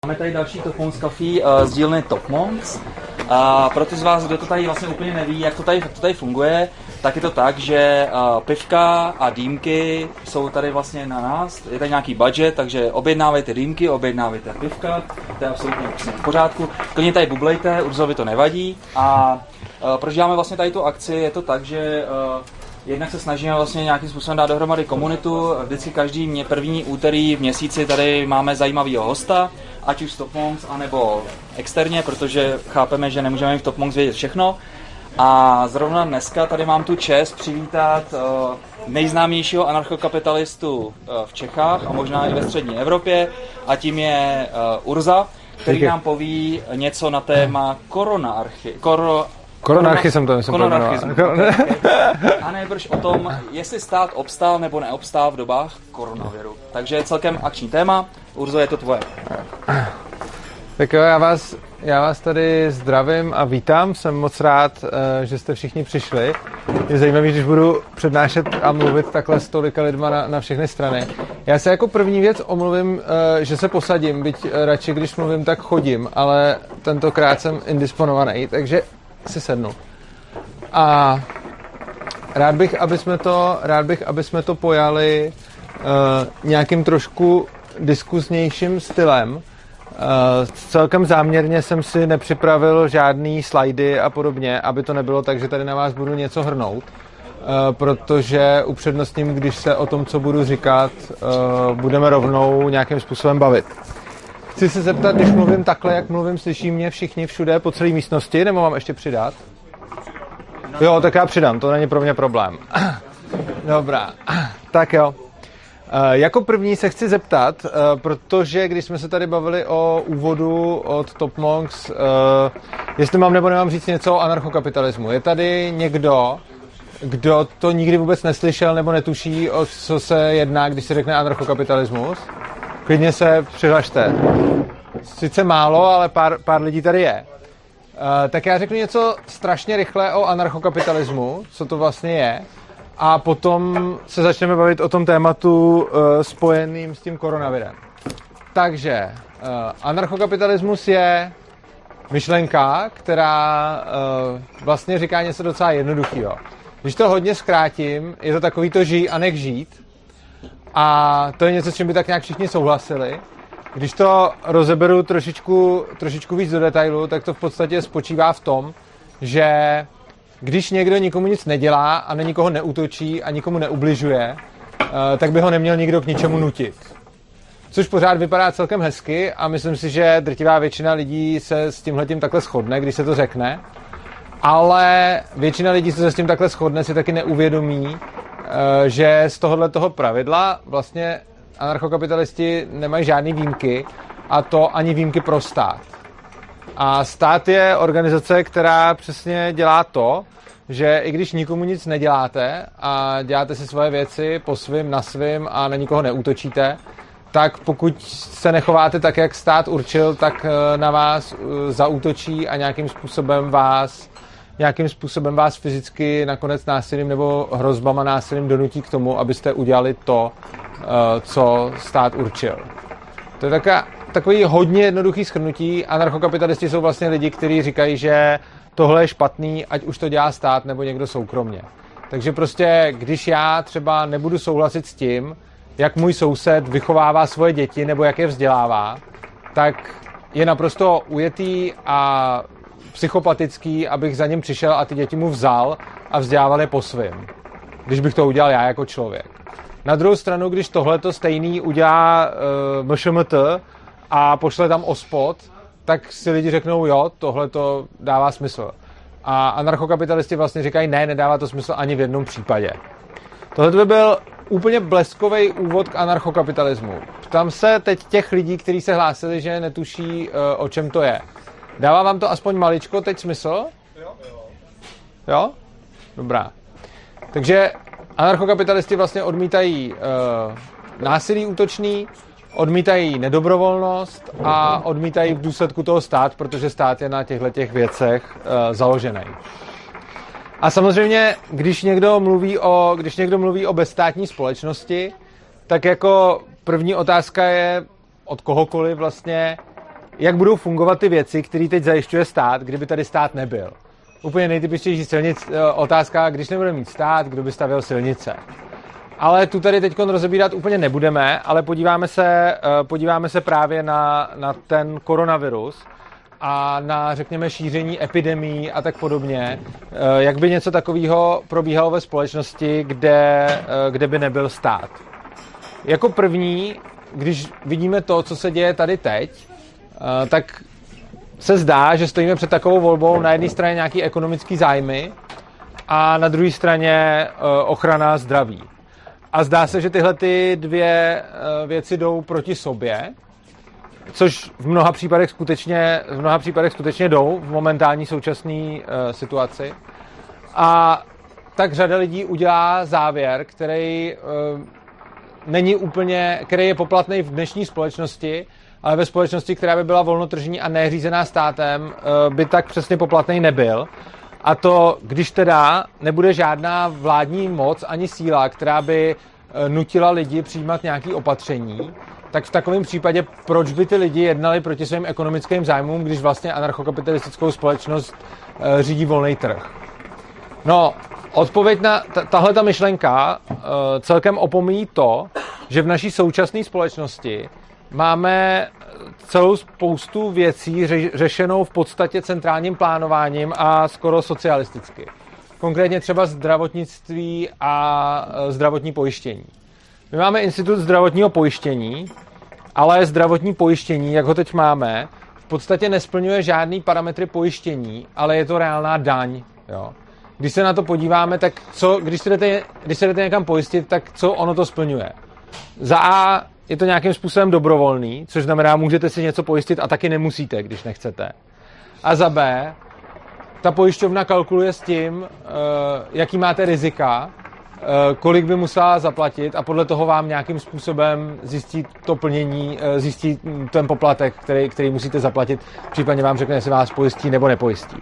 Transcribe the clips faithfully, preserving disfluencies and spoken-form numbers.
Máme tady další Top Coffee uh, z dílny Top Monks. A pro ty z vás, kdo to tady vlastně úplně neví, jak to tady, to tady funguje, tak je to tak, že uh, pivka a dýmky jsou tady vlastně na nás. Je tady nějaký budget, takže objednávejte dýmky, objednávejte pivka, to je absolutně v pořádku. Klidně tady bublejte, Urzovi to nevadí. A uh, proč děláme vlastně tady tu akci, je to tak, že uh, jednak se snažíme vlastně nějakým způsobem dát dohromady komunitu. Vždycky každý mě první úterý v měsíci tady máme zajímavého hosta, ať už z Top Monks, anebo externě, protože chápeme, že nemůžeme v Top Monks vědět všechno. A zrovna dneska tady mám tu čest přivítat uh, nejznámějšího anarchokapitalistu uh, v Čechách a možná i ve střední Evropě, a tím je uh, Urza, který nám poví něco na téma koronarchy. Koro, Koronarchy jsem to myslím pojmenoval. A nejbrž o tom, jestli stát obstál nebo neobstál v dobách koronaviru. Takže je celkem akční téma. Urzo, je to tvoje. Tak jo, já vás, já vás tady zdravím a vítám. Jsem moc rád, že jste všichni přišli. Je zajímavé, když budu přednášet a mluvit takhle s tolika lidma na, na všechny strany. Já se jako první věc omluvím, že se posadím, byť radši, když mluvím, tak chodím, ale tentokrát jsem indisponovaný, takže si sednu. A rád bych, aby jsme to, rád bych, aby jsme to pojali uh, nějakým trošku diskuznějším stylem. Uh, celkem záměrně jsem si nepřipravil žádný slajdy a podobně, aby to nebylo tak, že tady na vás budu něco hrnout, uh, protože upřednostním, když se o tom, co budu říkat, uh, budeme rovnou nějakým způsobem bavit. Chci se zeptat, když mluvím takhle, jak mluvím, slyší mě všichni všude po celé místnosti, nebo mám ještě přidat? Jo, tak já přidám, to není pro mě problém. Dobrá, tak jo. Jako první se chci zeptat, protože když jsme se tady bavili o úvodu od Top Monks, jestli mám nebo nemám říct něco o anarchokapitalismu. Je tady někdo, kdo to nikdy vůbec neslyšel nebo netuší, o co se jedná, když se řekne anarchokapitalismus? Klidně se přihlašte. Sice málo, ale pár, pár lidí tady je. Uh, tak já řeknu něco strašně rychle o anarchokapitalismu, co to vlastně je, a potom se začneme bavit o tom tématu uh, spojeným s tím koronavirem. Takže uh, anarchokapitalismus je myšlenka, která uh, vlastně říká něco docela jednoduchého. Když to hodně zkrátím, je to takový to žij a nech žít. A to je něco, s čím by tak nějak všichni souhlasili. Když to rozeberu trošičku, trošičku víc do detailu, tak to v podstatě spočívá v tom, že když někdo nikomu nic nedělá a na nikoho neútočí a nikomu neubližuje, tak by ho neměl nikdo k ničemu nutit. Což pořád vypadá celkem hezky a myslím si, že drtivá většina lidí se s tímhletím takhle shodne, když se to řekne. Ale většina lidí, co se s tím takhle shodne, si taky neuvědomí, že z tohohle toho pravidla vlastně anarchokapitalisti nemají žádný výjimky, a to ani výjimky pro stát. A stát je organizace, která přesně dělá to, že i když nikomu nic neděláte a děláte si svoje věci po svým, na svým a na nikoho neútočíte, tak pokud se nechováte tak, jak stát určil, tak na vás zaútočí a nějakým způsobem vás nějakým způsobem vás fyzicky nakonec násilím nebo hrozbama násilím donutí k tomu, abyste udělali to, co stát určil. To je taková, takový hodně jednoduchý shrnutí. Anarchokapitalisti jsou vlastně lidi, kteří říkají, že tohle je špatný, ať už to dělá stát nebo někdo soukromně. Takže prostě, když já třeba nebudu souhlasit s tím, jak můj soused vychovává svoje děti nebo jak je vzdělává, tak je naprosto ujetý a psychopatický, abych za ním přišel a ty děti mu vzal a vzdělával je po svým. Když bych to udělal já jako člověk. Na druhou stranu, když tohleto stejný udělá uh, M Š M T a pošle tam ospod, tak si lidi řeknou, jo, tohleto dává smysl. A anarchokapitalisti vlastně říkají, ne, nedává to smysl ani v jednom případě. Tohle by byl úplně bleskový úvod k anarchokapitalismu. Ptám se teď těch lidí, kteří se hlásili, že netuší, uh, o čem to je. Dává vám to aspoň maličko teď smysl? Jo. Jo? Dobrá. Takže anarchokapitalisti vlastně odmítají uh, násilí útočný, odmítají nedobrovolnost a odmítají v důsledku toho stát, protože stát je na těchto těch věcech uh, založený. A samozřejmě, když někdo mluví o, když někdo mluví o bezstátní společnosti, tak jako první otázka je od kohokoliv vlastně, jak budou fungovat ty věci, které teď zajišťuje stát, kdyby tady stát nebyl. Úplně nejtypičtější silnic, otázka, když nebude mít stát, kdo by stavěl silnice. Ale tu tady teď rozebírat úplně nebudeme, ale podíváme se, podíváme se právě na, na ten koronavirus a na, řekněme, šíření epidemií a tak podobně, jak by něco takového probíhalo ve společnosti, kde, kde by nebyl stát. Jako první, když vidíme to, co se děje tady teď, tak se zdá, že stojíme před takovou volbou na jedné straně nějaký ekonomický zájmy a na druhé straně ochrana zdraví. A zdá se, že tyhle ty dvě věci jdou proti sobě, což v mnoha případech skutečně, v mnoha případech skutečně jdou v momentální současné uh, situaci. A tak řada lidí udělá závěr, který uh, není úplně, který je poplatný v dnešní společnosti, ale ve společnosti, která by byla volnotržní a neřízená státem, uh, by tak přesně poplatný nebyl. A to, když teda nebude žádná vládní moc ani síla, která by nutila lidi přijímat nějaké opatření, tak v takovém případě proč by ty lidi jednali proti svým ekonomickým zájmům, když vlastně anarchokapitalistickou společnost e, řídí volný trh? No, odpověď na tahle ta myšlenka e, celkem opomíjí to, že v naší současné společnosti máme celou spoustu věcí ře, řešenou v podstatě centrálním plánováním a skoro socialisticky. Konkrétně třeba zdravotnictví a zdravotní pojištění. My máme institut zdravotního pojištění, ale zdravotní pojištění, jak ho teď máme, v podstatě nesplňuje žádný parametry pojištění, ale je to reálná daň. Jo. Když se na to podíváme, tak co, když se jdete, když se jdete někam pojistit, tak co ono to splňuje? Za A je to nějakým způsobem dobrovolný, což znamená, můžete si něco pojistit a taky nemusíte, když nechcete. A za B, ta pojišťovna kalkuluje s tím, jaký máte rizika, kolik by musela zaplatit a podle toho vám nějakým způsobem zjistí to plnění, zjistí ten poplatek, který, který musíte zaplatit, případně vám řekne, jestli vás pojistí nebo nepojistí.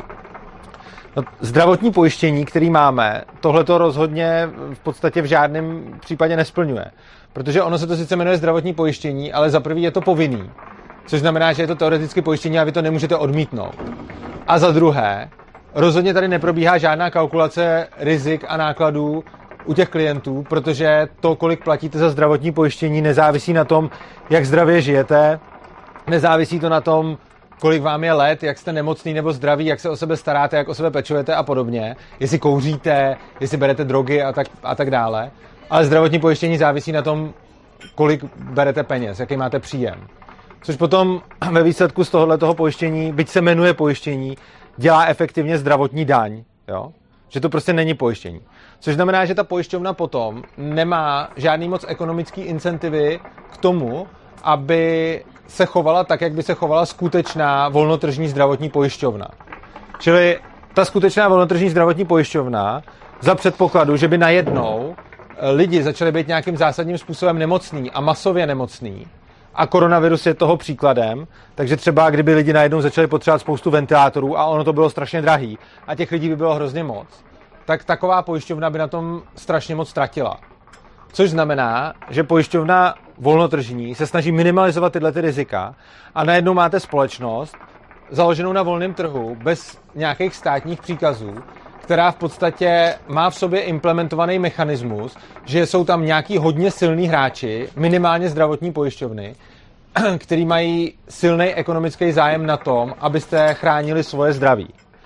No, zdravotní pojištění, který máme, tohle to rozhodně v podstatě v žádném případě nesplňuje. Protože ono se to sice jmenuje zdravotní pojištění, ale za prvý je to povinný. Což znamená, že je to teoreticky pojištění a vy to nemůžete odmítnout. A za druhé, rozhodně tady neprobíhá žádná kalkulace rizik a nákladů u těch klientů, protože to, kolik platíte za zdravotní pojištění, nezávisí na tom, jak zdravě žijete, nezávisí to na tom, kolik vám je let, jak jste nemocný nebo zdraví, jak se o sebe staráte, jak o sebe pečujete a podobně, jestli kouříte, jestli berete drogy a tak, a tak dále. Ale zdravotní pojištění závisí na tom, kolik berete peněz, jaký máte příjem. Což potom ve výsledku z tohoto pojištění, byť se jmenuje pojištění, dělá efektivně zdravotní daň. Jo? Že to prostě není pojištění. Což znamená, že ta pojišťovna potom nemá žádný moc ekonomický incentivy k tomu, aby se chovala tak, jak by se chovala skutečná volnotržní zdravotní pojišťovna. Čili ta skutečná volnotržní zdravotní pojišťovna za předpokladu, že by najednou lidi začali být nějakým zásadním způsobem nemocný a masově nemocný, a koronavirus je toho příkladem, takže třeba kdyby lidi najednou začali potřebovat spoustu ventilátorů a ono to bylo strašně drahý a těch lidí by bylo hrozně moc, tak taková pojišťovna by na tom strašně moc ztratila. Což znamená, že pojišťovna volnotržní se snaží minimalizovat tyhle ty rizika a najednou máte společnost založenou na volném trhu bez nějakých státních příkazů, která v podstatě má v sobě implementovaný mechanismus, že jsou tam nějaký hodně silní hráči, minimálně zdravotní pojišťovny, který mají silný ekonomický zájem na tom, abyste chránili svoje zdraví.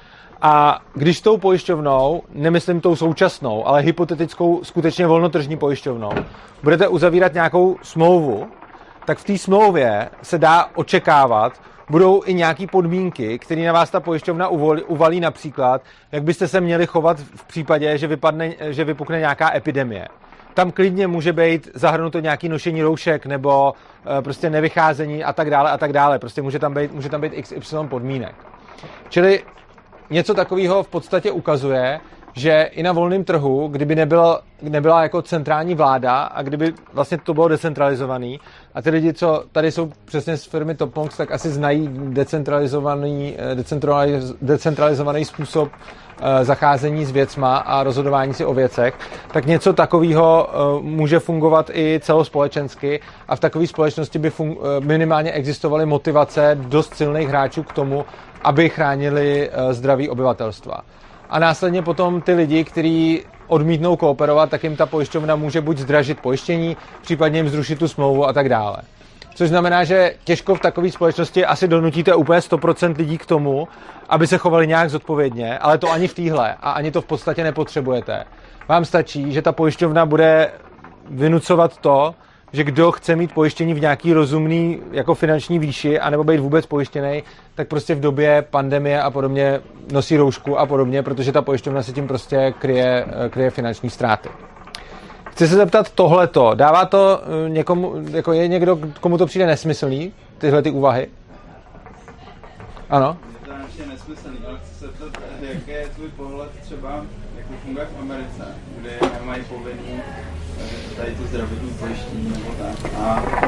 A když s tou pojišťovnou, nemyslím tou současnou, ale hypotetickou skutečně volnotržní pojišťovnou, budete uzavírat nějakou smlouvu, tak v té smlouvě se dá očekávat, budou i nějaký podmínky, které na vás ta pojišťovna uvolí, uvalí, například, jak byste se měli chovat v případě, že, vypadne, že vypukne nějaká epidemie. Tam klidně může být zahrnuto nějaké nošení roušek nebo e, prostě nevycházení a tak dále a tak dále. Prostě může tam být, může tam být iks ypsilon podmínek. Čili něco takového v podstatě ukazuje, že i na volném trhu, kdyby nebyla, nebyla jako centrální vláda a kdyby vlastně to bylo decentralizovaný a ty lidi, co tady jsou přesně z firmy Topmonks, tak asi znají decentralizovaný, decentraliz, decentralizovaný způsob zacházení s věcma a rozhodování si o věcech, tak něco takového může fungovat i celospolečensky a v takové společnosti by fun- minimálně existovaly motivace dost silných hráčů k tomu, aby chránili zdraví obyvatelstva. A následně potom ty lidi, kteří odmítnou kooperovat, tak jim ta pojišťovna může buď zdražit pojištění, případně jim zrušit tu smlouvu a tak dále. Což znamená, že těžko v takové společnosti asi donutíte úplně sto procent lidí k tomu, aby se chovali nějak zodpovědně, ale to ani v téhle a ani to v podstatě nepotřebujete. Vám stačí, že ta pojišťovna bude vynucovat to, že kdo chce mít pojištění v nějaký rozumný jako finanční výši anebo být vůbec pojištěný, tak prostě v době pandemie a podobně nosí roušku a podobně, protože ta pojišťovna se tím prostě kryje, kryje finanční ztráty. Chci se zeptat tohleto. Dává to někomu, jako je někdo, komu to přijde nesmyslný, tyhle ty úvahy? Ano? Je to ještě nesmyslný, ale chci se zeptat, jaký je tvůj pohled třeba, jak to funguje v Americe, kde mají povinný tady to zdravotní pojištění nebo tak. A,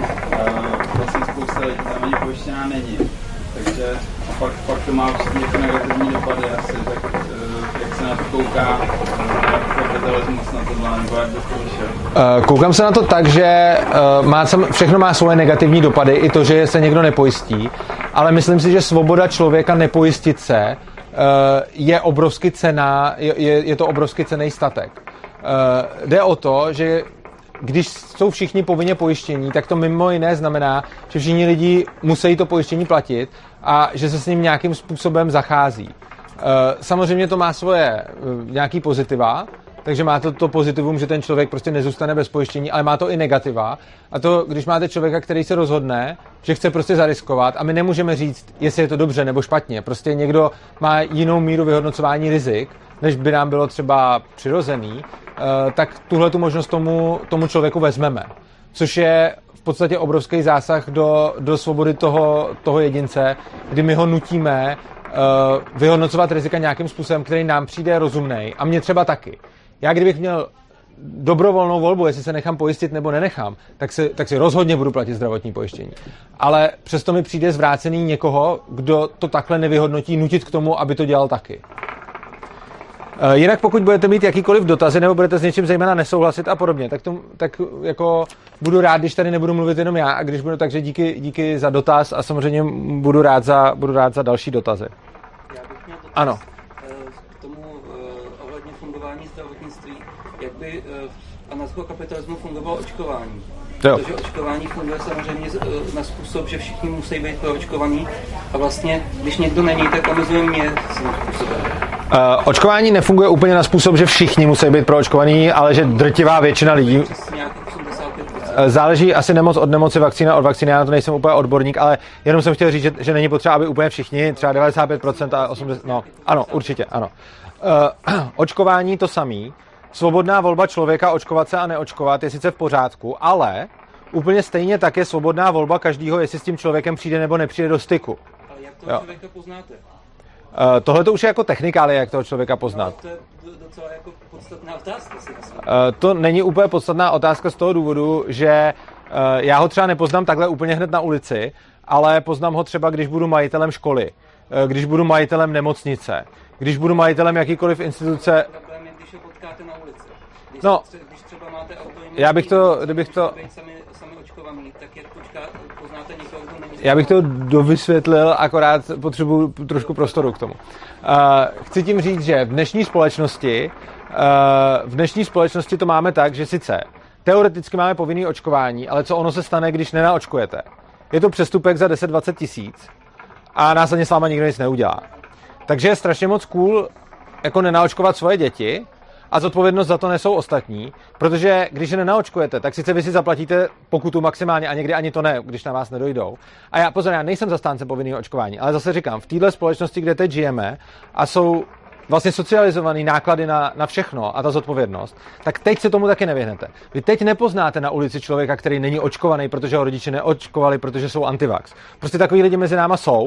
a vlastně spousta lidí tam ani pojištěná není. Takže a pak, pak to má všechny jako negativní dopady asi, tak jak se na to kouká, kapitalismus na tohle, nebo jak to vyšel? Koukám se na to tak, že má, všechno má svoje negativní dopady, i to, že se někdo nepojistí, ale myslím si, že svoboda člověka nepojistit se je obrovsky cenná, je, je to obrovsky cenný statek. Uh, jde o to, že když jsou všichni povinně pojištění, tak to mimo jiné znamená, že všichni lidi musí to pojištění platit a že se s ním nějakým způsobem zachází. Uh, samozřejmě to má svoje uh, nějaký pozitiva, takže má to, to pozitivum, že ten člověk prostě nezůstane bez pojištění, ale má to i negativa. A to, když máte člověka, který se rozhodne, že chce prostě zariskovat a my nemůžeme říct, jestli je to dobře nebo špatně. Prostě někdo má jinou míru vyhodnocování rizik, než by nám bylo třeba přirozený, tak tuhle tu možnost tomu, tomu člověku vezmeme. Což je v podstatě obrovský zásah do, do svobody toho, toho jedince, kdy my ho nutíme uh, vyhodnocovat rizika nějakým způsobem, který nám přijde rozumnej. A mně třeba taky. Já kdybych měl dobrovolnou volbu, jestli se nechám pojistit nebo nenechám, tak si, tak si rozhodně budu platit zdravotní pojištění. Ale přesto mi přijde zvrácený někoho, kdo to takhle nevyhodnotí, nutit k tomu, aby to dělal taky. Jinak pokud budete mít jakýkoliv dotazy nebo budete s něčím zejména nesouhlasit a podobně, tak, to, tak jako budu rád, když tady nebudu mluvit jenom já a když budu, takže díky, díky za dotaz a samozřejmě budu rád za, budu rád za další dotazy. Já bych měl dotaz ano. K tomu uh, ohledně fungování zdravotnictví, jak by uh, v anarchokapitalismu fungovalo očkování. Jo. Protože očkování funguje samozřejmě na způsob, že všichni musí být proočkovaní a vlastně, když někdo není, tak omezuje mě svým způsobem. Uh, očkování nefunguje úplně na způsob, že všichni musí být proočkovaní, ale že drtivá většina lidí. Záleží asi nemoc od nemoci, vakcína od vakcíny, já na to nejsem úplně odborník, ale jenom jsem chtěl říct, že, že není potřeba, aby úplně všichni, třeba devadesát pět procent a osmdesát procent, no, ano, určitě, ano. Uh, očkování to samý, svobodná volba člověka očkovat se a neočkovat je sice v pořádku, ale úplně stejně tak je svobodná volba každého, jestli s tím člověkem přijde nebo nepřijde do styku. Ale jak toho člověka poznáte? Uh, tohle to už je jako technikálie, jak toho člověka poznat. No, to je docela jako podstatná otázka, si myslím. Uh, to není úplně podstatná otázka z toho důvodu, že uh, já ho třeba nepoznám takhle úplně hned na ulici, ale poznám ho třeba, když budu majitelem školy, uh, když budu majitelem nemocnice, když budu majitelem jakýkoliv instituce. Problém je, když ho potkáte na ulici. Když, no, tře- když třeba máte auto, já bych to, kdybych to... Sami, sami očkovaný, tak jak počká, poznáte někoho, kdo není... Já bych to dovysvětlil, akorát potřebuji trošku prostoru k tomu. Uh, chci tím říct, že v dnešní společnosti uh, v dnešní společnosti to máme tak, že sice teoreticky máme povinný očkování, ale co ono se stane, když nenaočkujete? Je to přestupek za deset dvacet tisíc a následně s váma nikdo nic neudělá. Takže je strašně moc cool jako nenaočkovat svoje děti a zodpovědnost za to nesou ostatní, protože když je nenaočkujete, tak sice vy si zaplatíte pokutu maximálně a někdy ani to ne, když na vás nedojdou. A já, pozor, já nejsem zastánce povinného očkování, ale zase říkám, v této společnosti, kde teď žijeme a jsou vlastně socializovaný náklady na, na všechno a ta zodpovědnost, tak teď se tomu taky nevyhnete. Vy teď nepoznáte na ulici člověka, který není očkovaný, protože ho rodiče neočkovali, protože jsou antivax. Prostě takový lidi mezi náma jsou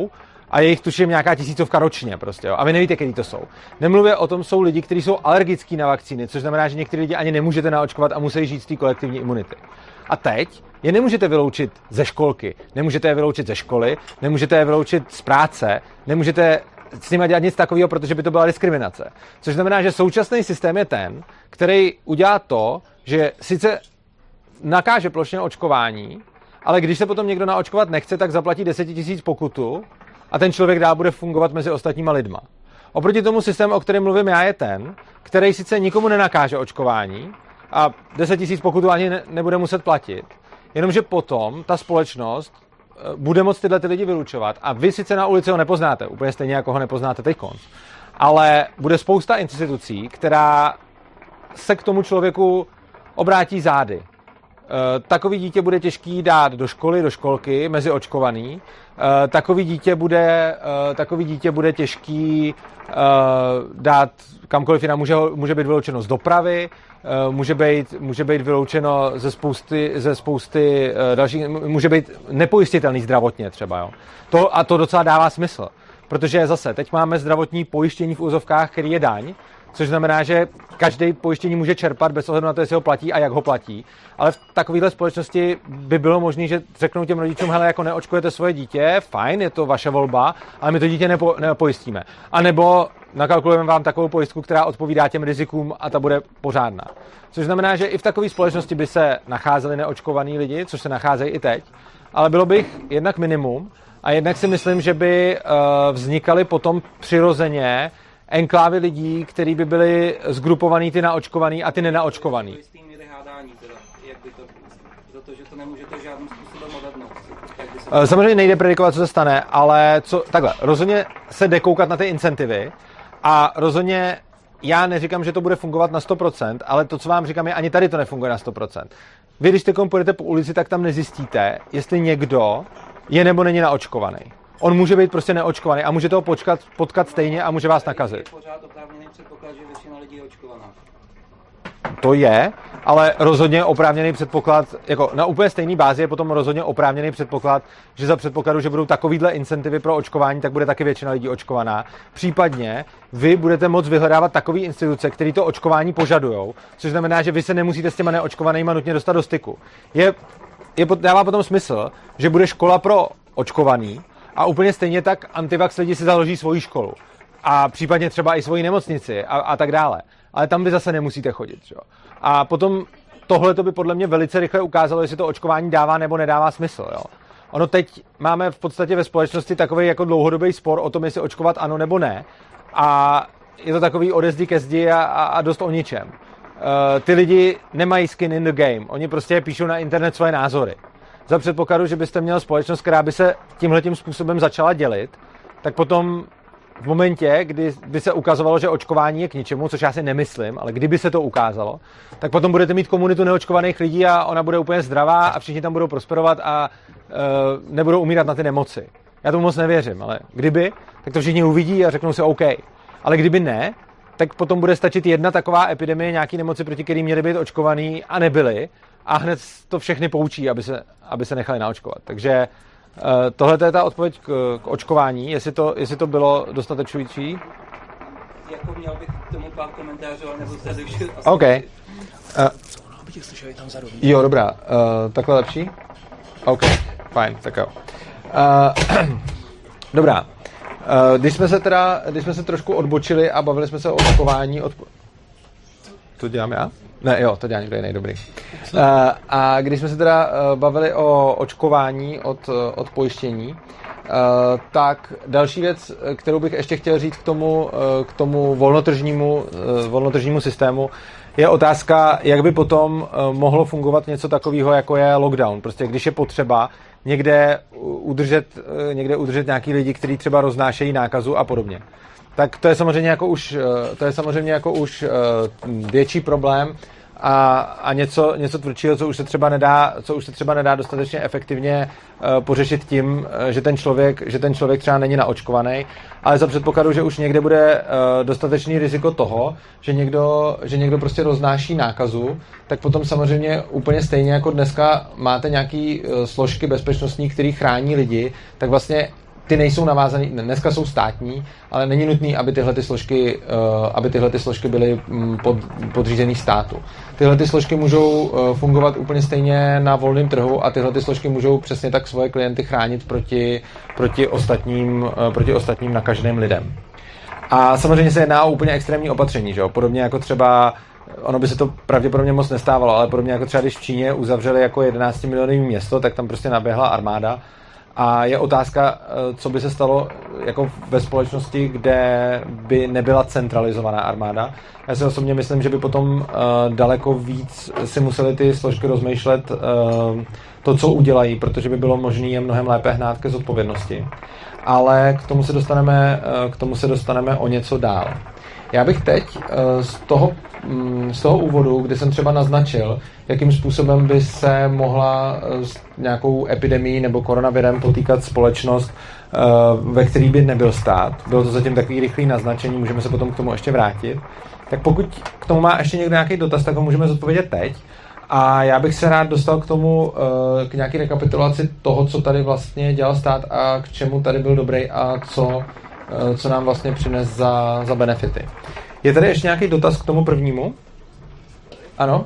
A je jich tuším nějaká tisícovka ročně prostě, jo. A vy nevíte, kdy to jsou. Nemluvě o tom, jsou lidi, kteří jsou alergický na vakcíny, což znamená, že některý lidi ani nemůžete naočkovat a musí žít z té kolektivní imunity. A teď je nemůžete vyloučit ze školky, nemůžete je vyloučit ze školy, nemůžete je vyloučit z práce, nemůžete s nimi dělat nic takového, protože by to byla diskriminace. Což znamená, že současný systém je ten, který udělá to, že sice nakáže plošně očkování, ale když se potom někdo naočkovat nechce, tak zaplatí deset tisíc pokutu a ten člověk dál bude fungovat mezi ostatníma lidma. Oproti tomu systému, o kterém mluvím já, je ten, který sice nikomu nenakáže očkování a deset tisíc pokutu ani ne, nebude muset platit, jenomže potom ta společnost bude moct tyhle ty lidi vylučovat a vy sice na ulici ho nepoznáte, úplně stejně jako ho nepoznáte teďkonc, ale bude spousta institucí, která se k tomu člověku obrátí zády. Takový dítě bude těžký dát do školy, do školky, mezi očkovaný. Takový dítě bude, takový dítě bude těžký dát kamkoliv jinak. Může, může být vyloučeno z dopravy, může být, může být vyloučeno ze spousty, ze spousty dalších, může být nepojistitelný zdravotně třeba. Jo. To, a to docela dává smysl, protože zase teď máme zdravotní pojištění v úzovkách, který je daň, což znamená, že každý pojištění může čerpat bez ohledu na to, jestli ho platí a jak ho platí. Ale v takovéhle společnosti by bylo možné, že řeknou těm rodičům, hele, jako neočkujete svoje dítě, fajn, je to vaše volba, ale my to dítě nepo, nepojistíme. A nebo nakalkulujeme vám takovou pojistku, která odpovídá těm rizikům a ta bude pořádná. Což znamená, že i v takové společnosti by se nacházeli neočkovaní lidi, což se nacházejí i teď, ale bylo by jich jednak minimum a jednak si myslím, že by uh, vznikaly potom přirozeně enklávy lidí, kteří by byli zgrupovaný ty naočkovaný a ty nenaočkovaný. Protože to nemůžete žádným způsobem odhadnout. Samozřejmě nejde predikovat, co se stane, ale co, takhle, rozhodně se jde koukat na ty incentivy a rozhodně já neříkám, že to bude fungovat na sto procent, ale to, co vám říkám, je, ani tady to nefunguje na sto procent. Vy, když teďkom půjdete po ulici, tak tam nezjistíte, jestli někdo je nebo není naočkovaný. On může být prostě neočkovaný a můžete ho počkat, potkat stejně a může vás nakazit. Je pořád oprávněný předpoklad, že většina lidí je očkovaná. To je, ale rozhodně oprávněný předpoklad, jako na úplně stejný bázi je potom rozhodně oprávněný předpoklad, že za předpokladu, že budou takovýhle incentivy pro očkování, tak bude taky většina lidí očkovaná. Případně vy budete moct vyhledávat takové instituce, které to očkování požadujou, což znamená, že vy se nemusíte s těma neočkovanýma nutně dostat do styku. Je, je, dává potom smysl, že bude škola pro očkovaný a úplně stejně tak antivax lidi si založí svoji školu. A případně třeba i svoji nemocnici a, a tak dále. Ale tam vy zase nemusíte chodit. Že? A potom tohle to by podle mě velice rychle ukázalo, jestli to očkování dává nebo nedává smysl. Jo? Ono teď máme v podstatě ve společnosti takový jako dlouhodobý spor o tom, jestli očkovat ano nebo ne. A je to takový ode zdi ke zdi a, a, a dost o ničem. Uh, ty lidi nemají skin in the game. Oni prostě píšou na internet svoje názory. Za předpokladu, že byste měl společnost, která by se tímhletím způsobem začala dělit, tak potom v momentě, kdy by se ukazovalo, že očkování je k ničemu, což já si nemyslím, ale kdyby se to ukázalo, tak potom budete mít komunitu neočkovaných lidí a ona bude úplně zdravá a všichni tam budou prosperovat a e, nebudou umírat na ty nemoci. Já tomu moc nevěřím, ale kdyby, tak to všichni uvidí a řeknou si OK. Ale kdyby ne, tak potom bude stačit jedna taková epidemie, nějaký nemoci, proti kterým měli být očkovaný a nebyli a hned to všechny poučí, aby se, aby se nechali naočkovat. Takže Uh, tohle je ta odpověď k, k očkování, jestli to, jestli to bylo dostatečující. Jako měl bych k tomu pár komentářů, ale nebudu tady už asi... OK. Uh, jo, dobrá. Uh, takhle lepší? OK, fajn, tak jo. Uh, dobrá. Uh, když jsme se teda, když jsme se trošku odbočili a bavili jsme se o očkování, odpo... To dělám já? Ne, jo, to dělá někdo jiný, dobrý. Uh, a když jsme se teda uh, bavili o očkování od, uh, od pojištění, uh, tak další věc, kterou bych ještě chtěl říct k tomu, uh, k tomu volnotržnímu, uh, volnotržnímu systému, je otázka, jak by potom uh, mohlo fungovat něco takového, jako je lockdown. Prostě když je potřeba někde udržet, uh, někde udržet nějaký lidi, kteří třeba roznášejí nákazu a podobně. Tak to je samozřejmě jako už, to je samozřejmě jako už větší problém a, a něco, něco tvrdšího, co už se třeba nedá, co už se třeba nedá dostatečně efektivně pořešit tím, že ten člověk, že ten člověk třeba není naočkovaný, ale za předpokladu, že už někde bude dostatečný riziko toho, že někdo, že někdo prostě roznáší nákazu, tak potom samozřejmě úplně stejně jako dneska máte nějaký složky bezpečnostní, které chrání lidi, tak vlastně ty nejsou navázaný, dneska jsou státní, ale není nutný, aby tyhle ty složky, aby tyhle ty složky byly pod, podřízený státu. Tyhle ty složky můžou fungovat úplně stejně na volném trhu a tyhle ty složky můžou přesně tak svoje klienty chránit proti, proti, ostatním, proti ostatním nakaženým lidem. A samozřejmě se jedná o úplně extrémní opatření, že jo? Podobně jako třeba, ono by se to pravděpodobně moc nestávalo, ale podobně jako třeba když v Číně uzavřeli jako jedenáctimilionový město, tak tam prostě naběhla armáda. A je otázka, co by se stalo jako ve společnosti, kde by nebyla centralizovaná armáda. Já si osobně myslím, že by potom uh, daleko víc si museli ty složky rozmýšlet uh, to, co udělají, protože by bylo možné je mnohem lépe hnát ke zodpovědnosti. Ale k tomu se dostaneme, uh, k tomu se dostaneme o něco dál. Já bych teď uh, z toho, um, z toho úvodu, kdy jsem třeba naznačil, jakým způsobem by se mohla s nějakou epidemií nebo koronavirem potýkat společnost, ve který by nebyl stát. Bylo to zatím takový rychlý naznačení, můžeme se potom k tomu ještě vrátit. Tak pokud k tomu má ještě někdo nějaký dotaz, tak ho můžeme zodpovědět teď. A já bych se rád dostal k tomu, k nějaký rekapitulaci toho, co tady vlastně dělal stát a k čemu tady byl dobrý a co, co nám vlastně přines za, za benefity. Je tady ještě nějaký dotaz k tomu prvnímu? Ano?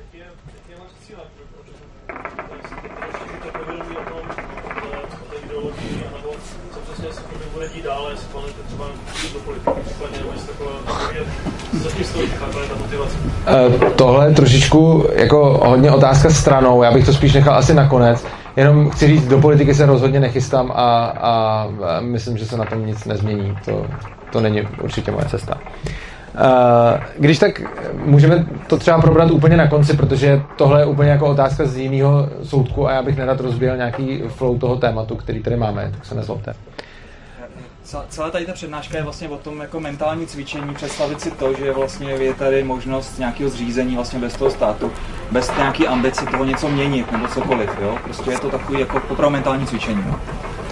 Tohle je trošičku jako hodně otázka stranou, já bych to spíš nechal asi nakonec. Jenom chci říct, do politiky se rozhodně nechystám a, a myslím, že se na tom nic nezmění. To, to není určitě moje cesta. Když tak můžeme to třeba probrat úplně na konci, protože tohle je úplně jako otázka z jiného soudku a já bych nerad rozběhl nějaký flow toho tématu, který tady máme, tak se nezlobte. Celá tady ta přednáška je vlastně o tom jako mentální cvičení, představit si to, že vlastně je tady možnost nějakého zřízení vlastně bez toho státu, bez nějaký ambici toho něco měnit nebo cokoliv, jo? Prostě je to takový jako opravdu mentální cvičení. No?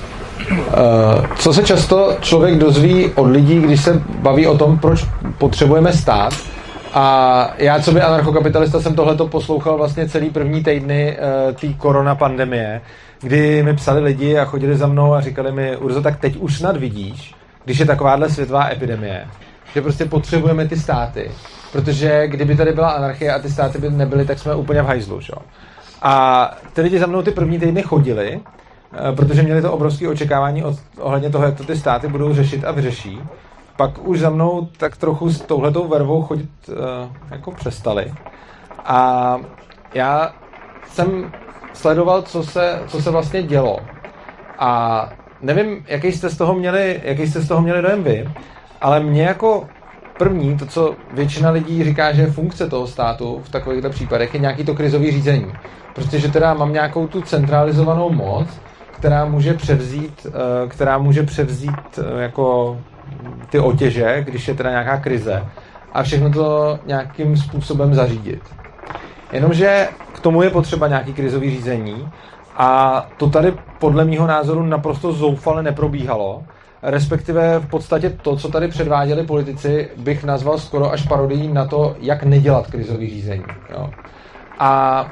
Co se často člověk dozví od lidí, když se baví o tom, proč potřebujeme stát, a já, co by anarchokapitalista, jsem tohleto poslouchal vlastně celý první týdny uh, té korona pandemie, kdy mi psali lidi a chodili za mnou a říkali mi, Urzo, tak teď už snad vidíš, když je takováhle světová epidemie, že prostě potřebujeme ty státy, protože kdyby tady byla anarchie a ty státy by nebyly, tak jsme úplně v hajzlu, že? A ty lidi za mnou ty první týdny chodili, uh, protože měli to obrovské očekávání od, ohledně toho, jak to ty státy budou řešit a vyřeší. Pak už za mnou tak trochu s touhletou vervou chodit uh, jako přestali. A já jsem sledoval, co se, co se vlastně dělo. A nevím, jaký jste z toho měli, jaký jste z toho měli dojem vy, ale mě jako první, to, co většina lidí říká, že je funkce toho státu v takovýchto případech, je nějaký to krizový řízení. Protože teda mám nějakou tu centralizovanou moc, která může převzít, uh, která může převzít uh, jako ty otěže, když je teda nějaká krize a všechno to nějakým způsobem zařídit. Jenomže k tomu je potřeba nějaký krizový řízení a to tady podle mýho názoru naprosto zoufale neprobíhalo, respektive v podstatě to, co tady předváděli politici, bych nazval skoro až parodií na to, jak nedělat krizový řízení. Jo. A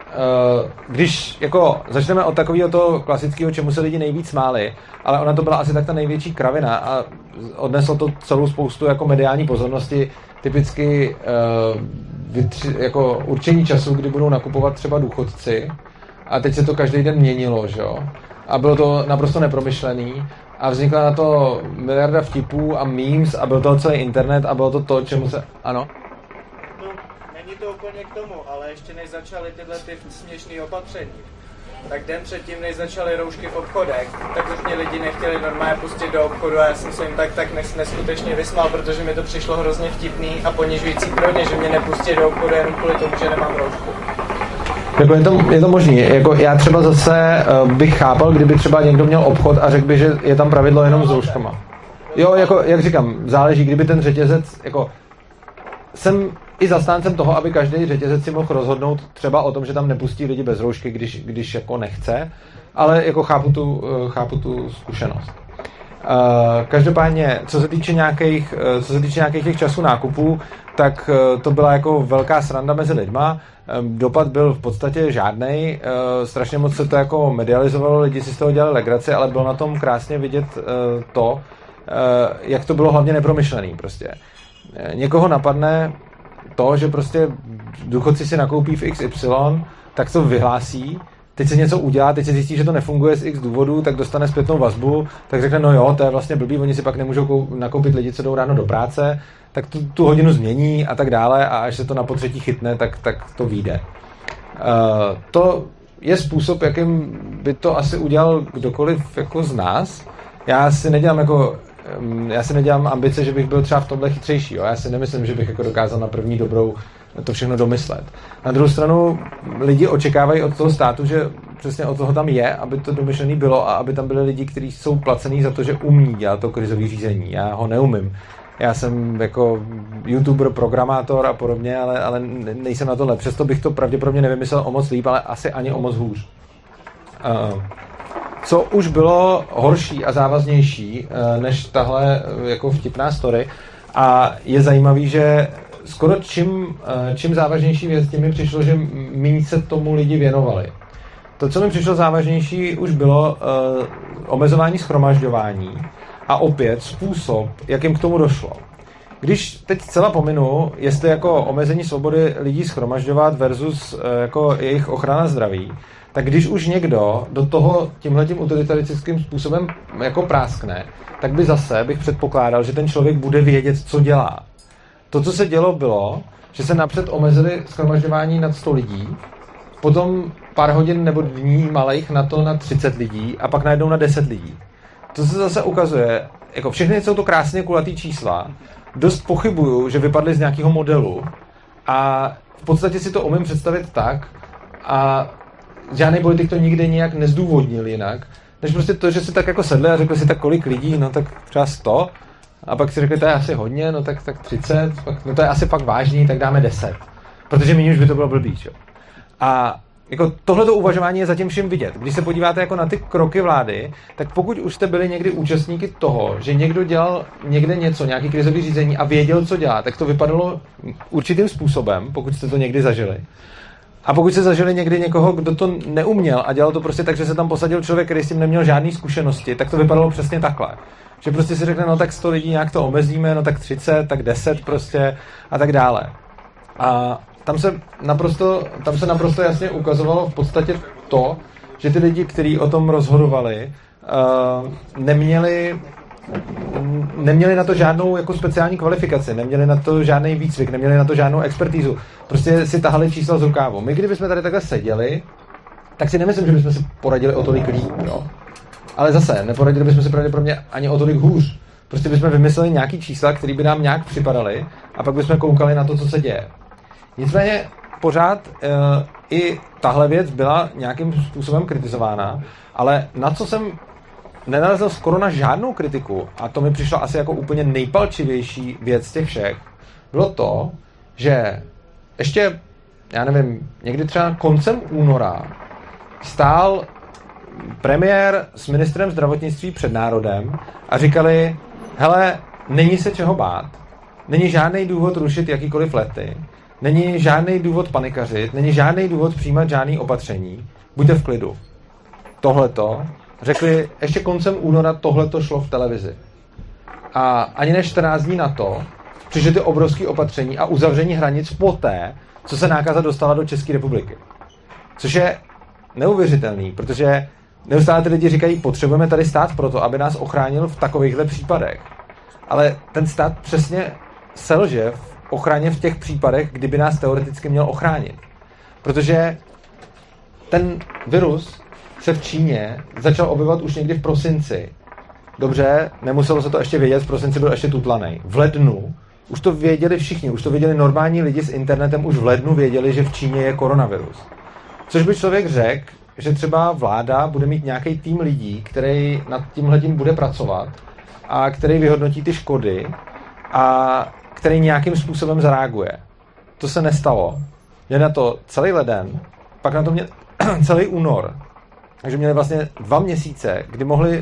když jako začneme od takového toho klasického, čemu se lidi nejvíc smáli, ale ona to byla asi tak ta největší kravina a odneslo to celou spoustu jako mediální pozornosti, typicky uh, vytři, jako určení času, kdy budou nakupovat třeba důchodci a teď se to každý den měnilo, že jo? A bylo to naprosto nepromyšlený a vznikla na to miliarda vtipů a memes a byl to celý internet a bylo to to, čemu se... Ano? To úplně k tomu, ale ještě než začaly tyhle ty směšné opatření, tak den předtím, než začaly roušky v obchodech, tak už mě lidi nechtěli normálně pustit do obchodu a já jsem se jim tak tak neskutečně vysmál, protože mi to přišlo hrozně vtipný a ponižující pro ně, že mě nepustí do obchodu jenom kvůli tomu, že nemám roušku. Jako je to, je to možný. Jako já třeba zase uh, bych chápal, kdyby třeba někdo měl obchod a řekl by, že je tam pravidlo jenom s rouškama. Jo, jako, jak říkám, záleží, kdyby ten řetězec, jako jsem i zastáncem toho, aby každý řetězec si mohl rozhodnout třeba o tom, že tam nepustí lidi bez roušky, když, když jako nechce, ale jako chápu tu, chápu tu zkušenost. každopádně, co se týče nějakých, co se týče nějakých těch časů nákupů, tak to byla jako velká sranda mezi lidma. Dopad byl v podstatě žádnej, strašně moc se to jako medializovalo, lidi si z toho dělali legraci, ale bylo na tom krásně vidět to, jak to bylo hlavně nepromyšlený prostě. Někoho napadne to, že prostě důchodci si nakoupí v iks ypsilon, tak to vyhlásí, teď se něco udělá, teď se zjistí, že to nefunguje z x důvodů, tak dostane zpětnou vazbu, tak řekne, no jo, to je vlastně blbý, oni si pak nemůžou nakoupit lidi, co jdou ráno do práce, tak tu, tu hodinu změní a tak dále a až se to na potřetí chytne, tak, tak to vyjde. Uh, to je způsob, jakým by to asi udělal kdokoliv jako z nás. Já si nedělám jako já si nedělám ambice, že bych byl třeba v tomhle chytřejší. Jo? Já si nemyslím, že bych jako dokázal na první dobrou to všechno domyslet. Na druhou stranu lidi očekávají od toho státu, že přesně od toho tam je, aby to domyšlený bylo a aby tam byli lidi, kteří jsou placený za to, že umí dělat to krizové řízení. Já ho neumím. Já jsem jako youtuber, programátor a podobně, ale, ale nejsem na tohle. Přesto bych to pravděpodobně nevymyslel o moc líp, ale asi ani o moc hůř. Uh, co už bylo horší a závaznější než tahle jako vtipná story a je zajímavý, že skoro čím, čím závažnější věc, tím mi přišlo, že méně se tomu lidi věnovali. To, co mi přišlo závažnější, už bylo uh, omezování shromažďování a opět způsob, jakým k tomu došlo. Když teď celá pominu, jestli jako omezení svobody lidí shromažďovat versus uh, jako jejich ochrana zdraví, tak když už někdo do toho tímhletím utilitaristickým způsobem jako práskne, tak by zase bych předpokládal, že ten člověk bude vědět, co dělá. To, co se dělo, bylo, že se napřed omezili shromažďování nad sto lidí, potom pár hodin nebo dní malých na to na třicet lidí a pak najednou na deset lidí. To se zase ukazuje, jako všechny jsou to krásně kulatý čísla, dost pochybuju, že vypadly z nějakého modelu a v podstatě si to umím představit tak a žádný politik to nikdy nijak nezdůvodnil jinak, než prostě to, že si tak jako sedli a řekli si tak kolik lidí, no tak třeba sto a pak si řekli, to je asi hodně, no tak, tak třicet, pak, no to je asi pak vážný, tak dáme deset, protože méně už by to bylo blbý, čo? A jako tohleto uvažování je zatím všem vidět. Když se podíváte jako na ty kroky vlády, tak pokud už jste byli někdy účastníky toho, že někdo dělal někde něco, nějaký krizový řízení a věděl, co dělá, tak to vypadalo určitým způsobem, pokud jste to někdy zažili. A pokud se zažili někdy někoho, kdo to neuměl a dělal to prostě tak, že se tam posadil člověk, který s tím neměl žádný zkušenosti, tak to vypadalo přesně takhle. Že prostě si řekne, no tak sto lidí nějak to omezíme, no tak třicet, tak deset prostě a tak dále. A tam se naprosto, tam se naprosto jasně ukazovalo v podstatě to, že ty lidi, kteří o tom rozhodovali, uh, neměli neměli na to žádnou jako speciální kvalifikaci, neměli na to žádný výcvik, neměli na to žádnou expertízu. Prostě si tahali čísla z rukávu. My, kdybychom tady takhle seděli, tak si nemyslím, že bychom si poradili o tolik líp, jo. Ale zase, neporadili bychom si pravděpodobně ani o tolik hůř. Prostě bychom vymysleli nějaký čísla, které by nám nějak připadaly a pak bychom koukali na to, co se děje. Nicméně pořád e, i tahle věc byla nějakým způsobem kritizována, ale na co jsem nenarazil skoro na žádnou kritiku, a to mi přišlo asi jako úplně nejpalčivější věc z těch všech, bylo to, že ještě, já nevím, někdy třeba koncem února stál premiér s ministrem zdravotnictví před národem a říkali, hele, není se čeho bát, není žádný důvod rušit jakýkoliv lety, není žádný důvod panikařit, není žádný důvod přijímat žádný opatření, buďte v klidu. Tohleto řekli, ještě koncem února tohleto šlo v televizi. A ani ne čtrnáct dní na to přišly ty obrovské opatření a uzavření hranic poté, co se nákaza dostala do České republiky. Což je neuvěřitelný, protože neustále ty lidi říkají, potřebujeme tady stát proto, aby nás ochránil v takovýchhle případech. Ale ten stát přesně selže v ochraně v těch případech, kdyby nás teoreticky měl ochránit. Protože ten virus se v Číně začal objevovat už někdy v prosinci. Dobře, nemuselo se to ještě vědět, v prosinci byl ještě tutlanej. V lednu už to věděli všichni, už to věděli normální lidi s internetem, už v lednu věděli, že v Číně je koronavirus. Což by člověk řekl, že třeba vláda bude mít nějaký tým lidí, který nad tímhletím bude pracovat a který vyhodnotí ty škody a který nějakým způsobem zareaguje. To se nestalo. Měli na to celý leden, pak na to měli celý únor. Takže měli vlastně dva měsíce, kdy mohli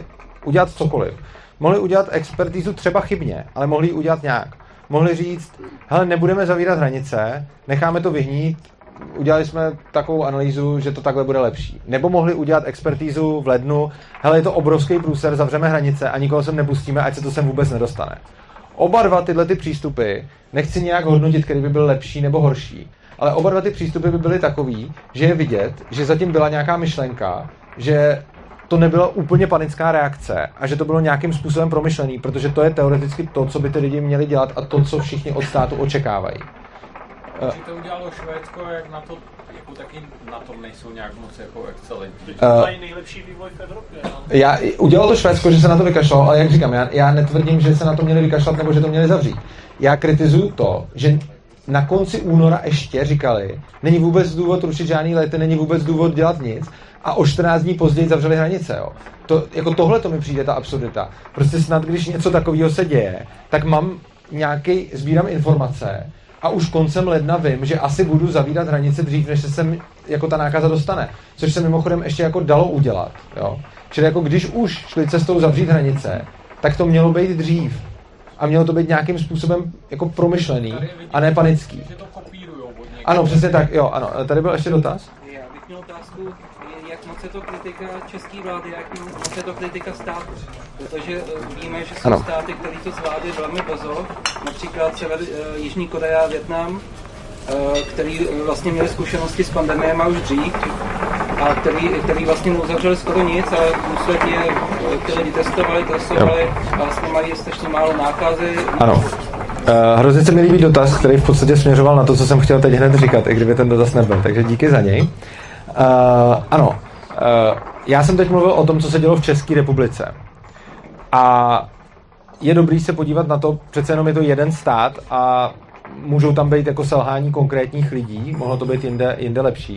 udělat cokoliv. Mohli udělat expertízu třeba chybně, ale mohli ji udělat nějak. Mohli říct, hele, nebudeme zavírat hranice, necháme to vyhnít, udělali jsme takovou analýzu, že to takhle bude lepší. Nebo mohli udělat expertízu v lednu, hele, je to obrovský průser, zavřeme hranice a nikoho sem nepustíme, ať se to sem vůbec nedostane. Oba dva tyhle ty přístupy, nechci nějak hodnotit, který by byl lepší nebo horší, ale oba dva ty přístupy by byly takový, že je vidět, že zatím byla nějaká myšlenka, že to nebyla úplně panická reakce a že to bylo nějakým způsobem promyšlený, protože to je teoreticky to, co by ty lidi měli dělat a to, co všichni od státu očekávají. Takže to udělalo Švédsko, jak na to, jako taky na tom nejsou nějak moc jako excelentní. To mají nejlepší vývoj v Evropě. No? Já, udělalo to Švédsko, že se na to vykašlalo, ale jak říkám, já, já netvrdím, že se na to měli vykašlat nebo že to měli zavřít. Já kritizuju to, že na konci února ještě říkali, není vůbec důvod rušit žádný lety, není vůbec důvod dělat nic a o čtrnáct dní později zavřeli hranice. Jo. To, jako tohle to mi přijde ta absurdita. Prostě snad, když něco takového se děje, tak mám nějaký, sbírám informace a už koncem ledna vím, že asi budu zavírat hranice dřív, než se sem jako ta nákaza dostane. Což se mimochodem ještě jako dalo udělat. Jo. Čili jako když už šli cestou zavřít hranice, tak to mělo být dřív. A mělo to být nějakým způsobem jako promyšlený a ne panický. Ano, přesně tak, jo, ano. Tady byl ještě dotaz? Já bych měl otázku, jak moc je to kritika české vlády, jak moc je to kritika státu. Protože víme, že jsou ano. státy, které to zvládly velmi brzo, například Sever, Jižní Korea, Vietnam, který vlastně měli zkušenosti s pandemiemi už dřív a který, který vlastně neuzavřeli skoro nic, ale důsledně ty lidi testovali, testovali a vlastně mají strašně málo nákazy. Ano. Uh, hrozně se mi líbí dotaz, který v podstatě směřoval na to, co jsem chtěl teď hned říkat, i kdyby ten dotaz nebyl, takže díky za něj. Uh, ano, uh, já jsem teď mluvil o tom, co se dělo v České republice. A je dobrý se podívat na to, přece jenom je to jeden stát a můžou tam být jako selhání konkrétních lidí, mohlo to být jinde, jinde lepší.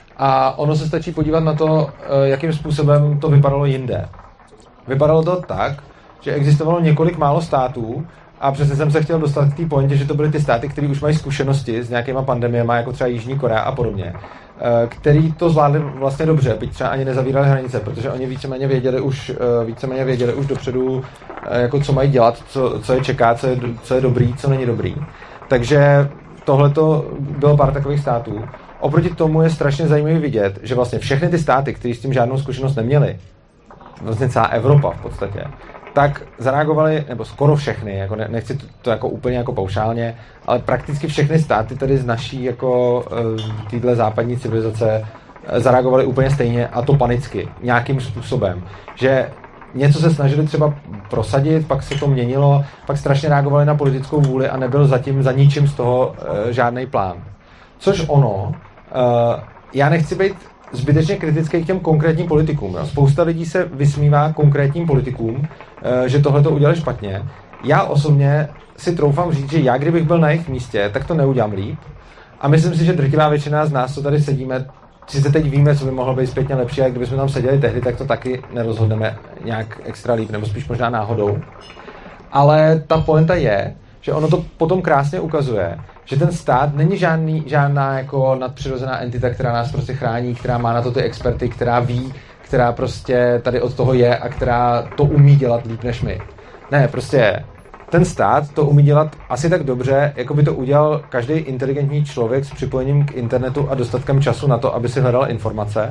A ono se stačí podívat na to, jakým způsobem to vypadalo jinde. Vypadalo to tak, že existovalo několik málo států a přesně jsem se chtěl dostat k té pointě, že to byly ty státy, které už mají zkušenosti s nějakýma pandemiemi, jako třeba Jižní Korea a podobně, který to zvládli vlastně dobře, byť třeba ani nezavírali hranice, protože oni víceméně věděli už, víceméně věděli už dopředu, jako co mají dělat, co, co je čeká, co je, co je dobrý, co není dobrý. Takže tohle to bylo pár takových států. Oproti tomu je strašně zajímavý vidět, že vlastně všechny ty státy, které s tím žádnou zkušenost neměly, vlastně celá Evropa v podstatě, tak zareagovali, nebo skoro všechny, jako ne, nechci to, to jako úplně jako paušálně, ale prakticky všechny státy tady z naší jako téhle západní civilizace zareagovali úplně stejně a to panicky, nějakým způsobem, že něco se snažili třeba prosadit, pak se to měnilo, pak strašně reagovali na politickou vůli a nebyl zatím za ničím z toho e, žádný plán. Což ono, e, já nechci být zbytečně kritický k těm konkrétním politikům. Jo. Spousta lidí se vysmívá konkrétním politikům, e, že tohle to udělali špatně. Já osobně si troufám říct, že já, kdybych byl na jejich místě, tak to neudělám líp. A myslím si, že drtivá většina z nás, co tady sedíme, sice teď víme, co by mohlo být zpětně lepší, a kdybychom tam seděli tehdy, tak to taky nerozhodneme nějak extra líp, nebo spíš možná náhodou. Ale ta pointa je, že ono to potom krásně ukazuje, že ten stát není žádný, žádná jako nadpřirozená entita, která nás prostě chrání, která má na to ty experty, která ví, která prostě tady od toho je a která to umí dělat líp než my. Ne, prostě ten stát to umí dělat asi tak dobře, jako by to udělal každý inteligentní člověk s připojením k internetu a dostatkem času na to, aby si hledal informace.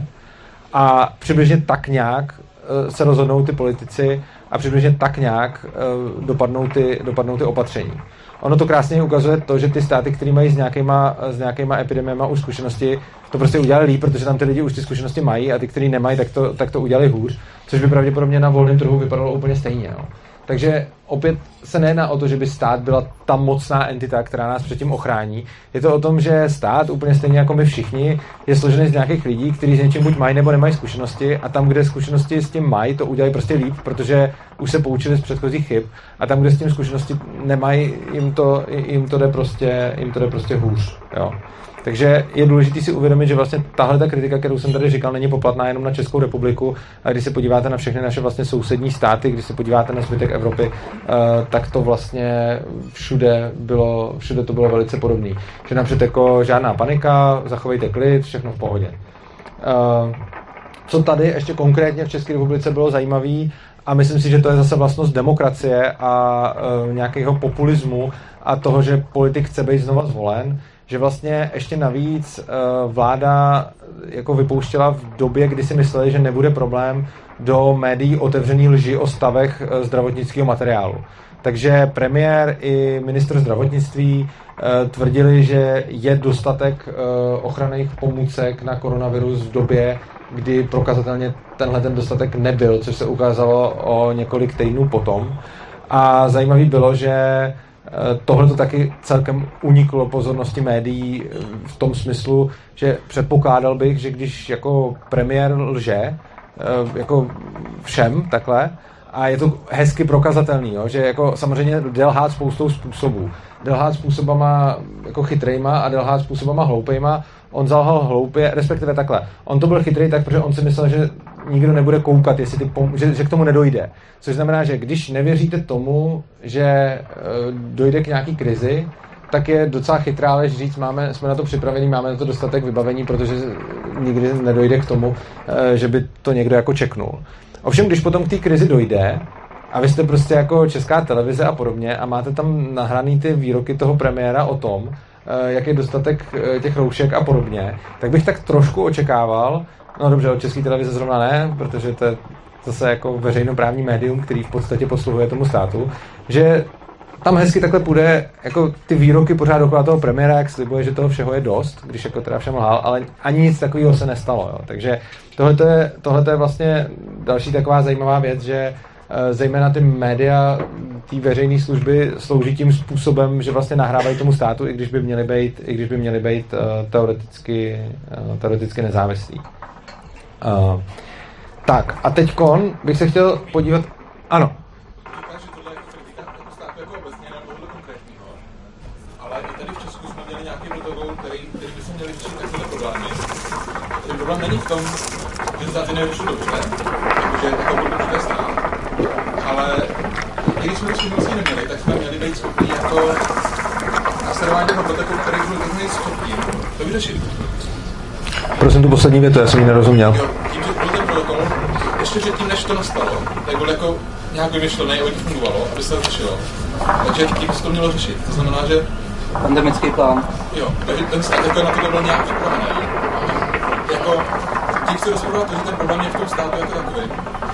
A přibližně tak nějak uh, se rozhodnou ty politici a přibližně tak nějak uh, dopadnou, ty, dopadnou ty opatření. Ono to krásně ukazuje to, že ty státy, které mají s nějakýma, s nějakýma epidemiema už zkušenosti, to prostě udělali líp, protože tam ty lidi už ty zkušenosti mají a ty, kteří nemají, tak to, tak to udělali hůř, což by pravděpodobně na volném trhu vypadalo úplně stejně. No. Takže opět se nejedná o to, že by stát byla ta mocná entita, která nás předtím ochrání. Je to o tom, že stát, úplně stejně jako my všichni, je složený z nějakých lidí, kteří s něčím buď mají nebo nemají zkušenosti a tam, kde zkušenosti s tím mají, to udělají prostě líp, protože už se poučili z předchozích chyb a tam, kde s tím zkušenosti nemají, jim to, jim to jde prostě, jim to jde prostě hůř. Jo. Takže je důležité si uvědomit, že vlastně tahle ta kritika, kterou jsem tady říkal, není poplatná jenom na Českou republiku. A když se podíváte na všechny naše vlastně sousední státy, když se podíváte na zbytek Evropy, tak to vlastně všude bylo, všude to bylo velice podobné. Že napřed jako žádná panika, zachovejte klid, všechno v pohodě. Co tady ještě konkrétně v České republice bylo zajímavé A myslím si, že to je zase vlastnost demokracie a e, nějakého populismu a toho, že politik chce být znova zvolen, že vlastně ještě navíc e, vláda jako vypouštěla v době, kdy si mysleli, že nebude problém do médií otevřený lži o stavech e, zdravotnického materiálu. Takže premiér i ministr zdravotnictví e, tvrdili, že je dostatek e, ochranných pomůcek na koronavirus v době, kdy prokazatelně tenhle ten dostatek nebyl, což se ukázalo o několik týdnů potom. A zajímavé bylo, že tohle to taky celkem uniklo pozornosti médií v tom smyslu, že předpokládal bych, že když jako premiér lže, jako všem takhle, a je to hezky prokazatelný, jo? Že jako samozřejmě jde lhát spoustou způsobů. Jde lhát způsobama jako chytrejma a jde lhát způsobama hloupejma. On zalhal hloupě, respektive takhle. On to byl chytrý tak, protože on si myslel, že nikdo nebude koukat, jestli ty pom- že, že k tomu nedojde. Což znamená, že když nevěříte tomu, že e, dojde k nějaký krizi, tak je docela chytrá lež říct, máme, jsme na to připravení, máme na to dostatek vybavení, protože nikdy nedojde k tomu, e, že by to někdo jako čeknul. Ovšem, když potom k té krizi dojde, a vy jste prostě jako Česká televize a podobně a máte tam nahraný ty výroky toho premiéra o tom, jak je dostatek těch roušek a podobně, tak bych tak trošku očekával, no dobře, od České televize zrovna ne, protože to je zase jako veřejnoprávní médium, který v podstatě posluhuje tomu státu, že tam hezky takhle půjde jako ty výroky pořád dokola toho premiéra, jak slibuje, že toho všeho je dost, když jako teda všem lhal, ale ani nic takového se nestalo. Jo. Takže tohle je, tohle je vlastně další taková zajímavá věc, že zejména ty média, ty veřejné služby slouží tím způsobem, že vlastně nahrávají tomu státu, i když by měly být, i když by měly být uh, teoreticky, uh, teoreticky nezávislí. Uh, tak a teďkon bych se chtěl podívat, ano. Říkáš, že tohle je kritika jako státu jako obecně nebo tohle konkrétního, ale i tady v Česku jsme měli nějaký protokol, který, který by se měli řešit takové problémy. Ten problém není v tom, že státy nevyšlo dobře, jakože jako byl určitě stát, ale i když jsme to vlastně neměli, tak jsme měli být schopni jako nasledování toho protokolu, který byl takový schopný to vyřešit. Prosím tu poslední větu, já jsem ji nerozuměl. Jo, tím, že byl ten protokol, ještě předtím, než to nastalo, tak byl jako nějak vymyšlený, aby to fungovalo, aby se to řešilo. Takže tím se to mělo řešit. To znamená, že... Pandemický plán. Jo, takže ten stát jako na to byl nějak připravený. Jako, tím se rozhodovat to, že ten problém je v tom státu jako takový.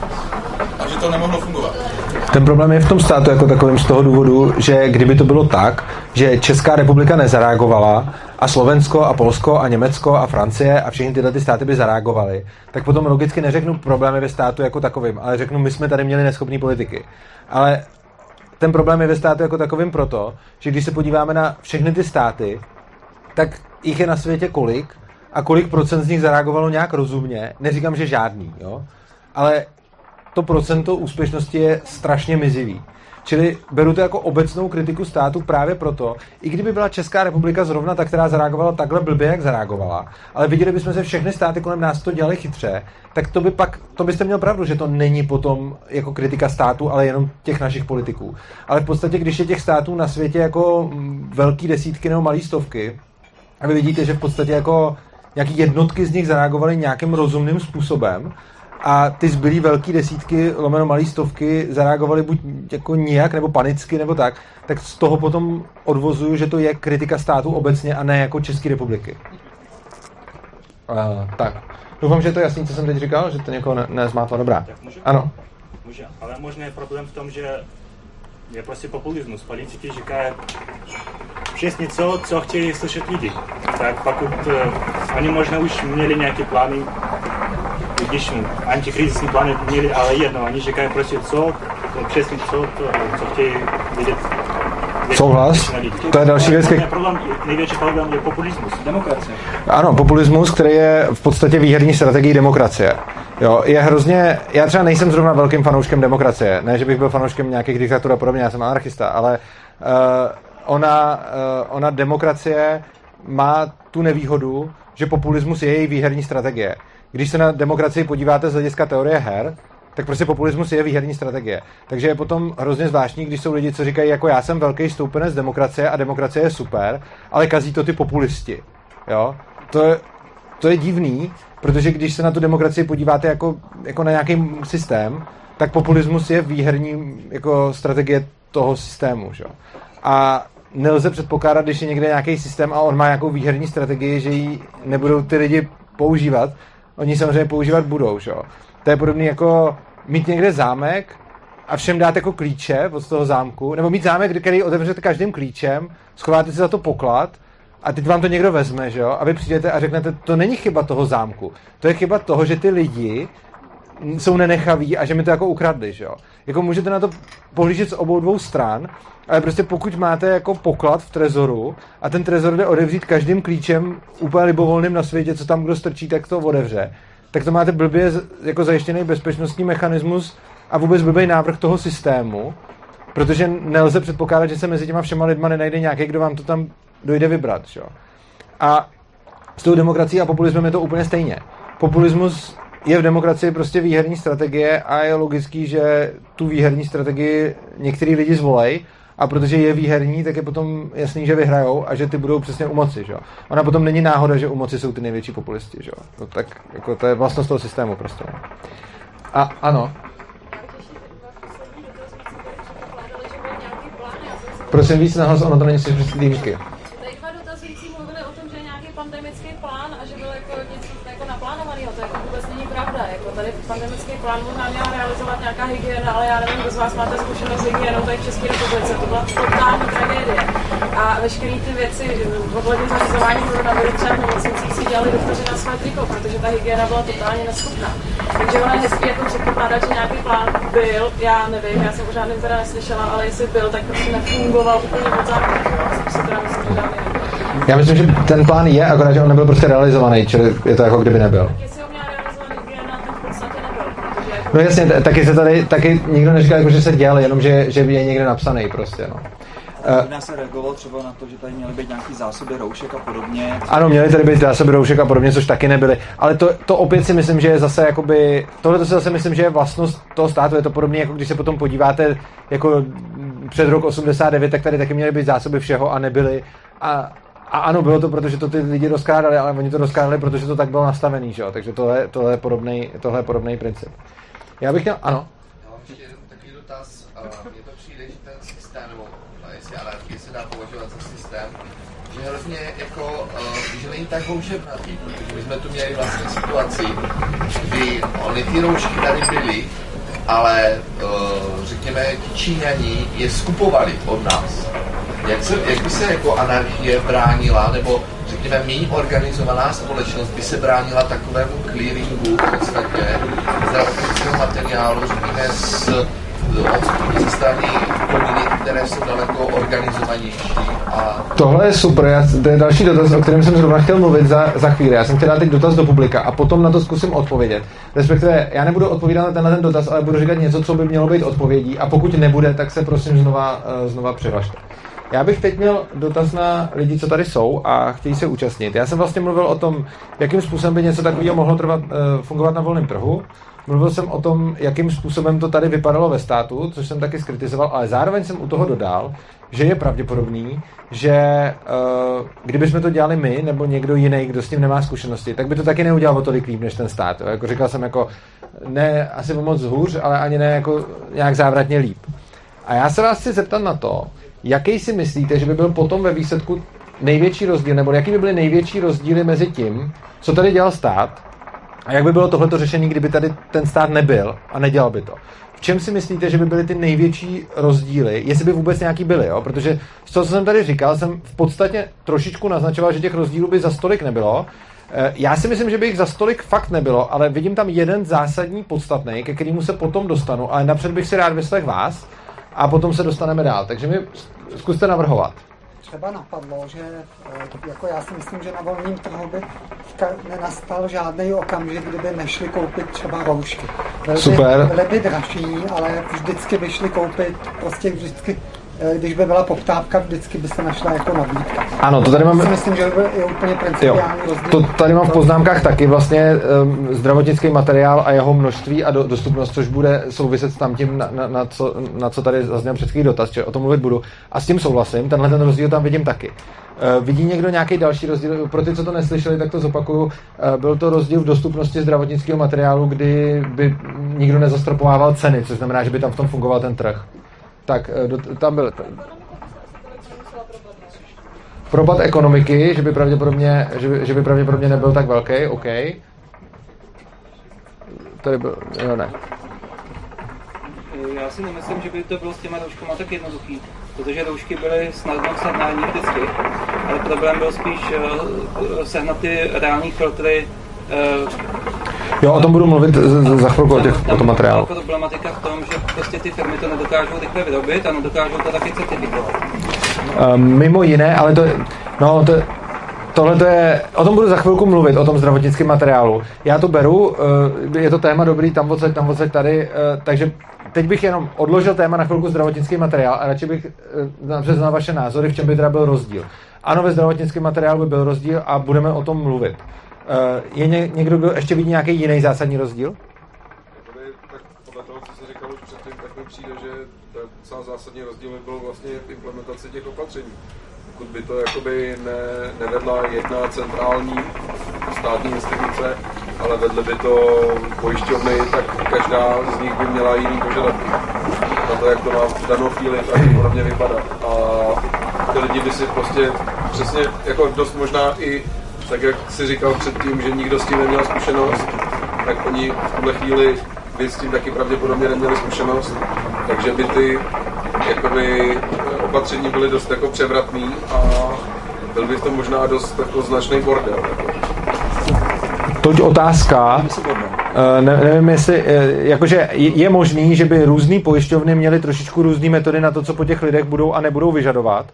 A že to nemohlo fungovat. Ten problém je v tom státu jako takovým z toho důvodu, že kdyby to bylo tak, že Česká republika nezareagovala a Slovensko a Polsko a Německo a Francie a všechny tyhle ty státy by zareagovaly, tak potom logicky neřeknu problémy ve státu jako takovým, ale řeknu, my jsme tady měli neschopný politiky. Ale ten problém je ve státu jako takovým proto, že když se podíváme na všechny ty státy, tak jich je na světě kolik a kolik procent z nich zareagovalo nějak rozumně, neříkám, že žádný, jo, ale to procento úspěšnosti je strašně mizivý. Čili beru to jako obecnou kritiku státu právě proto, i kdyby byla Česká republika zrovna ta, která zareagovala takhle blbě, jak zareagovala, ale viděli bychom se všechny státy kolem nás to dělali chytře, tak to by pak, to byste měl pravdu, že to není potom jako kritika státu, ale jenom těch našich politiků. Ale v podstatě, když je těch států na světě jako velký desítky nebo malý stovky, a vy vidíte, že v podstatě jako nějaký jednotky z nich zareagovaly nějakým rozumným způsobem, a ty zbylý velký desítky, lomeno malý stovky, zareagovaly buď jako nijak, nebo panicky, nebo tak, tak z toho potom odvozuju, že to je kritika státu obecně a ne jako České republiky. Uh, tak. Doufám, že je to jasný, co jsem teď říkal, že to někoho ne- nezmátlo. Dobrá. Může? Ano. Může, ale možná je problém v tom, že je prostě populismus. Politiky říkají přesně co, co chtějí slyšet lidi. Tak pokud uh, oni možná už měli nějaké plány, když antikrizisní plány měli, ale jedno, oni říkají prostě co, přesně co, to, co chtějí vidět. Souhlas. To je další věc. Problém, největší problém je populismus. Demokracie. Ano, populismus, který je v podstatě výherní strategií demokracie. Jo, je hrozně, já třeba nejsem zrovna velkým fanouškem demokracie, ne, že bych byl fanouškem nějakých diktatur a podobně, já jsem anarchista, ale uh, ona, uh, ona demokracie má tu nevýhodu, že populismus je její výherní strategie. Když se na demokracii podíváte z hlediska teorie her, tak prostě populismus je výherní strategie. Takže je potom hrozně zvláštní, když jsou lidi, co říkají, jako já jsem velký stoupenec demokracie a demokracie je super, ale kazí to ty populisti. Jo? To je, to je divný, protože když se na tu demokracii podíváte jako, jako na nějaký systém, tak populismus je výherní jako strategie toho systému. Že? A nelze předpokládat, když je někde nějaký systém a on má nějakou výherní strategii, že ji nebudou ty lidi používat. Oni samozřejmě používat budou. Že? To je podobný jako mít někde zámek a všem dát jako klíče od toho zámku, nebo mít zámek, který otevřete každým klíčem, schováte si za to poklad a teď vám to někdo vezme, že jo? A vy přijdete a řeknete, to není chyba toho zámku, to je chyba toho, že ty lidi jsou nenechaví a že mi to jako ukradli, že jo? Jako můžete na to pohlížet z obou dvou stran, ale prostě pokud máte jako poklad v trezoru a ten trezor jde odevřít každým klíčem úplně libovolným na světě, co tam kdo strčí, tak to odevře, tak to máte blbě jako zajištěný bezpečnostní mechanismus a vůbec blbý návrh toho systému, protože nelze předpokládat, že se mezi těma všema lidma nenajde nějaký, kdo vám to tam dojde vybrat. Že? A s tou demokracií a populismem je to úplně stejně. Populismus je v demokracii prostě výherní strategie a je logický, že tu výherní strategii některý lidi zvolej a protože je výherní, tak je potom jasný, že vyhrajou a že ty budou přesně u moci. Že? Ona potom není náhoda, že u moci jsou ty největší populisti. Že? No, tak jako to je vlastnost toho systému prostě. A ano. Prosím víc nahlas, ono to není si přes dýmky. Tady dva dotazující mluvili o tom, že je nějaký pandemický plán a že byl jako něco jako naplánovaného. To jako vůbec není pravda. Jako tady pandemický plán možná měla realizovat nějaká hygiena, ale já nevím, kdo z vás máte zkušenost s hygienou tady v České republice. To byla totální tragédie. A veškeré ty věci ohledně zařizování koronaviru třeba v nemocnicích si dělali doktoři na své triko, protože ta hygiena byla totálně neschopná. Takže ona je hezký jako předpokládat, že nějaký plán byl, já nevím, já jsem o žádným teda neslyšela, ale jestli byl, tak prostě nefungoval úplně od základu. Já si teda myslím, že dávně nebyl. Já myslím, že ten plán je, akorát, že on nebyl prostě realizovaný, čili je to jako kdyby nebyl. Tak jestli ho měla realizovaný hygiena, tak v podstatě nebyl. Protože... No jasně, t- taky se tady, taky nikdo neříkal, jako, že se dělal, jenom že, že je někde napsaný prostě, no. Možná se reagoval třeba na to, že tady měly být nějaký zásoby roušek a podobně. Ano, měly tady být zásoby roušek a podobně, což taky nebyly. Ale to, to opět si myslím, že je zase jakoby... Tohle to si zase myslím, že je vlastnost toho státu. Je to podobně, jako když se potom podíváte jako před rok osmdesát devět, tak tady taky měly být zásoby všeho a nebyly. A, a ano, bylo to, protože to ty lidi rozkrádali, ale oni to rozkrádali, protože to tak bylo nastavený, že jo? Takže tohle, tohle, je podobnej, tohle je podobný princip. Já bych měl... Ano. Já mám ještě takový dotaz. Mně to přijde, že ten systém, nebo jestli anarchie se dá považovat za systém, že hrozně jako, uh, že není tak houževnatý, protože my jsme tu měli vlastně situaci, kdy oni ty roušky tady byly, ale uh, řekněme, ti Číňani je skupovali od nás. Jak, se, jak by se jako anarchie bránila, nebo řekněme méně organizovaná společnost by se bránila takovému clearingu v podstatě zdravotnického materiálu, řekněme z ze strany komunit, které jsou daleko organizovanější. A... Tohle je super, já, to je další dotaz, o kterém jsem zrovna chtěl mluvit za, za chvíli. Já jsem chtěl dát teď dotaz do publika a potom na to zkusím odpovědět. Respektive, já nebudu odpovídat na tenhle ten dotaz, ale budu říkat něco, co by mělo být odpovědí a pokud nebude, tak se prosím znova, znova přihlašte. Já bych teď měl dotaz na lidi, co tady jsou a chtějí se účastnit. Já jsem vlastně mluvil o tom, jakým způsobem by něco takového mohlo trvat, fungovat na volném trhu. Mluvil jsem o tom, jakým způsobem to tady vypadalo ve státu, což jsem taky skritizoval, ale zároveň jsem u toho dodal, že je pravděpodobný, že uh, kdybychom to dělali my nebo někdo jiný, kdo s tím nemá zkušenosti, tak by to taky neudělal o tolik líp než ten stát. Jo? Jako říkal jsem, jako ne asi o moc hůř, ale ani ne jako nějak závratně líp. A já se vás chci zeptat na to, jaký si myslíte, že by byl potom ve výsledku největší rozdíl, nebo jaký by byly největší rozdíly mezi tím, co tady dělal stát, a jak by bylo tohleto řešení, kdyby tady ten stát nebyl a nedělal by to? V čem si myslíte, že by byly ty největší rozdíly, jestli by vůbec nějaký byly, jo? Protože z toho, co jsem tady říkal, jsem v podstatě trošičku naznačoval, že těch rozdílů by za stolik nebylo. Já si myslím, že by jich za stolik fakt nebylo, ale vidím tam jeden zásadní podstatný, ke kterému se potom dostanu, ale napřed bych si rád vyslech vás a potom se dostaneme dál. Takže mi zkuste navrhovat. Třeba napadlo, že jako já si myslím, že na volném trhu by nenastal žádný okamžik, kdyby nešli koupit třeba roušky. Byly Super. By, byly by dražší, ale vždycky by šli koupit prostě vždycky když by byla poptávka, vždycky by se našla jako nabídka. Ano, to tady mám... Myslím, že je úplně principiální rozdíl. To tady mám v poznámkách taky vlastně um, zdravotnický materiál a jeho množství a do, dostupnost, což bude souviset s tam tím, na, na, na, co, na co tady zazněl před chvílí dotaz, že o tom mluvit budu. A s tím souhlasím, tenhle ten rozdíl tam vidím taky. Uh, vidí někdo nějaký další rozdíl? Pro ty, co to neslyšeli, tak to zopakuju. Uh, byl to rozdíl v dostupnosti zdravotnického materiálu, kdy by nikdo nezastropovával ceny, což znamená, že by tam v tom fungoval ten trh. Tak, do, tam byl propad ekonomiky, že by pravděpodobně, že by, že by pravděpodobně nebyl tak velký, OK. Tady byl, jo, ne. Já si nemyslím, že by to bylo s těma rouškama tak jednoduchý, protože roušky byly snadno sjednání vždycky, ale problém byl spíš uh, sehnat ty reální filtry. Uh, Jo, o tom budu mluvit za chvilku o, těch, o tom materiálu. Tam je problematika v tom, že prostě ty firmy to nedokážou rychle vyrobit a nedokážou to taky certifikovat. Um, mimo jiné, ale to, no, to, tohle to je, o tom budu za chvilku mluvit, o tom zdravotnickém materiálu. Já to beru, uh, je to téma dobrý, tam odsaď, tam odsaď tady, uh, takže teď bych jenom odložil téma na chvilku zdravotnický materiál a radši bych uh, znal vaše názory, v čem by teda byl rozdíl. Ano, ve zdravotnickém materiálu by byl rozdíl a budeme o tom mluvit. Uh, je ně, někdo, kdo ještě vidí nějaký jiný zásadní rozdíl? Jakoby, tak podle toho, co se říkal už předtím, tak mi přijde, že docela zásadní rozdíl by byl vlastně v implementaci těch opatření. Pokud by to jakoby ne, nevedla jedna centrální státní instituce, ale vedly by to pojišťovny, tak každá z nich by měla jiný požadavky. Na to, jak to má v danou chvíli pravděpodobně vypadat. A ty lidi by si prostě přesně jako dost možná i tak jak jsi říkal předtím, že nikdo s tím neměl zkušenost, tak oni v tuhle chvíli by s tím taky pravděpodobně neměli zkušenost, takže by ty jakoby, opatření byly dost jako převratný a byl by v tom možná dost jako značný bordel. Toť otázka, ne, nevím jestli, jakože je možný, že by různý pojišťovny měly trošičku různý metody na to, co po těch lidech budou a nebudou vyžadovat.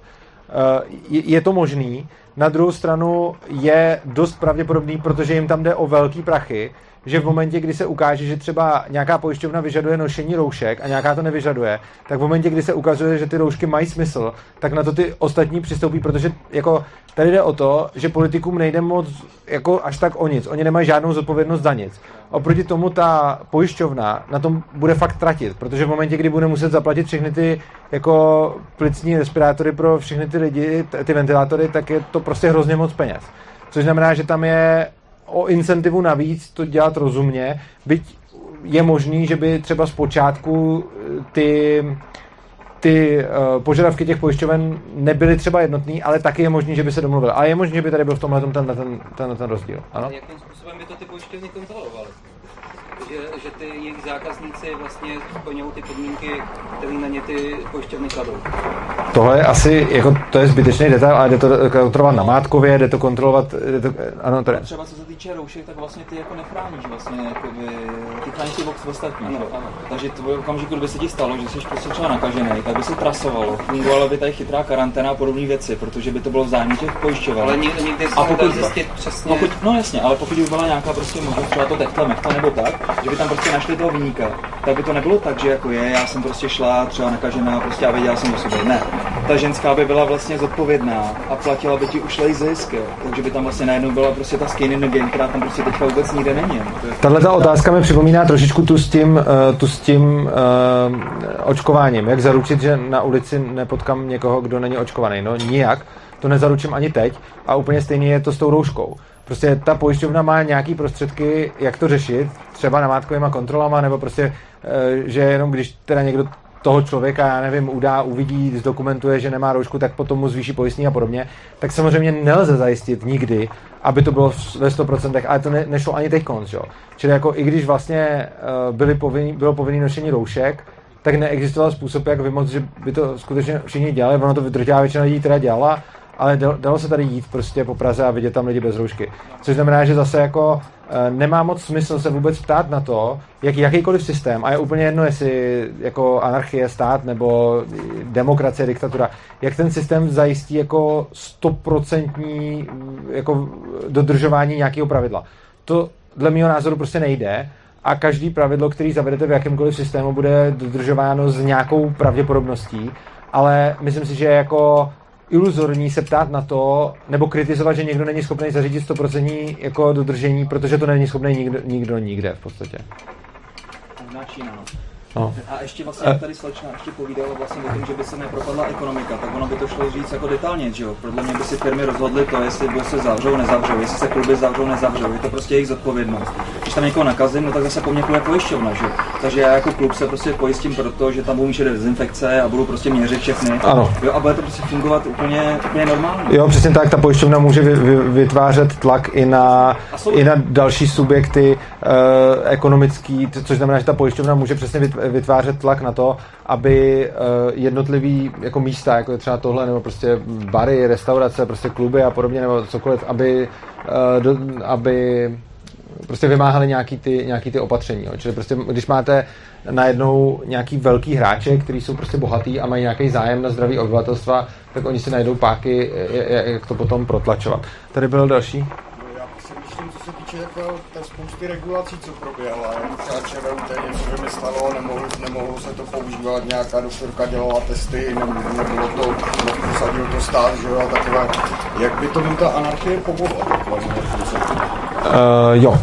Je to možný. Na druhou stranu je dost pravděpodobný, protože jim tam jde o velký prachy, že v momentě, kdy se ukáže, že třeba nějaká pojišťovna vyžaduje nošení roušek a nějaká to nevyžaduje, tak v momentě, kdy se ukazuje, že ty roušky mají smysl, tak na to ty ostatní přistoupí, protože jako tady jde o to, že politikům nejde moc jako až tak o nic. Oni nemají žádnou zodpovědnost za nic. Oproti tomu ta pojišťovna na tom bude fakt tratit, protože v momentě, kdy bude muset zaplatit všechny ty jako plicní respirátory pro všechny ty lidi, ty ventilátory, tak je to prostě hrozně moc peněz. Což znamená, že tam je o incentivu navíc to dělat rozumně, byť je možný, že by třeba zpočátku ty, ty uh, požadavky těch pojišťoven nebyly třeba jednotný, ale taky je možný, že by se domluvil. A je možný, že by tady byl v tomhle ten, ten, ten, ten, ten rozdíl. Ano? Ale jakým způsobem by to ty pojišťovny kontrolovaly? Že, že ty jejich zákazníci vlastně splňují ty podmínky, které na ně ty pojišťovny kladou. Tohle je asi, jako to je zbytečný detail, ale jde to kontrolovat na Mátkově, jde to kontrolovat, jde to, ano, tady. Třeba co se týče roušek, tak vlastně ty jako nechráníš vlastně, jakoby, ty chráníš ty box ostatní, ano, ano. Takže to v okamžiku, kdyby se ti stalo, že jsi prostě třeba nakažený, tak by se trasovalo, fungovala by tady chytrá karanténa a podobné věci, protože by to bylo v zájmu těch pojišťoven. Ale nikdy, nikdy a pokud zjistit přesně. Pokud, no jasně, ale pokud by byla nějaká prostě možnost, třeba to tekle, mechta nebo tak, že by tam prostě našli toho viníka, tak by to nebylo tak, že jako je, já jsem prostě šla třeba nakažená prostě a věděla jsem o sobě. Ne. Ta ženská by byla vlastně zodpovědná a platila by ti ušlej zisk, jo. Takže by tam vlastně najednou byla prostě ta skin in the game, která tam prostě teďka vůbec nikde není. Tahle ta otázka mi připomíná trošičku tu s tím, uh, tu s tím uh, očkováním. Jak zaručit, že na ulici nepotkám někoho, kdo není očkovaný? No nijak. To nezaručím ani teď a úplně stejně je to s tou rouškou. Prostě ta pojišťovna má nějaký prostředky, jak to řešit, třeba namátkovýma kontrolama, nebo prostě, že jenom když teda někdo toho člověka, já nevím, udá, uvidí, zdokumentuje, že nemá roušku, tak potom mu zvýší pojistný a podobně, tak samozřejmě nelze zajistit nikdy, aby to bylo ve sto procent, ale to ne, nešlo ani teď konc, jo. Čili jako i když vlastně byly povinný, bylo povinné nošení roušek, tak neexistoval způsob, jak vymoct, že by to skutečně všichni dělali, ono to drtivá většina lidí teda dělala, ale dalo se tady jít prostě po Praze a vidět tam lidi bez roušky. Což znamená, že zase jako e, nemá moc smysl se vůbec ptát na to, jak jakýkoliv systém, a je úplně jedno, jestli jako anarchie, stát nebo demokracie, diktatura, jak ten systém zajistí jako stoprocentní jako dodržování nějakého pravidla. To dle mého názoru prostě nejde a každý pravidlo, který zavedete v jakémkoliv systému, bude dodržováno s nějakou pravděpodobností. ale myslím si, že jako iluzorní se ptát na to, nebo kritizovat, že někdo není schopný zařídit sto procent jako dodržení, protože to není schopný nikdo, nikdo nikde v podstatě. Na Čína. No. A ještě vlastně tady slečna ještě povídala vlastně o tom, že by se nepropadla ekonomika, tak ono by to šlo říct jako detailně, že jo? Podle mě by si firmy rozhodly to, jestli by se zavřou, nezavřou, jestli se kluby zavřou, nezavřou, je to prostě jejich zodpovědnost. Když tam někoho nakazím, no tak zase po mně půjde pojišťovna, že jo? Takže já jako klub se prostě pojistím proto, že tam budu mít dezinfekce a budu prostě měřit všechny. Ano. Jo, a bude to prostě fungovat úplně, úplně normálně. Jo, přesně tak, ta pojišťovna může vy, vy, vytvářet tlak i na, i na další subjekty uh, ekonomický, což znamená, že ta pojišťovna může přesně vytvářet tlak na to, aby uh, jednotlivý jako místa, jako je třeba tohle, nebo prostě bary, restaurace, prostě kluby a podobně, nebo cokoliv, aby, uh, do, aby prostě vymáhali nějaký ty, nějaký ty opatření. Jo. Čili prostě, když máte najednou nějaký velký hráče, kteří jsou prostě bohatý a mají nějaký zájem na zdraví obyvatelstva, tak oni si najdou páky, jak to potom protlačovat. Tady byl další. Myslím, co se týče jako té spousty regulací, co proběhla, třeba ČVUT něco vymyslelo, nemohlo, nemohlo se to používat, nějaká doktorka dělala testy, ne, nebylo to, posadil to stát, že jo, a takové, jak by to byl ta anarchie povolila? Uh, jo.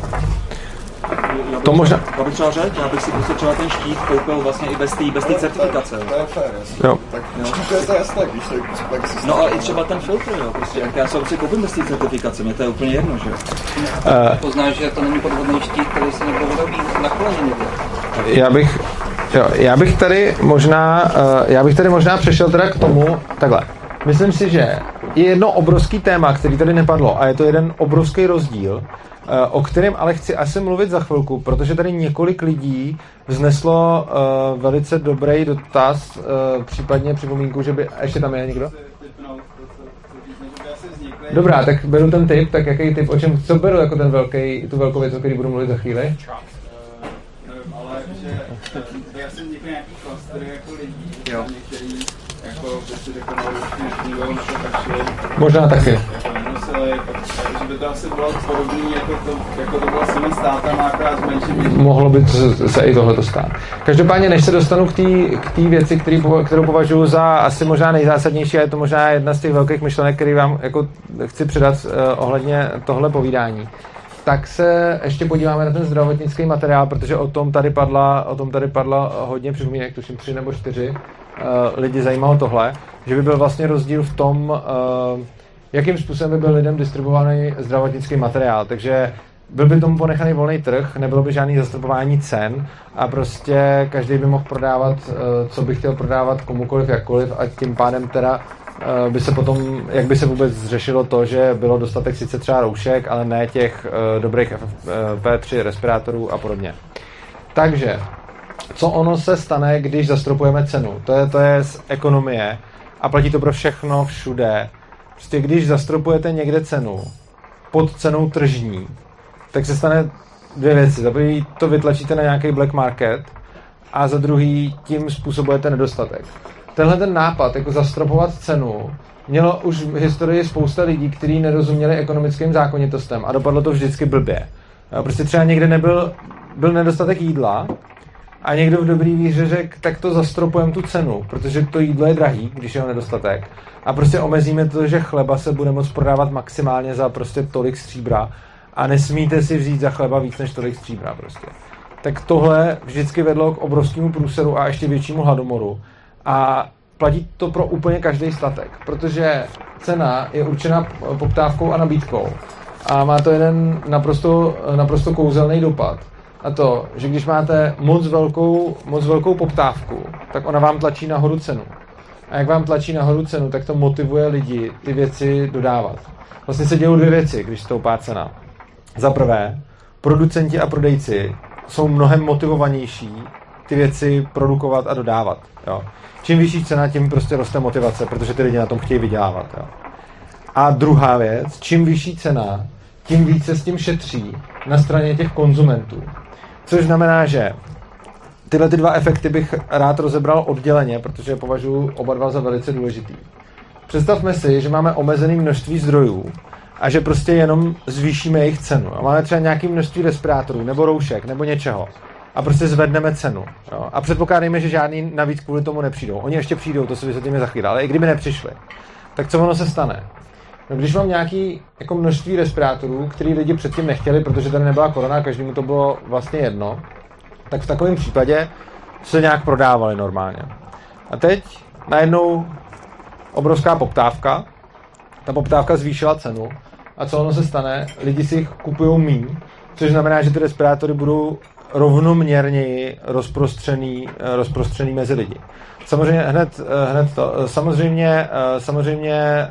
Já to možná... Já bych třeba řekl, já bych si prostě třeba ten štít koupil vlastně i bez té bez certifikace. To je fér, jasně. Jo. Tak štít to je to jasné, když to tak si no ale i třeba ten filtr, jo, prostě, jak já se prostě koupím bez té certifikace, mě to je úplně jedno, že jo. Uh, Poznáš, že to není podvodný štít, který se nedovolil být na koleně někde. Já bych, jo, já bych tady možná, uh, já bych tady možná přešel teda k tomu, takhle. Myslím si, že je jedno obrovský téma, který tady nepadlo a je to jeden obrovský rozdíl, o kterém ale chci asi mluvit za chvilku, protože tady několik lidí vzneslo uh, velice dobrý dotaz, uh, případně připomínku, že by... Ještě tam je někdo? Dobrá, tak beru ten tip, tak jaký tip, o čem, co beru jako ten velký, tu velkou věc, o který budu mluvit za chvíli? Nevím, ale že já jsem vznikl nějaký klaster jako lidí, jo. Některý jako prostě jako naučně fungují na to kašli. Možná taky. Jako nenosili, že by to asi bylo podobný, jako to, jako to bylo s těmi státama, akorát s menším měřím. Mohlo by se, se i tohleto stát. Každopádně, než se dostanu k té k té věci, který, kterou považuji za asi možná nejzásadnější, a je to možná jedna z těch velkých myšlenek, který vám jako chci předat uh, ohledně tohle povídání, tak se ještě podíváme na ten zdravotnický materiál, protože o tom tady padla, o tom tady padla hodně připomínek, tuším tři nebo čtyři uh, lidi zajímalo tohle, že by byl vlastně rozdíl v tom, uh, jakým způsobem by byl lidem distribuovaný zdravotnický materiál. Takže byl by tomu ponechaný volný trh, nebylo by žádný zastropování cen a prostě každý by mohl prodávat, uh, co by chtěl prodávat komukoliv, jakkoliv a tím pádem teda uh, by se potom, jak by se vůbec řešilo to, že bylo dostatek sice třeba roušek, ale ne těch uh, dobrých F F P tři respirátorů a podobně. Takže co ono se stane, když zastropujeme cenu? To je, to je z ekonomie a platí to pro všechno všude. Prostě když zastropujete někde cenu pod cenou tržní, tak se stane dvě věci. Za prvý to vytlačíte na nějaký black market a za druhý tím způsobujete nedostatek. Tenhle ten nápad, jako zastropovat cenu, mělo už v historii spousta lidí, kteří nerozuměli ekonomickým zákonitostem a dopadlo to vždycky blbě. Prostě třeba někde nebyl byl nedostatek jídla a někdo v dobrý víře řekl, tak to zastropujeme tu cenu, protože to jídlo je drahý, když je ho nedostatek. A prostě omezíme to, že chleba se bude moct prodávat maximálně za prostě tolik stříbra a nesmíte si vzít za chleba víc než tolik stříbra prostě. Tak tohle vždycky vedlo k obrovskému průseru a ještě většímu hladomoru. A platí to pro úplně každý statek, protože cena je určena poptávkou a nabídkou. A má to jeden naprosto, naprosto kouzelný dopad. A to, že když máte moc velkou, moc velkou poptávku, tak ona vám tlačí nahoru cenu. A jak vám tlačí nahoru cenu, tak to motivuje lidi ty věci dodávat. Vlastně se dějou dvě věci, když stoupá cena. Za prvé, producenti a prodejci jsou mnohem motivovanější ty věci produkovat a dodávat. Jo. Čím vyšší cena, tím prostě roste motivace, protože ty lidi na tom chtějí vydělávat. Jo. A druhá věc, čím vyšší cena, tím více s tím šetří na straně těch konzumentů. Což znamená, že tyhle ty dva efekty bych rád rozebral odděleně, protože je považuji oba dva za velice důležitý. Představme si, že máme omezené množství zdrojů a že prostě jenom zvýšíme jejich cenu. A máme třeba nějaké množství respirátorů, nebo roušek, nebo něčeho. a prostě zvedneme cenu. Jo? A předpokládejme, že žádný navíc kvůli tomu nepřijdou. Oni ještě přijdou, to si vysvětlíme za chvíli, ale i kdyby nepřišli, tak co ono se stane? No, když mám nějaký jako množství respirátorů, který lidi předtím nechtěli, protože tady nebyla korona, každému to bylo vlastně jedno, tak v takovém případě se nějak prodávali normálně. A teď najednou obrovská poptávka, ta poptávka zvýšila cenu a co ono se stane? Lidi si jich kupujou míň, což znamená, že ty respirátory budou rovnoměrněji rozprostřený, rozprostřený mezi lidi. Samozřejmě hned, hned to, samozřejmě, samozřejmě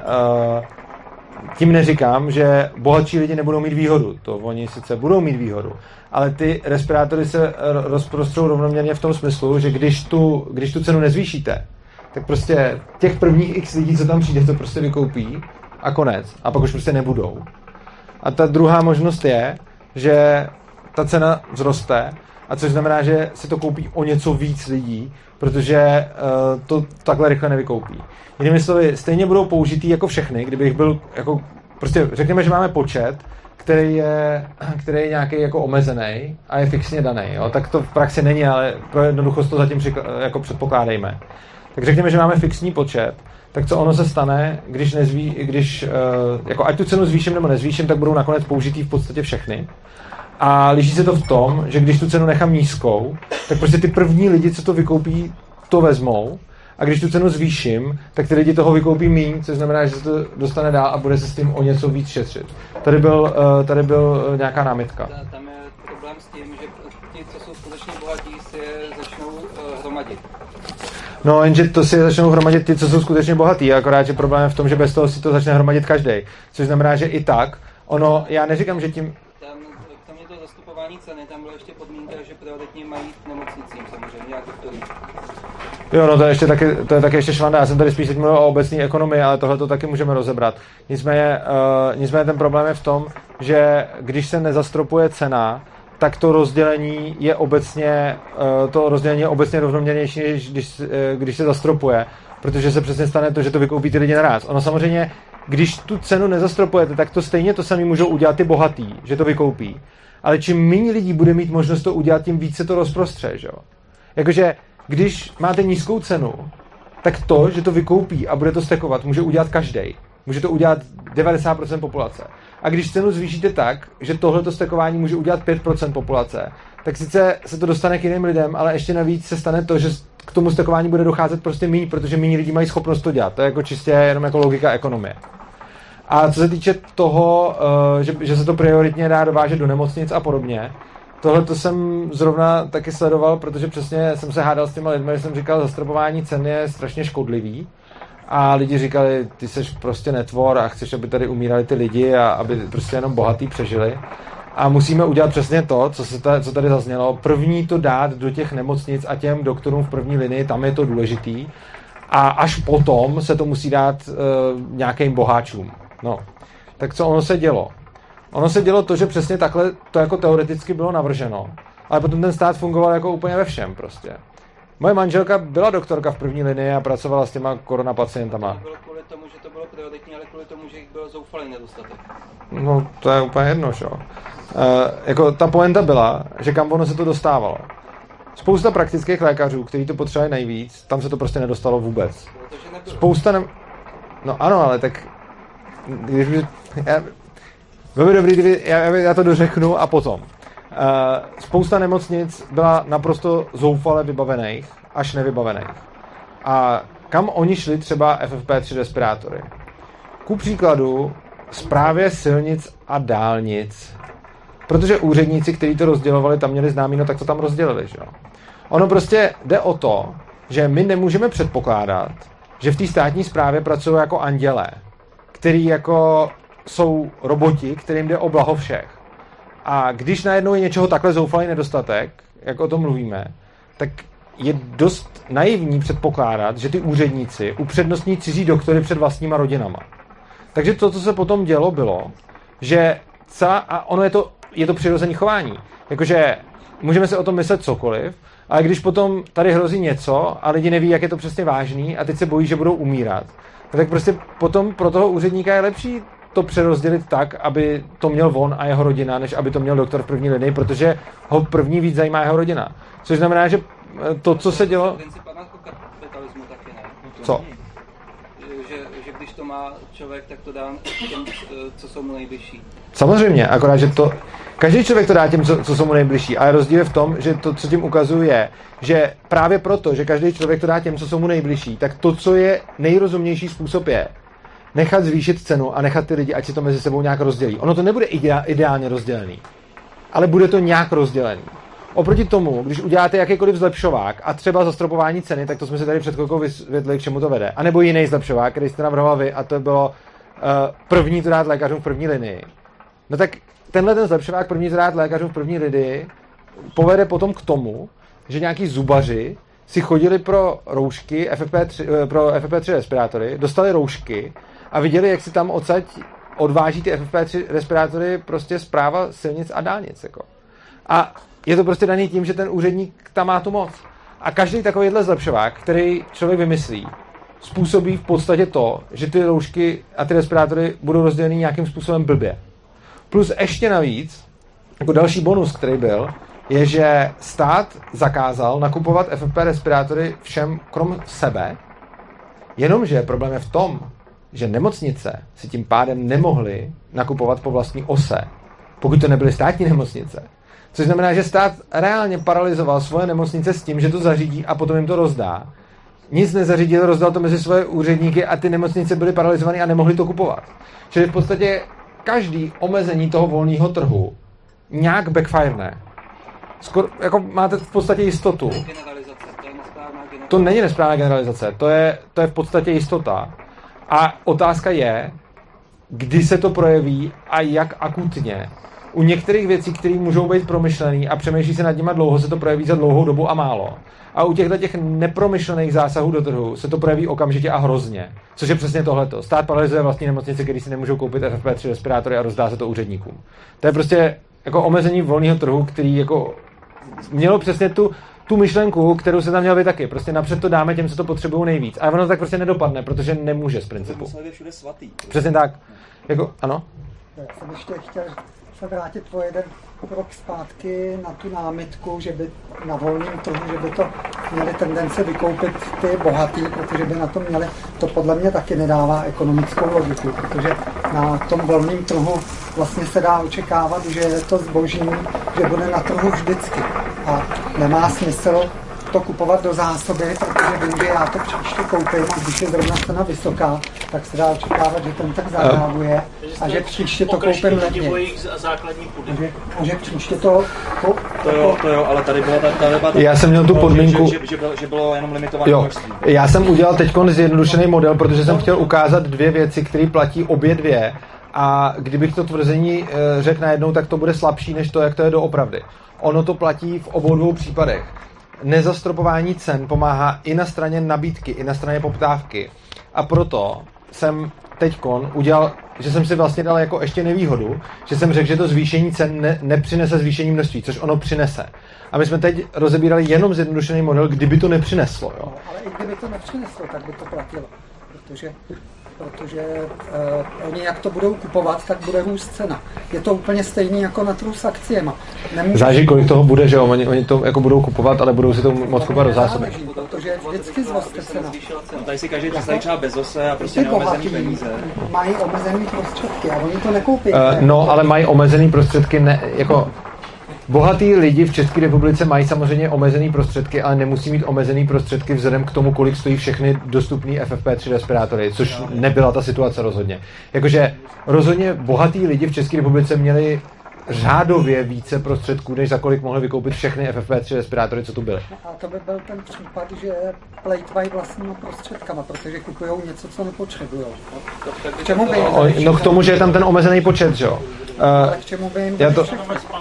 tím neříkám, že bohatší lidi nebudou mít výhodu. To oni sice budou mít výhodu, ale ty respirátory se rozprostřou rovnoměrně v tom smyslu, že když tu, když tu cenu nezvýšíte, tak prostě těch prvních x lidí, co tam přijde, to prostě vykoupí a konec. A pak už prostě nebudou. A ta druhá možnost je, že ta cena vzroste, a což znamená, že si to koupí o něco víc lidí, protože uh, to takhle rychle nevykoupí. Jinými slovy, stejně budou použitý jako všechny, kdyby jich byl jako, prostě řekněme, že máme počet, který je, který je nějaký jako omezený a je fixně daný, jo? Tak to v praxi není, ale pro jednoduchost to zatím přikla- jako předpokládejme. Tak řekněme, že máme fixní počet, tak co ono se stane, když nezví, když, uh, jako ať tu cenu zvýším nebo nezvýším, tak budou nakonec použitý v podstatě všechny. A liší se to v tom, že když tu cenu nechám nízkou, tak prostě ty první lidi, co to vykoupí, to vezmou. A když tu cenu zvýším, tak ty lidi toho vykoupí míň, což znamená, že se to dostane dál a bude se s tím o něco víc šetřit. Tady byl, tady byl nějaká námitka. Tam je problém s tím, že ti, co jsou skutečně bohatí, si je začnou uh, hromadit. No, jenže to si začnou hromadit ti, co jsou skutečně bohatí, akorát, že problém je v tom, že bez toho si to začne hromadit každý. Což znamená, že i tak, ono, já neříkám, že tím... Tam, tam je to zastupování ceny, tam byla ještě podmínka, že prioritně mají v nemocnicím, samozřejmě, jak doktorí. Jo, no to je ještě taky, to je taky ještě švanda. Já jsem tady spíš teď mluvil o obecné ekonomii, ale tohle to taky můžeme rozebrat. Nicméně, uh, nicméně ten problém je v tom, že když se nezastropuje cena, tak to rozdělení je obecně, uh, to rozdělení je obecně rovnoměrnější, než když, uh, když se zastropuje, protože se přesně stane to, že to vykoupí ty lidi naraz. Ono samozřejmě, když tu cenu nezastropujete, tak to stejně to sami můžou udělat ty bohatý, že to vykoupí. Ale čím méně lidí bude mít možnost to udělat, tím více to rozprostře, že jo? Jakože když máte nízkou cenu, tak to, že to vykoupí a bude to stekovat, může udělat každej. Může to udělat devadesát procent populace. A když cenu zvýšíte tak, že tohleto stekování může udělat pět procent populace, tak sice se to dostane k jiným lidem, ale ještě navíc se stane to, že k tomu stekování bude docházet prostě méně, protože méně lidí mají schopnost to dělat. To je jako čistě jenom jako logika ekonomie. A co se týče toho, že, že se to prioritně dá dovážet do nemocnic a podobně, tohle to jsem zrovna taky sledoval, protože přesně jsem se hádal s těma lidmi, že jsem říkal, zastropování cen je strašně škodlivý a lidi říkali, ty seš prostě netvor a chceš, aby tady umírali ty lidi a aby prostě jenom bohatý přežili. A musíme udělat přesně to, co, se ta, co tady zaznělo. První to dát do těch nemocnic a těm doktorům v první linii, tam je to důležitý. A až potom se to musí dát uh, nějakým boháčům. No, tak co ono se dělo? Ono se dělo to, že přesně takhle to jako teoreticky bylo navrženo, ale potom ten stát fungoval jako úplně ve všem prostě. Moje manželka byla doktorka v první linii a pracovala s těma korona pacientama. To bylo kvůli tomu, že to bylo prioritní, ale kvůli tomu, že jich bylo zoufalý nedostatek. No, to je úplně jedno, šo. Uh, jako ta poenta byla, že kam ono se to dostávalo. Spousta praktických lékařů, kteří to potřebovali nejvíc, tam se to prostě nedostalo vůbec. Spousta ne... No ano, ale tak... Když by... Já... Bylo by dobrý, kdyby... Já, já to dořeknu a potom. Uh, spousta nemocnic byla naprosto zoufale vybavených, až nevybavených. A kam oni šli třeba F F P tři respirátory? Ku příkladu správě silnic a dálnic. Protože úředníci, kteří to rozdělovali, tam měli známý, no tak to tam rozdělili, že jo. Ono prostě jde o to, že my nemůžeme předpokládat, že v té státní správě pracují jako andělé, který jako jsou roboti, kterým jde o blaho všech. A když najednou je něčeho takhle zoufalý nedostatek, jak o tom mluvíme, tak je dost naivní předpokládat, že ty úředníci upřednostní cizí doktory před vlastníma rodinama. Takže to, co se potom dělo, bylo, že celá, a ono je to, je to přirozené chování. Jakože můžeme si o tom myslet cokoliv, ale když potom tady hrozí něco a lidi neví, jak je to přesně vážný a teď se bojí, že budou umírat, tak prostě potom pro toho úředníka je lepší to přerozdělit tak, aby to měl on a jeho rodina, než aby to měl doktor v první linii, protože ho první víc zajímá jeho rodina. Což znamená, že to, co se dělo... Co? Že, že když to má člověk, tak to dá těm, co jsou mu nejbližší. Samozřejmě, akorát, že to... Každý člověk to dá těm, co, co jsou mu nejbližší, ale rozdíl je v tom, že to, co tím ukazuje, je, že právě proto, že každý člověk to dá těm, co jsou mu nejbližší, tak to, co je nejrozumnější způsob je nechat zvýšit cenu a nechat ty lidi, ať si to mezi sebou nějak rozdělí. Ono to nebude ideálně rozdělený, ale bude to nějak rozdělený. Oproti tomu, když uděláte jakýkoliv zlepšovák a třeba zastropování ceny, tak to jsme se tady před chvilkou vysvětlili, k čemu to vede. A nebo jiný zlepšovák, který jste navrhoval vy, a to bylo uh, první to dát lékařům v první linii. No tak tenhle ten zlepšovák první to dát lékařům v první linii povede potom k tomu, že nějaký zubaři si chodili pro roušky, F F P tři, pro F F P tři respirátory, dostali roušky a viděli, jak si tam odsaď odváží ty F F P tři respirátory prostě zpráva silnic a dálnic. Jako. A je to prostě daný tím, že ten úředník tam má tu moc. A každý takovýhle zlepšovák, který člověk vymyslí, způsobí v podstatě to, že ty roušky a ty respirátory budou rozdělený nějakým způsobem blbě. Plus ještě navíc, jako další bonus, který byl, je, že stát zakázal nakupovat F F P respirátory všem krom sebe, jenomže problém je v tom, že nemocnice si tím pádem nemohly nakupovat po vlastní ose, pokud to nebyly státní nemocnice. Což znamená, že stát reálně paralyzoval svoje nemocnice s tím, že to zařídí a potom jim to rozdá. Nic nezařídil, rozdal to mezi svoje úředníky a ty nemocnice byly paralyzované a nemohly to kupovat. Čili v podstatě každý omezení toho volného trhu nějak backfirene. Skoro, jako máte v podstatě jistotu. To není nesprávná generalizace, to je, to je v podstatě jistota. A otázka je, kdy se to projeví a jak akutně. U některých věcí, které můžou být promyšlený a přemýšlí se nad nimi dlouho, se to projeví za dlouhou dobu a málo. A u těchto těch nepromyšlených zásahů do trhu se to projeví okamžitě a hrozně. Což je přesně tohleto. Stát paralyzuje vlastní nemocnice, které si nemůžou koupit F F P tři respirátory a rozdá se to úředníkům. To je prostě jako omezení volného trhu, který jako mělo přesně tu, tu myšlenku, kterou se tam měla být taky. Prostě napřed to dáme těm, co to potřebují nejvíc. A ono tak prostě nedopadne, protože nemůže z principu. Přesně tak. Jako, ano? Já jsem ještě chtěl se vrátit po jeden krok zpátky na tu námitku, že by na volném trhu, že by to měly tendence vykoupit ty bohatý, protože by na to měli. To podle mě taky nedává ekonomickou logiku, protože na tom volném trhu vlastně se dá očekávat, že je to zboží, že bude na trhu vždycky. A nemá smysl to kupovat do zásoby, protože vím, že já to příště koupím a když je zrovna cena vysoká, tak se dá očekávat, že ten tak zareaguje a že příště to koupím levněji. A že příště to... To, to jo, to jo, ale tady byla ta, ta debata... Já jsem měl tu podmínku... Že, že, že, bylo, že bylo jenom limitované jo, množství. Já jsem udělal teďkon zjednodušený model, protože jsem chtěl ukázat dvě věci, které platí obě dvě. A kdybych to tvrzení e, řekl najednou, tak to bude slabší, než to, jak to je doopravdy. Ono to platí v obou dvou případech. Nezastropování cen pomáhá i na straně nabídky, i na straně poptávky. A proto jsem teďkon udělal, že jsem si vlastně dal jako ještě nevýhodu, že jsem řekl, že to zvýšení cen ne, nepřinese zvýšení množství, což ono přinese. A my jsme teď rozebírali jenom zjednodušený model, kdyby to nepřineslo. Jo. No, ale i kdyby to nepřineslo, tak by to platilo. Protože protože uh, oni jak to budou kupovat, tak bude růst cena. Je to úplně stejný jako na trhu s akciema. Nemůžu... Záží, kolik toho bude, že jo? Oni, oni to jako budou kupovat, ale budou si to moc kupovat do zásoby. Protože vždycky zroste cena. No, tady si každý představí třeba Bezose a prostě neomezený peníze. Mají omezený prostředky a oni to nekoupí. Uh, no, ale mají omezený prostředky, ne, jako... Bohatý lidi v České republice mají samozřejmě omezený prostředky, ale nemusí mít omezený prostředky vzhledem k tomu, kolik stojí všechny dostupné F F P tři respirátory, což nebyla ta situace rozhodně. Jakože rozhodně bohatý lidi v České republice měli řádově více prostředků, než za kolik mohli vykoupit všechny F F P tři respirátory, co tu byly. A to by byl ten případ, že plejtvají vlastníma prostředkama, protože kupují něco, co nepotřebují. K čemu by jim no k tomu, že je tam ten omezený počet, že jo. Ale k čemu by jim já to...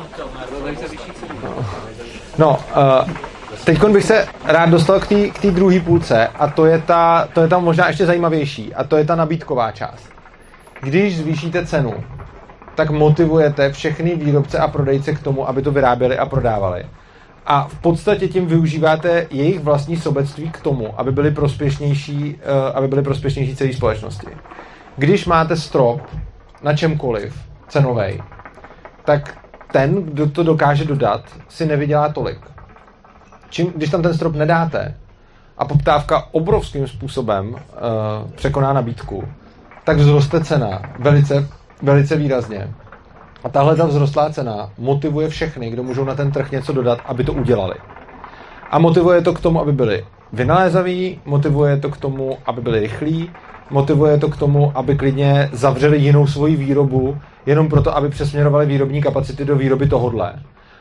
No, uh, teďkon bych se rád dostal k té druhé půlce a to je, ta, to je tam možná ještě zajímavější a to je ta nabídková část. Když zvýšíte cenu, tak motivujete všechny výrobce a prodejce k tomu, aby to vyráběli a prodávali. A v podstatě tím využíváte jejich vlastní sobectví k tomu, aby byli prospěšnější, uh, aby byli prospěšnější celé společnosti. Když máte strop na čemkoliv cenovej, tak ten, kdo to dokáže dodat, si nevydělá tolik. Čím, když tam ten strop nedáte a poptávka obrovským způsobem uh, překoná nabídku, tak vzroste cena velice, velice výrazně. A tahle ta vzrostlá cena motivuje všechny, kdo můžou na ten trh něco dodat, aby to udělali. A motivuje to k tomu, aby byli vynalézaví, motivuje to k tomu, aby byli rychlí, motivuje to k tomu, aby klidně zavřeli jinou svoji výrobu, jenom proto, aby přesměrovali výrobní kapacity do výroby tohodle.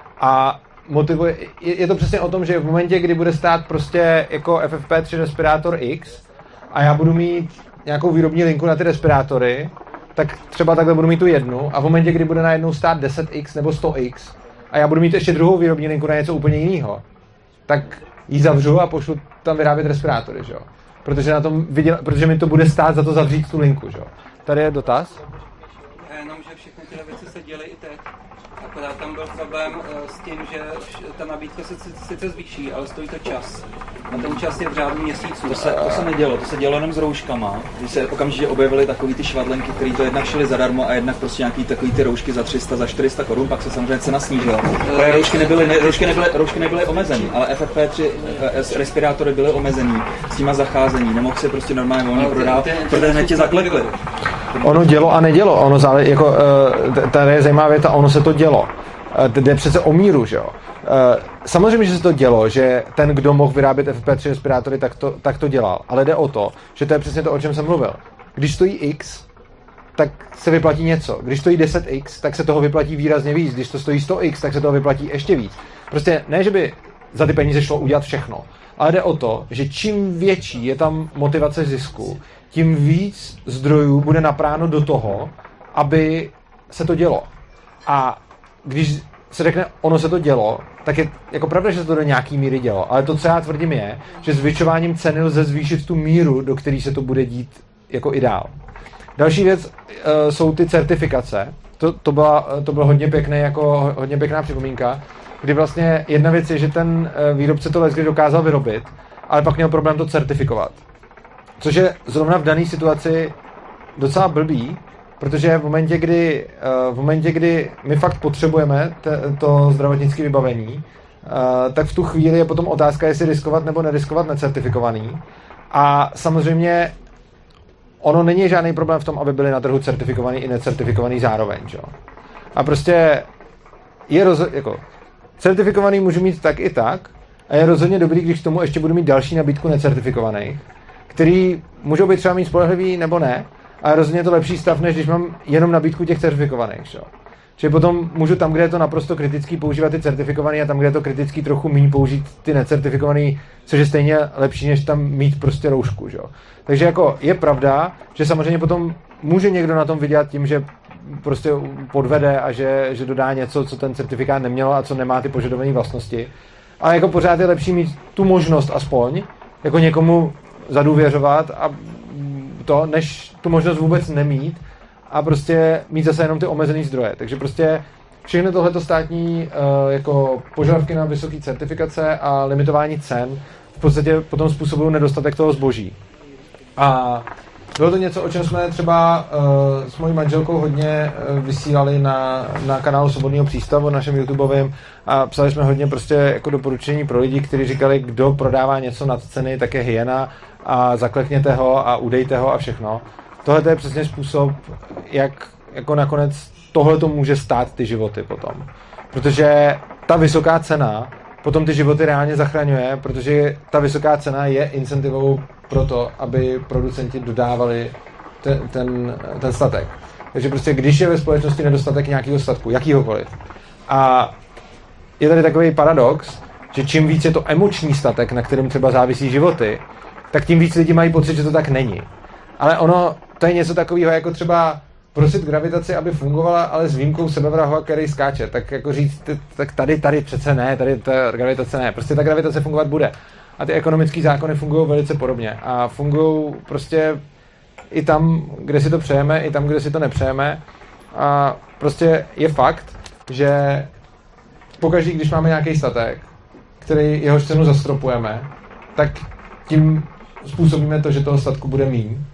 A motivuje, je, je to přesně o tom, že v momentě, kdy bude stát prostě jako F F P tři respirátor X a já budu mít nějakou výrobní linku na ty respirátory, tak třeba takhle budu mít tu jednu a v momentě, kdy bude najednou stát deset X nebo sto X a já budu mít ještě druhou výrobní linku na něco úplně jiného, tak ji zavřu a pošlu tam vyrábět respirátory, že jo? Protože, na tom viděl, protože mi to bude stát za to zavřít tu linku, že jo? Tady je dotaz. Jenom, že všechny tyhle věci se děly i teď. Akorát tam byl problém s tím, že ta nabídka se sice zvýší, ale stojí to čas. A ten čas je v řádu měsíců. To se, to se nedělo, to se dělo jenom s rouškama. Když se okamžitě objevily takový ty švadlenky, které to jednak šly zadarmo a jednak prostě nějaký takový ty roušky za tři sta, za čtyři sta korun, pak se samozřejmě cena snížila. Ale roušky nebyly, ne, roušky nebyly, roušky nebyly omezený, ale F F P tři respirátory byly omezený s těma zacházení, nemohl se prostě normálně volně prodávat, protože hned tě zaklekli. Ono dělo a nedělo, ono zále, jako, tady je zajímavá věta, ono se to dělo. Jde přece o míru, že jo. Samozřejmě, že se to dělo, že ten, kdo mohl vyrábět F F P tři respirátory, tak to, tak to dělal. Ale jde o to, že to je přesně to, o čem jsem mluvil. Když stojí X, tak se vyplatí něco. Když stojí deset X, tak se toho vyplatí výrazně víc. Když to stojí sto X, tak se toho vyplatí ještě víc. Prostě ne, že by za ty peníze šlo udělat všechno, ale jde o to, že čím větší je tam motivace zisku, tím víc zdrojů bude napráno do toho, aby se to dělo. A když se řekne, ono se to dělo, tak je jako pravda, že se to do nějaký míry dělo. Ale to, co já tvrdím, je, že zvyšováním ceny lze zvýšit tu míru, do které se to bude dít jako i dál. Další věc uh, jsou ty certifikace. To, to, byla, to byla hodně pěkné, jako hodně pěkná připomínka, kdy vlastně jedna věc je, že ten výrobce to leckdy dokázal vyrobit, ale pak měl problém to certifikovat. Což je zrovna v dané situaci docela blbý, protože v momentě, kdy, v momentě, kdy my fakt potřebujeme te, to zdravotnické vybavení, tak v tu chvíli je potom otázka, jestli riskovat nebo neriskovat necertifikovaný. A samozřejmě ono není žádný problém v tom, aby byly na trhu certifikovaný i necertifikovaný zároveň. Čo? A prostě je roz, jako, certifikovaný můžu mít tak i tak a je rozhodně dobrý, když k tomu ještě budu mít další nabídku necertifikovaných, který můžou být třeba mít spolehlivý nebo ne, ale rozhodně je to lepší stav, než když mám jenom nabídku těch certifikovaných. Čo? Čili potom můžu tam, kde je to naprosto kritický, používat ty certifikovaný a tam, kde je to kritický, trochu méně použít ty necertifikovaný, což je stejně lepší, než tam mít prostě roušku. Že? Takže jako je pravda, že samozřejmě potom může někdo na tom vydělat tím, že prostě podvede a že, že dodá něco, co ten certifikát nemělo a co nemá ty požadované vlastnosti. Ale jako pořád je lepší mít tu možnost aspoň, jako někomu zadůvěřovat a to, než tu možnost vůbec nemít a prostě mít zase jenom ty omezený zdroje. Takže prostě všechny tohleto státní uh, jako požadavky na vysoké certifikace a limitování cen v podstatě potom způsobují nedostatek toho zboží. A bylo to něco, o čem jsme třeba uh, s mojí manželkou hodně uh, vysílali na, na kanálu Svobodného přístavu, našem YouTubeovém, a psali jsme hodně prostě jako doporučení pro lidi, kteří říkali, kdo prodává něco nad ceny, tak je hyena a zaklekněte ho a udejte ho a všechno. Tohle je přesně způsob, jak jako nakonec tohle to může stát ty životy potom. Protože ta vysoká cena potom ty životy reálně zachraňuje, protože ta vysoká cena je incentivou pro to, aby producenti dodávali ten, ten, ten statek. Takže prostě když je ve společnosti nedostatek nějakého statku, jakýhokoliv, a je tady takový paradox, že čím víc je to emoční statek, na kterém třeba závisí životy, tak tím víc lidi mají pocit, že to tak není. Ale ono, to je něco takového, jako třeba prosit gravitaci, aby fungovala, ale s výjimkou sebevraha, který skáče. Tak jako říct, tak tady, tady přece ne, tady ta gravitace ne. Prostě ta gravitace fungovat bude. A ty ekonomické zákony fungují velice podobně. A fungují prostě i tam, kde si to přejeme, i tam, kde si to nepřejeme. A prostě je fakt, že pokaždý, když máme nějaký statek, který jehož cenu zastropujeme, tak tím způsobíme to, že toho statku bude míň.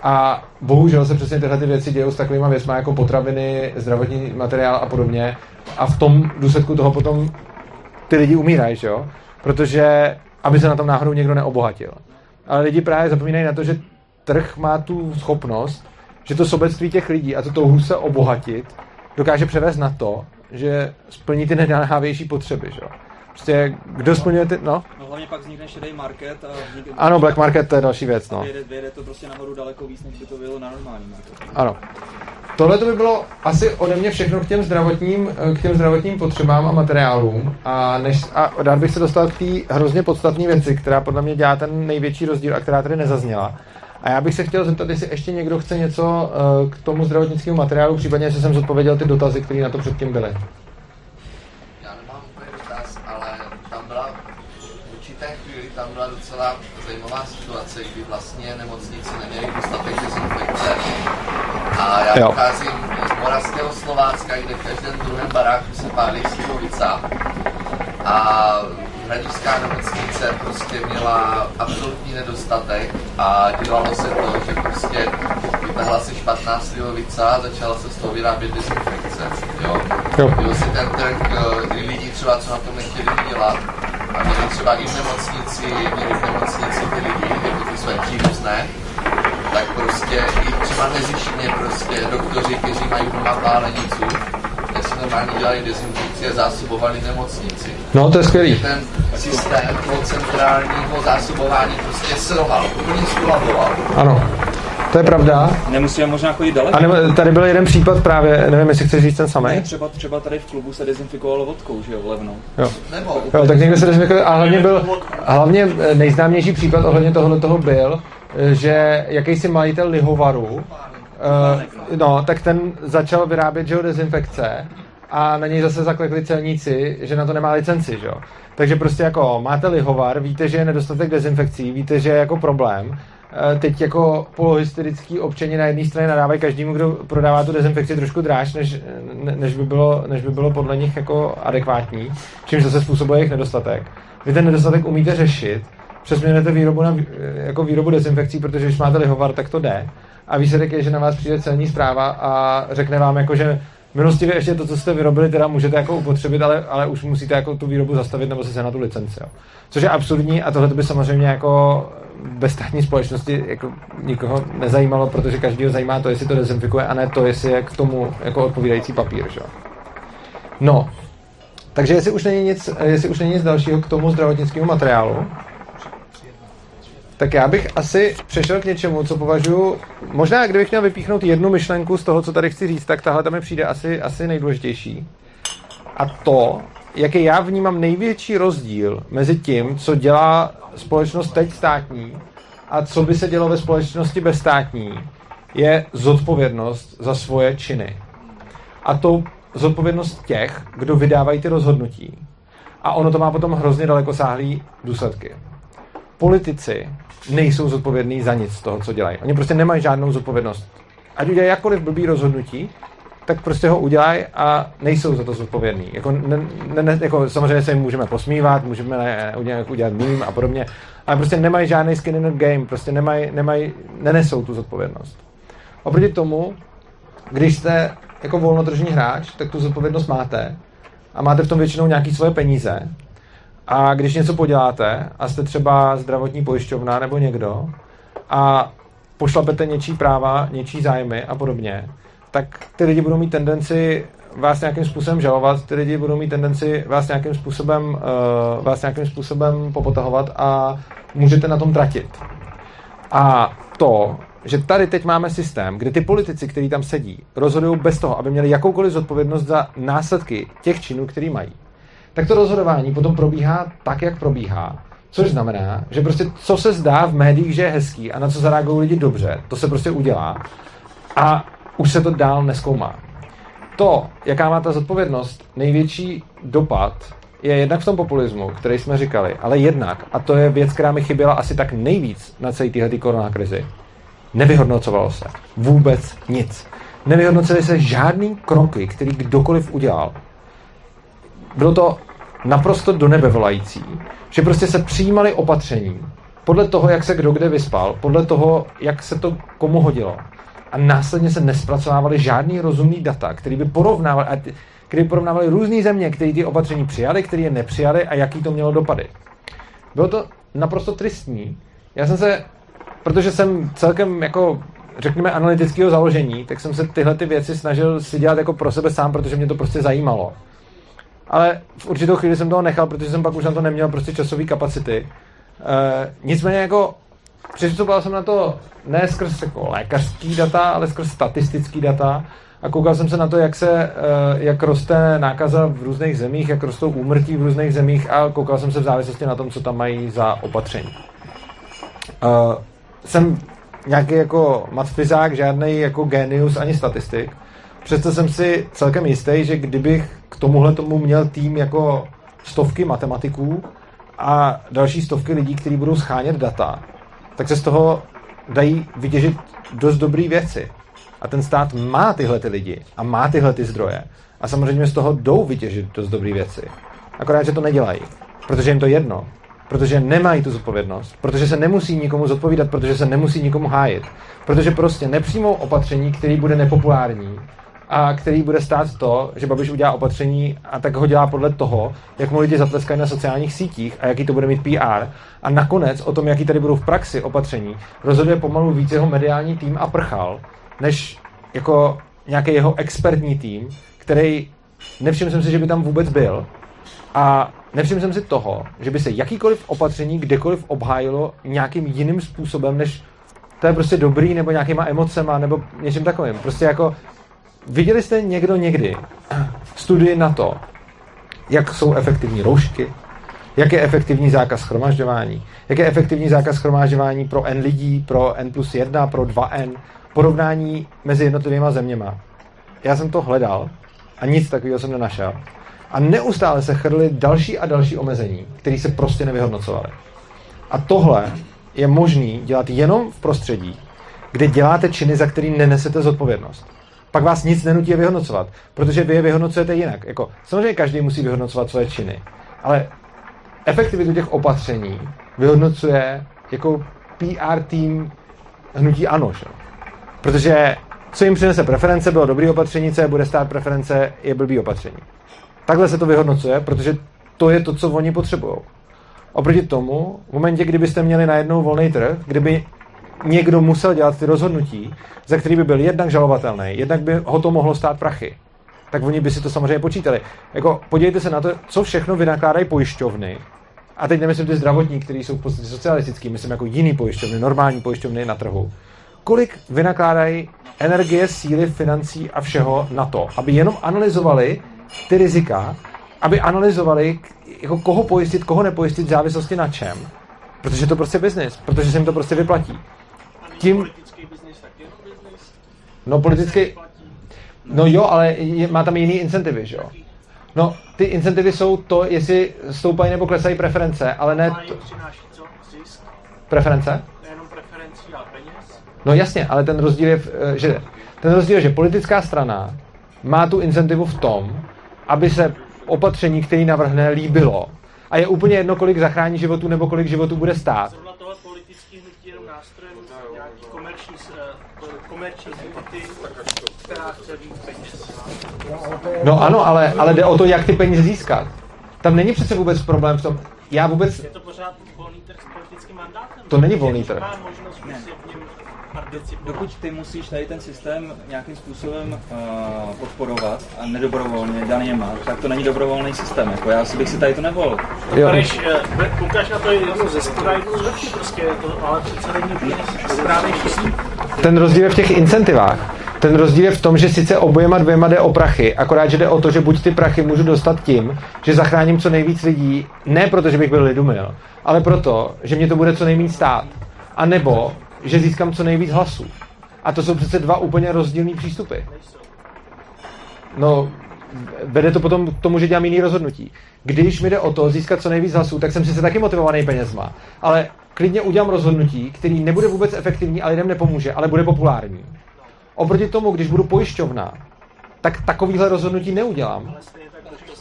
A bohužel se přesně tyhle ty věci dějou s takovýma věcma jako potraviny, zdravotní materiál a podobně. A v tom důsledku toho potom ty lidi umírají, že jo? Protože aby se na tom náhodou někdo neobohatil. Ale lidi právě zapomínají na to, že trh má tu schopnost, že to sobectví těch lidí a to touhu se obohatit dokáže převést na to, že splní ty nejnáhavější potřeby, že jo? Prostě, kdo splňuje ty, no? No hlavně pak vznikne šedý market a vznikne... Ano, black market, to je další věc, no. Vyjede, vyjede to prostě nahoru daleko víc, než by to bylo na normální marketu. Ano. Tohle to by bylo asi ode mě všechno k těm zdravotním, k těm zdravotním potřebám a materiálům. A, než, a rád bych se dostal k té hrozně podstatné věci, která podle mě dělá ten největší rozdíl a která tady nezazněla. A já bych se chtěl zeptat, jestli ještě někdo chce něco k tomu zdravotnickému materiálu, případně jestli jsem zodpověděl ty dotazy, které na to předtím byly. Já nemám úplně dotaz, ale tam byla v určité chvíli, tam byla docela zajímavá situace, kdy vlastně nemocnice neměly dostatek dezinfekce. A já Jo. pocházím z Moravského Slovácka, kde v každém druhém baráku se pálí slivovica. A hradická nemocnice prostě měla absolutní nedostatek a dělalo se to, že prostě vytahla se špatná slivovica a začala se z toho vyrábět dezinfekce. Jo. Byl si ten trh, kdy lidi třeba co na tom nechtěli dělat a měli třeba i v nemocnici, měli v nemocnici ty lidi, jako ty své příbuzné, tak prostě i třeba nezištně prostě doktoři, kteří mají doma pálenicu, si normálně dělali dezinfekci a zásobovali nemocnici. No, to je skvělý. Ten systém toho centrálního zásobování prostě selhal, úplně skolaboval. Ano, to je pravda. Nemusíme možná chodit daleko. A nebo, tady byl jeden případ právě, nevím, jestli chceš říct ten samý. Ne, třeba, třeba tady v klubu se dezinfikovalo vodkou, že jo, levnou. Jo. Nebo, jo, tak někdo se dezinfikuje. A hlavně byl, hlavně nejznámější případ ohledně tohohle toho byl, že jakýsi majitel lihovaru, uh, no, tak ten začal vyrábět, že jo, dezinfekce a na něj zase zaklekli celníci, že na to nemá licenci, že jo. Takže prostě jako máte lihovar, víte, že je nedostatek dezinfekcí, víte, že je jako problém. Teď jako polohysterický občani na jedné straně nadávají každému, kdo prodává tu dezinfekci trošku dráž, než, než, by bylo, než by bylo podle nich jako adekvátní, čímž zase způsobuje jejich nedostatek. Vy ten nedostatek umíte řešit, přesměrujete výrobu na jako výrobu dezinfekcí, protože když máte lihovar, tak to jde. A výsledek je, že na vás přijde celní správa a řekne vám, jako, že milostivě ještě to, co jste vyrobili, teda můžete jako upotřebit, ale, ale už musíte jako tu výrobu zastavit nebo se na tu licenci. Jo. Což je absurdní a tohle by samozřejmě jako bez státní společnosti jako nikoho nezajímalo, protože každýho zajímá to, jestli to dezinfikuje a ne to, jestli je k tomu jako odpovídající papír. Že? No, takže jestli už není nic, jestli už není nic dalšího k tomu zdravotnickému materiálu, tak já bych asi přešel k něčemu, co považuji, možná kdybych měl vypíchnout jednu myšlenku z toho, co tady chci říct, tak tahle tam mi přijde asi, asi nejdůležitější. A to, jaký já vnímám největší rozdíl mezi tím, co dělá společnost teď státní a co by se dělo ve společnosti bezstátní, je zodpovědnost za svoje činy. A to zodpovědnost těch, kdo vydávají ty rozhodnutí. A ono to má potom hrozně dalekosáhlý důsledky. Politici nejsou zodpovědní za nic z toho, co dělají. Oni prostě nemají žádnou zodpovědnost. Ať udělají jakkoliv blbý rozhodnutí, tak prostě ho udělají a nejsou za to zodpovědní. Jako, ne, ne, jako, samozřejmě se jim můžeme posmívat, můžeme ne, udělat, udělat mím a podobně, ale prostě nemají žádný skin in the game, prostě nemají, nemají, nenesou tu zodpovědnost. Oproti tomu, když jste jako volnotržní hráč, tak tu zodpovědnost máte a máte v tom většinou nějaký svoje peníze. A když něco poděláte a jste třeba zdravotní pojišťovna nebo někdo a pošlapete něčí práva, něčí zájmy a podobně, tak ty lidi budou mít tendenci vás nějakým způsobem žalovat, ty lidi budou mít tendenci vás nějakým způsobem, uh, vás nějakým způsobem popotahovat a můžete na tom tratit. A to, že tady teď máme systém, kde ty politici, kteří tam sedí, rozhodují bez toho, aby měli jakoukoliv zodpovědnost za následky těch činů, který mají, tak to rozhodování potom probíhá tak, jak probíhá. Což znamená, že prostě co se zdá v médiích, že je hezký a na co zareagují lidi dobře, to se prostě udělá a už se to dál nezkoumá. To, jaká má ta zodpovědnost, největší dopad je jednak v tom populismu, který jsme říkali, ale jednak, a to je věc, která mi chyběla asi tak nejvíc na celé téhle koronakrizi, nevyhodnocovalo se vůbec nic. Nevyhodnocily se žádný kroky, který kdokoliv udělal. Bylo to naprosto do nebe volající, že prostě se přijímaly opatření, podle toho, jak se kdo kde vyspal, podle toho, jak se to komu hodilo. A následně se nespracovávaly žádný rozumný data, který by porovnávali, který by porovnávali různé země, které ty opatření přijali, které je nepřijali a jaký to mělo dopady. Bylo to naprosto tristní. Já jsem se, protože jsem celkem jako, řekněme, analytického založení, tak jsem se tyhle ty věci snažil si dělat jako pro sebe sám, protože mě to prostě zajímalo. Ale v určitou chvíli jsem toho nechal, protože jsem pak už na to neměl prostě časové kapacity. E, nicméně jako přistupoval jsem na to ne skrz jako lékařský data, ale skrz statistický data a koukal jsem se na to, jak se, jak roste nákaza v různých zemích, jak rostou úmrtí v různých zemích a koukal jsem se v závislosti na tom, co tam mají za opatření. Uh, jsem nějaký jako matfyzák, žádnej jako genius ani statistik. Přesto jsem si celkem jistý, že kdybych k tomuhle tomu měl tým jako stovky matematiků a další stovky lidí, kteří budou schánět data, tak se z toho dají vytěžit dost dobrý věci. A ten stát má tyhle ty lidi a má tyhle ty zdroje. A samozřejmě z toho jdou vytěžit dost dobrý věci. Akorát, že to nedělají. Protože jim to jedno. Protože nemají tu zodpovědnost. Protože se nemusí nikomu zodpovídat, protože se nemusí nikomu hájit. Protože prostě nepřijmou opatření, který bude nepopulární a který bude stát to, že Babiš udělá opatření a tak ho dělá podle toho, jak mu lidi zatleskají na sociálních sítích a jaký to bude mít P R. A nakonec o tom, jaký tady budou v praxi opatření, rozhoduje pomalu víc jeho mediální tým a prchal, než jako nějaký jeho expertní tým, který nevšiml jsem si, že by tam vůbec byl a nevšiml jsem si toho, že by se jakýkoliv opatření kdekoliv obhájilo nějakým jiným způsobem, než to je prostě dobrý, nebo nějakýma emocema, nebo něčím takovým. Prostě jako viděli jste někdo někdy studii na to, jak jsou efektivní roušky, jak je efektivní zákaz shromažďování, jak je efektivní zákaz shromažďování pro N lidí, pro N plus jedna, pro dva N, porovnání mezi jednotlivýma zeměma. Já jsem to hledal a nic takového jsem nenašel. A neustále se chrlily další a další omezení, které se prostě nevyhodnocovaly. A tohle je možný dělat jenom v prostředí, kde děláte činy, za který nenesete zodpovědnost. Pak vás nic nenutí je vyhodnocovat, protože vy je vyhodnocujete jinak. Jako, samozřejmě každý musí vyhodnocovat svoje činy, ale efektivitu těch opatření vyhodnocuje jako P R tým hnutí ANO. Že? Protože co jim přinese preference, bylo dobrý opatření, co je bude stát preference, je blbý opatření. Takhle se to vyhodnocuje, protože to je to, co oni potřebují. Oproti tomu, v momentě, kdybyste měli najednou volný trh, kdyby někdo musel dělat ty rozhodnutí, za který by byl jednak žalovatelný, jednak by ho to mohlo stát prachy, tak oni by si to samozřejmě počítali. Jako, podívejte se na to, co všechno vynakládají pojišťovny. A teď nemyslím ty zdravotní, který jsou v podstatě socialistický, myslím jako jiný pojišťovny, normální pojišťovny na trhu. Kolik vynakládají energie, síly, financí a všeho na to, aby jenom analyzovali ty rizika, aby analyzovali, jako koho pojistit, koho nepojistit v závislosti na čem. Protože to prostě biznis, protože se jim to prostě vyplatí. Tím... Politický biznis tak jenom biznis? No politický... No jo, ale je, má tam jiný incentivy, že jo? No, ty incentivy jsou to, jestli stoupají nebo klesají preference, ale ne... To... Preference? Nejenom preferencí, ale peněz? No jasně, ale ten rozdíl je, že, ten rozdíl je, že politická strana má tu incentivu v tom, aby se opatření, který navrhne, líbilo. A je úplně jedno, kolik zachrání životů nebo kolik životů bude stát. Zrovna tohle politický hnutí jenom nástrojem nějaký komerční, komerční entity, která chce víc peněz. No ano, ale, ale jde o to, jak ty peníze získat. Tam není přece vůbec problém v tom. Já vůbec... Je to pořád volný trh s politickým mandátem? To není volný trh. Má možnost v něm participovat. Dokud ty musíš tady ten systém nějakým způsobem uh, podporovat a nedobrovolně daně má, tak to není dobrovolný systém. Jako já si bych si tady to nevolil. Když koukáš na to jenom ze spoda, jednou zlepší prostě, to, ale přece není správný systém. Ten rozdíl je v těch incentivách. Ten rozdíl je v tom, že sice obojema dvěma jde o prachy, akorát, že jde o to, že buď ty prachy můžu dostat tím, že zachráním co nejvíc lidí, ne proto, že bych byl lidumil, ale proto, že mě to bude co nejméně stát. A nebo, že získám co nejvíc hlasů. A to jsou přece dva úplně rozdílný přístupy. No, vede to potom k tomu, že dělám jiný rozhodnutí. Když mi jde o to získat co nejvíc hlasů, tak jsem sice taky motivovaný penězma, ale klidně udělám rozhodnutí, který nebude vůbec efektivní a lidem nepomůže, ale bude populární. Oproti tomu, když budu pojišťovna, tak takovýhle rozhodnutí neudělám.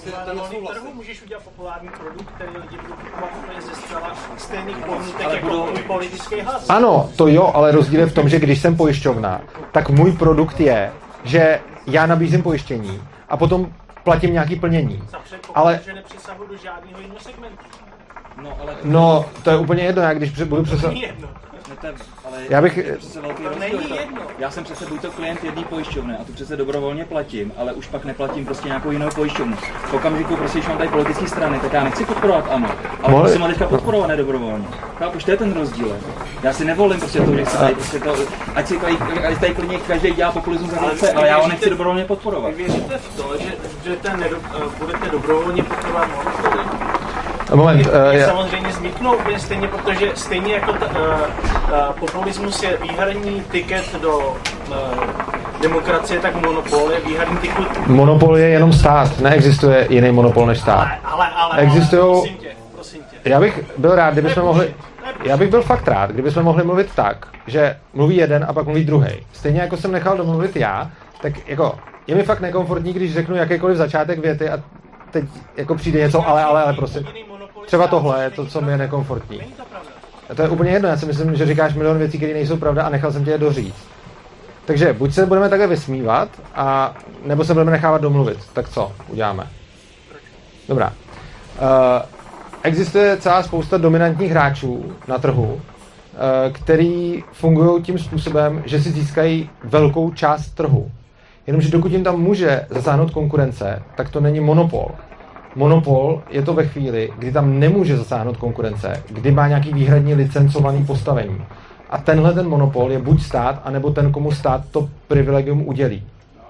Na volném trhu můžeš udělat populární produkt, který lidi budou kupovat úplně ze zcela stejných podmínek jako budou... můj politický hlas. Ano, to jo, ale rozdíl je v tom, že když jsem pojišťovna, tak můj produkt je, že já nabízím pojištění a potom platím nějaký plnění. Ale... že nepřesahuji do žádného jiného segmentu. No, ale... no, to je úplně jedno, já když budu přesahovat... Ale já bych... To není jedno. Já jsem přece buď to klient jedné pojišťovny a tu přece dobrovolně platím, ale už pak neplatím prostě nějakou jinou pojišťovnu. V okamžiku prostě, když mám tady politické strany, tak já nechci podporovat ANO, ale Mohli... musím teďka podporovat nedobrovolně. Chápuš, to je ten rozdíl. Já si nevolím prostě to, že se tady prostě to, ať si tady, ať tady klidně každý dělá populismus za chce, ale já ho nechci dobrovolně podporovat. Vy věříte v to, že, že ten nedo, budete dobrovolně podporovat monopoly? Moment, uh, je já... samozřejmě zmítnou úplně stejně, protože stejně jako ta, uh, uh, populismus je výhradní tiket do uh, demokracie, tak monopol je výhradní tiket. Monopol je jenom stát, neexistuje jiný monopol než stát. Ale, ale, ale, Existujou... ale prosím tě, prosím tě. Já bych byl rád, kdybychom mohli... Já bych byl fakt rád, kdybychom mohli mluvit tak, že mluví jeden a pak mluví druhý. Stejně jako jsem nechal domluvit já, tak jako je mi fakt nekomfortní, když řeknu jakýkoliv začátek věty a teď jako přijde něco, ale, ale, ale prosím. Třeba tohle je to, co mi je nekomfortní. A to je úplně jedno, já si myslím, že říkáš milion věcí, které nejsou pravda a nechal jsem tě je doříct. Takže buď se budeme takhle vysmívat, a nebo se budeme nechávat domluvit. Tak co uděláme? Dobrá. Uh, existuje celá spousta dominantních hráčů na trhu, uh, který fungují tím způsobem, že si získají velkou část trhu. Jenomže dokud jim tam může zasáhnout konkurence, tak to není monopol. Monopol je to ve chvíli, kdy tam nemůže zasáhnout konkurence, kdy má nějaký výhradně licencovaný postavení. A tenhle ten monopol je buď stát, anebo ten, komu stát to privilegium udělí.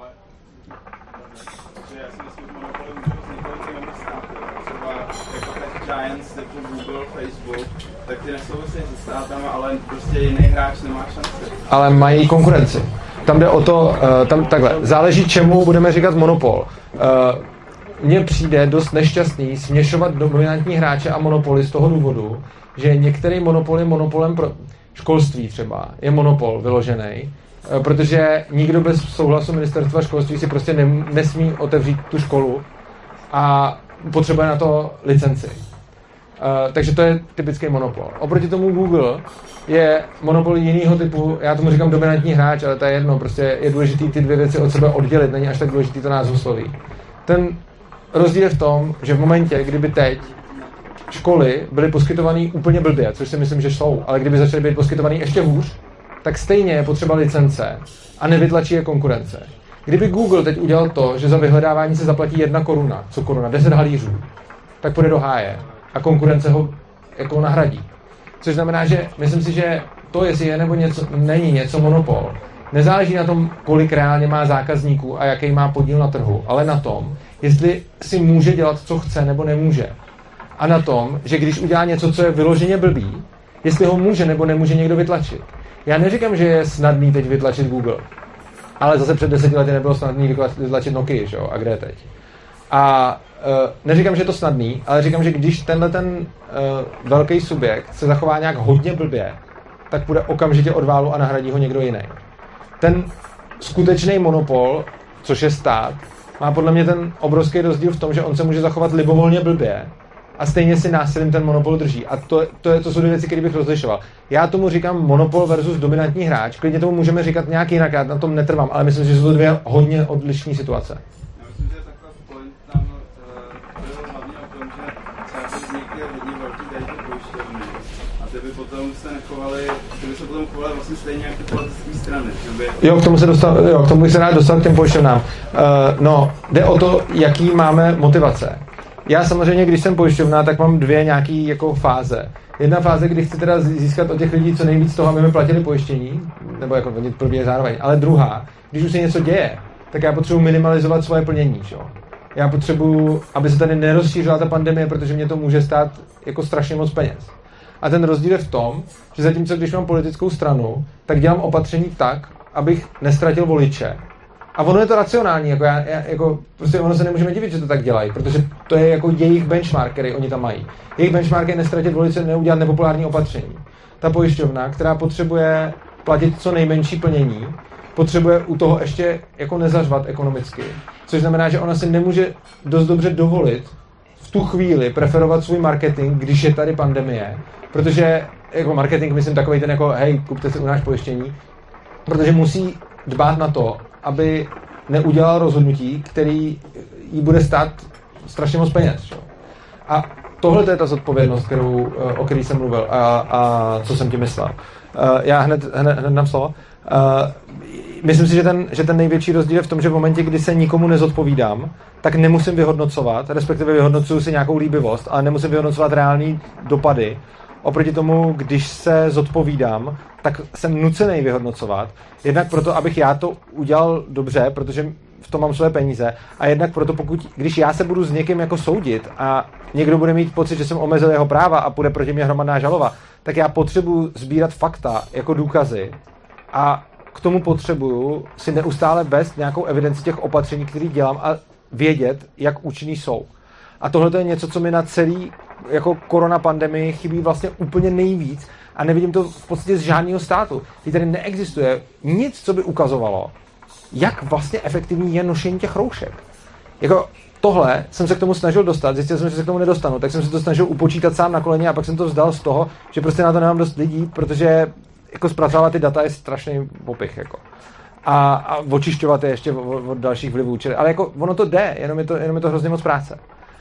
Giants, jako Google, Facebook, tak ty nesouvisí se státama, ale prostě jiný hráč nemá šanci. Ale mají konkurenci. Tam jde o to, uh, tam takhle, záleží čemu budeme říkat monopol. Uh, Mně přijde dost nešťastný směšovat dominantní hráče a monopoly z toho důvodu, že některý monopol je monopolem pro školství třeba, je monopol vyložený, protože nikdo bez souhlasu ministerstva školství si prostě ne, nesmí otevřít tu školu a potřebuje na to licenci. Uh, takže to je typický monopol. Oproti tomu Google je monopol jiného typu, já tomu říkám dominantní hráč, ale to je jedno, prostě je důležitý ty dvě věci od sebe oddělit, není až tak důležitý to názvosloví. Ten rozdíl je v tom, že v momentě, kdyby teď školy byly poskytované úplně blbě, což si myslím, že jsou, ale kdyby začaly být poskytované ještě hůř, tak stejně je potřeba licence a nevytlačí je konkurence. Kdyby Google teď udělal to, že za vyhledávání se zaplatí jedna koruna, co koruna, deset halířů, tak půjde do háje a konkurence ho jako nahradí. Což znamená, že myslím si, že to, jestli je nebo něco, není něco monopol, nezáleží na tom, kolik reálně má zákazníků a jaký má podíl na trhu, ale na tom, jestli si může dělat, co chce, nebo nemůže. A na tom, že když udělá něco, co je vyloženě blbý, jestli ho může nebo nemůže někdo vytlačit. Já neříkám, že je snadný teď vytlačit Google, ale zase před deseti lety nebylo snadný vytlačit Nokia, že jo? A kde je teď? A uh, neříkám, že je to snadný, ale říkám, že když tenhle ten uh, velký subjekt se zachová nějak hodně blbě, tak půjde okamžitě od válu a nahradí ho někdo jiný. Ten skutečný monopol, což je stát, má podle mě ten obrovský rozdíl v tom, že on se může zachovat libovolně blbě a stejně si násilím ten monopol drží. A to, to, je, to jsou dvě věci, které bych rozlišoval. Já tomu říkám monopol versus dominantní hráč. Klidně tomu můžeme říkat nějak jinak, já na tom netrvám, ale myslím, že jsou to dvě hodně odlišné situace. Já myslím, že taková point tam bylo hlavně o tom, že třeba vznikly hodně velký tady ty pojišťovny a ty by potom se nechovali, ty by se potom chovali vlastně stejně jako ty politické strany. By... Jo, k tomu se dostal, jo, k tomu bych se rád dostal k těm pojišťovnám. Uh, no, jde o to, jaký máme motivace. Já samozřejmě, když jsem pojišťovna, tak mám dvě nějaký jako fáze. Jedna fáze, kdy chci teda získat od těch lidí co nejvíc toho, aby mi platili pojištění, nebo jako oni probíje zároveň. Ale druhá, když už se něco děje, tak já potřebuji minimalizovat svoje plnění, jo. Já potřebuji, aby se tady nerozšířila ta pandemie, protože mě to může stát jako strašně moc peněz. A ten rozdíl je v tom, že zatímco když mám politickou stranu, tak dělám opatření tak, abych nestratil voliče. A ono je to racionální, jako já, já jako, prostě ono se nemůžeme divit, že to tak dělají, protože to je jako jejich benchmark, který oni tam mají. Jejich benchmark je nestratit voliče, neudělat nepopulární opatření. Ta pojišťovna, která potřebuje platit co nejmenší plnění, potřebuje u toho ještě jako nezařvat ekonomicky. Což znamená, že ona si nemůže dost dobře dovolit v tu chvíli preferovat svůj marketing, když je tady pandemie, protože jako marketing myslím takovej ten jako hej, kupte si u nás pojištění, protože musí dbát na to, aby neudělal rozhodnutí, který jí bude stát strašně moc peněz. Čo? A tohle to je ta zodpovědnost, kterou, o který jsem mluvil a, a co jsem tím myslel. Já hned, hned, hned dám slovo. Myslím si, že ten, že ten největší rozdíl je v tom, že v momentě, kdy se nikomu nezodpovídám, tak nemusím vyhodnocovat, respektive vyhodnocuju si nějakou líbivost, ale nemusím vyhodnocovat reální dopady. Oproti tomu, když se zodpovídám, tak jsem nucený vyhodnocovat. Jednak proto, abych já to udělal dobře, protože v tom mám své peníze. A jednak proto, pokud, když já se budu s někým jako soudit a někdo bude mít pocit, že jsem omezil jeho práva a půjde proti mě hromadná žaloba, tak já potřebuji sbírat fakta jako důkazy a k tomu potřebuju si neustále vést nějakou evidenci těch opatření, které dělám a vědět, jak účinný jsou. A tohle je něco, co mi na celý jako korona pandemii chybí vlastně úplně nejvíc a nevidím to v podstatě z žádného státu. Tady tady neexistuje nic, co by ukazovalo, jak vlastně efektivní je nošení těch roušek. Jako tohle jsem se k tomu snažil dostat, zjistil jsem, že se k tomu nedostanu, tak jsem se to snažil upočítat sám na koleně a pak jsem to vzdal z toho, že prostě na to nemám dost lidí, protože jako zpracovávat ty data je strašný opich. Jako. A, a očišťovat je ještě od, od dalších vlivů. Čili, ale jako ono to jde, jenom je to, jenom je to hrozně moc práce.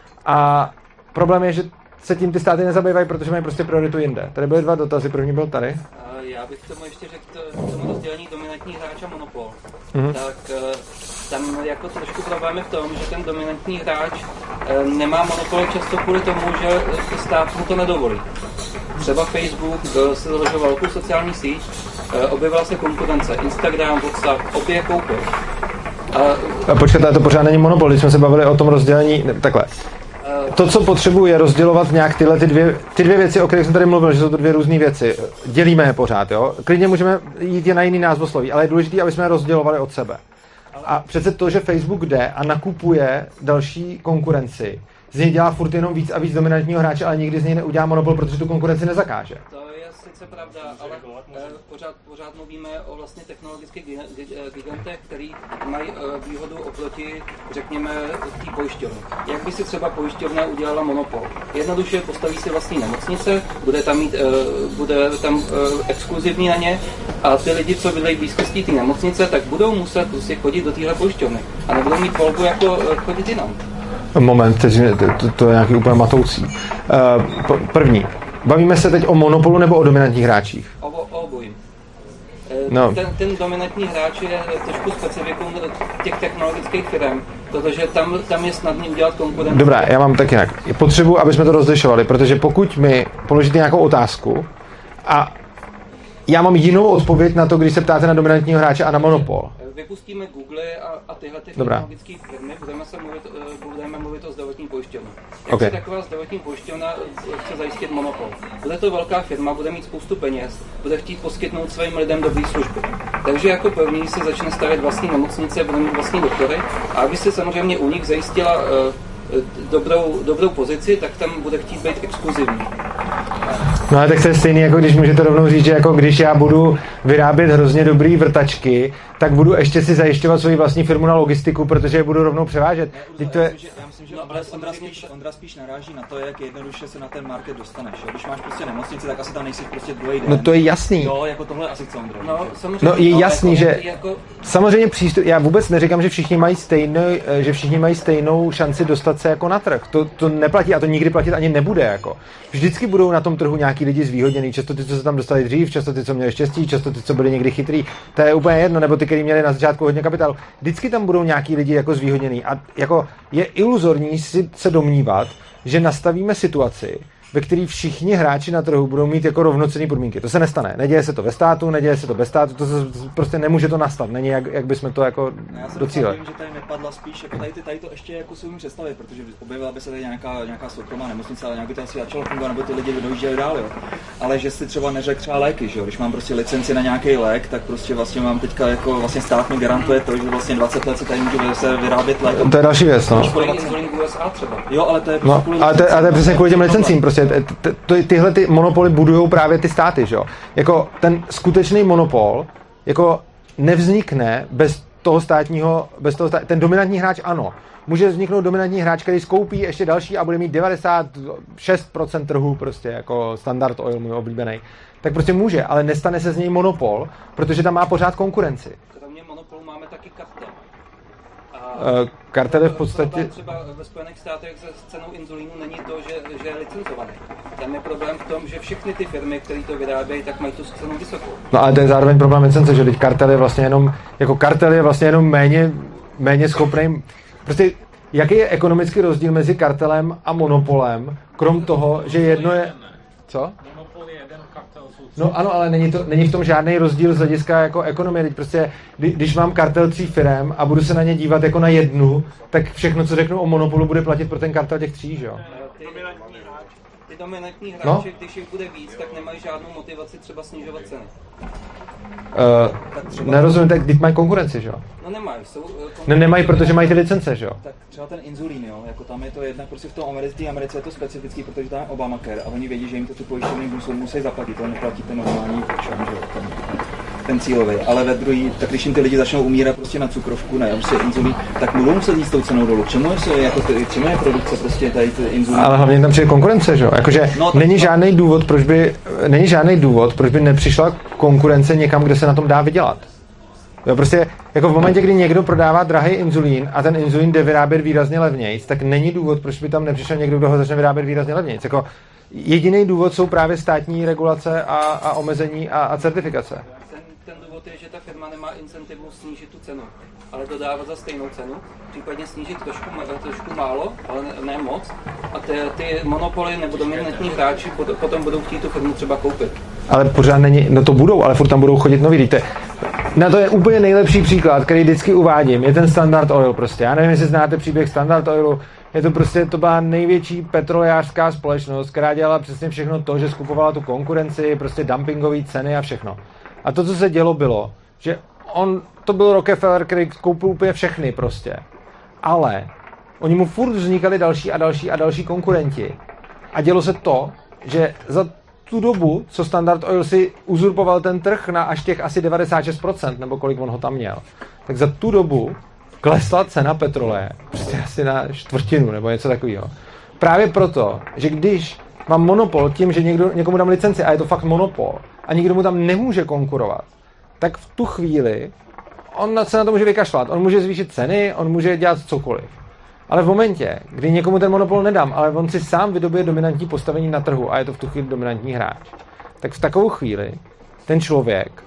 A problém je, že se tím ty státy nezabývají, protože mají prostě prioritu jinde. Tady byly dva dotazy, první byl tady. Já bych tomu ještě řekl k tomu rozdělení dominantní hráč a monopol. Mhm. Tak tam jako trošku problém je v tom, že ten dominantní hráč nemá monopol často kvůli tomu, že stát mu to nedovolí. Třeba Facebook se založil velkou sociální síť, objevila se konkurence, Instagram, WhatsApp, obě koupil. A počkejte, to pořád není monopol, když jsme se bavili o tom rozdělení, ne, takhle. To, co potřebuji, je rozdělovat nějak tyhle ty dvě, ty dvě věci, o kterých jsem tady mluvil, že jsou to dvě různé věci. Dělíme je pořád, jo? Klidně můžeme jít je na jiný názvosloví, ale je důležité, aby jsme je rozdělovali od sebe. A přece to, že Facebook jde a nakupuje další konkurenci, z něj dělá furt jenom víc a víc dominantního hráče, ale nikdy z něj neudělá monopol, protože tu konkurenci nezakáže. To je sice pravda, ale pořád, pořád mluvíme o vlastně technologických gigantech, který mají výhodu oproti, řekněme, té pojišťovny. Jak by si třeba pojišťovna udělala monopol? Jednoduše postaví si vlastní nemocnice, bude tam, mít, bude tam exkluzivní na ně a ty lidi, co bydlejí v blízkosti té nemocnice, tak budou muset prostě chodit do téhle pojišťovny a nebudou mít volbu jako chodit jinam. Moment, teď, to, to je nějaký úplně matoucí. Uh, první. Bavíme se teď o monopolu nebo o dominantních hráčích? O, o obojím. No. Ten, ten dominantní hráč je trošku specifikou těch technologických firm, protože tam, tam je snadný udělat konkurenci. Dobrá, já mám tak jinak. Potřebuji, aby jsme to rozlišovali, protože pokud mi položíte nějakou otázku a já mám jinou odpověď na to, když se ptáte na dominantního hráče a na monopol. Vypustíme Google a, a tyhle ty technologické firmy, budeme, se mluvit, budeme mluvit o zdravotní pojišťovně. Jak okay. se taková zdravotní pojišťovna chce zajistit monopol? Bude to velká firma, bude mít spoustu peněz, bude chtít poskytnout svým lidem dobré služby. Takže jako první se začne stavět vlastní nemocnice, bude mít vlastní doktory a aby se samozřejmě u nich zajistila uh, dobrou, dobrou pozici, tak tam bude chtít být exkluzivní. No ale tak to je stejný, jako když můžete rovnou říct, že jako když já budu vyrábět hrozně dobrý vrtačky, tak budu ještě si zajišťovat svoji vlastní firmu na logistiku, protože je budu rovnou převážet. Ne, to je... já, myslím, že, já myslím, že no, Ondra, Ondra, spíš, Ondra spíš naráží na to, jak jednoduše se na ten market dostaneš. Jo? Když máš prostě nemocnici, tak asi tam nejsi prostě druhý den. No to je jasný. Jo, jako tohle asi chce Ondra. No, no je no, jasný, jako, že jako... samozřejmě přístup, já vůbec neříkám, že všichni mají stejnou, že všichni mají stejnou šanci dostat se jako na trh. To, to neplatí a to nikdy platit ani nebude. Jako. Vždycky budou na tom trhu nějaký lidi zvýhodněný, často ty, co se tam dostali dřív, často ty, co měli štěstí, často ty, co byli někdy chytrý. To je úplně jedno, nebo ty, kteří měli na začátku hodně kapitálu. Vždycky tam budou nějaký lidi jako zvýhodněný a jako je iluzorní si se domnívat, že nastavíme situaci, ve který všichni hráči na trhu budou mít jako rovnocenné podmínky. To se nestane. Neděje se to ve státu, neděje se to bez státu, to se prostě nemůže to nastat. Není, jak, jak bychom to jako docílili. Já si že tady nepadla spíš, jako tady, tady to ještě jako si umím představit, protože objevila by se tady nějaká, nějaká soukromá nemocnice, ale nějak by to asi začalo fungovat, nebo ty lidi dojížděli dál, jo. Ale že si třeba neřekl třeba léky, že jo. Když mám prostě licenci na nějaký lék, tak prostě vlastně mám teďka jako vlastně stát mi garantuje to, že vlastně dvacet let se tady můžu se vyrábět lék. To je další věc, no. Jo, ale to je no, ale to, ale to je přesně kvůli těm licencím, prostě Ty, tyhle ty monopoly budujou právě ty státy, že jo? Jako ten skutečný monopol, jako nevznikne bez toho státního, bez toho stát, ten dominantní hráč ano. Může vzniknout dominantní hráč, který skoupí ještě další a bude mít devadesát šest procent trhu, prostě jako Standard Oil, můj oblíbený. Tak prostě může, ale nestane se z něj monopol, protože tam má pořád konkurenci. Kromě monopolu máme taky kartel. Uh, kartel je v podstatě... Třeba ve Spojených státech s cenou inzulínu není to, že, že je licencovaný. Tam je problém v tom, že všechny ty firmy, které to vyrábějí, tak mají tu cenu vysokou. No ale to je zároveň problém licence, že teď kartel je vlastně jenom, jako kartel je vlastně jenom méně, méně schopný. Prostě jaký je ekonomický rozdíl mezi kartelem a monopolem, krom toho, že jedno je... Co? No ano, ale není, to, není v tom žádný rozdíl z hlediska jako ekonomie. Teď prostě, kdy, když mám kartel tří firem a budu se na ně dívat jako na jednu, tak všechno, co řeknu o monopolu, bude platit pro ten kartel těch tří, že jo? Ty, ty dominantní hráči, no? Když jich bude víc, tak nemají žádnou motivaci třeba snižovat ceny. Uh, třeba... Nerozumím, tak teď mají konkurenci, že jo? No nemají, jsou... Ne, nemají, protože mají ty licence, že jo? Tak třeba ten inzulín, jo, jako tam je to jednak prostě v tom Americe, Americe je to specifický, protože tam je Obamacare a oni vědí, že jim to tu pojišťovny musí, musí zaplatit, to neplatí ten normální občan, že jo, ten, ten cílový. Ale ve druhý, tak když jim ty lidi začnou umírat prostě na cukrovku, ne, prostě inzulín, tak budou muset jít s tou cenou dolů. K čemu je, jako ty, čemu je produkce prostě tady ty inzulín? Ale hlavně tam přijde konkurence, že jo? Jakože no, není to... žádný důvod, proč by, není žádný důvod, proč by nepřišla konkurence někam, kde se na tom dá vydělat. Jo, prostě jako v momentě, kdy někdo prodává drahý inzulín a ten inzulín jde vyrábět výrazně levnějc, tak není důvod, proč by tam nepřišel někdo, kdo ho začne vyrábět výrazně levnějc. Jako jediný důvod jsou právě státní regulace a, a omezení a, a certifikace. Ten, ten důvod je, že ta firma nemá incentivu snížit tu cenu, ale dodávat za stejnou cenu, případně snížit trošku, trošku málo, ale ne, ne moc. A ty, ty monopoly nebo dominantní hráči potom budou chtít tu firmu třeba koupit. Ale pořád není, no to budou, ale furt tam budou chodit noví. Víte, na to je úplně nejlepší příklad, který vždycky uvádím, je ten Standard Oil prostě. Já nevím, jestli znáte příběh Standard Oilu, je to prostě, to byla největší petrolejářská společnost, která dělala přesně všechno to, že skupovala tu konkurenci, prostě dumpingové ceny a všechno. A to, co se dělo, bylo, že on, to byl Rockefeller, který koupil úplně všechny prostě. Ale oni mu furt vznikaly další a další a další konkurenti. A dělo se to, že za tu dobu, co Standard Oil si uzurpoval ten trh na až těch asi devadesát šest procent, nebo kolik on ho tam měl, tak za tu dobu klesla cena petroleje prostě asi na čtvrtinu, nebo něco takového. Právě proto, že když mám monopol tím, že někdo, někomu dám licenci a je to fakt monopol a nikdo mu tam nemůže konkurovat, tak v tu chvíli on se na to může vykašlat. On může zvýšit ceny, on může dělat cokoliv. Ale v momentě, kdy někomu ten monopol nedám, ale on si sám vydobije dominantní postavení na trhu a je to v tu chvíli dominantní hráč, tak v takovou chvíli ten člověk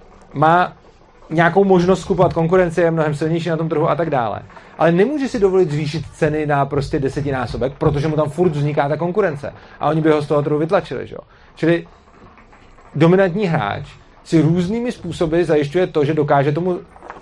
má nějakou možnost kupovat konkurenci, je mnohem silnější na tom trhu a tak dále. Ale nemůže si dovolit zvýšit ceny na prostě desetinásobek, protože mu tam furt vzniká ta konkurence. A oni by ho z toho trhu vytlačili, že jo? Čili dominantní hráč si různými způsoby zajišťuje to, že dokáže tomu, uh,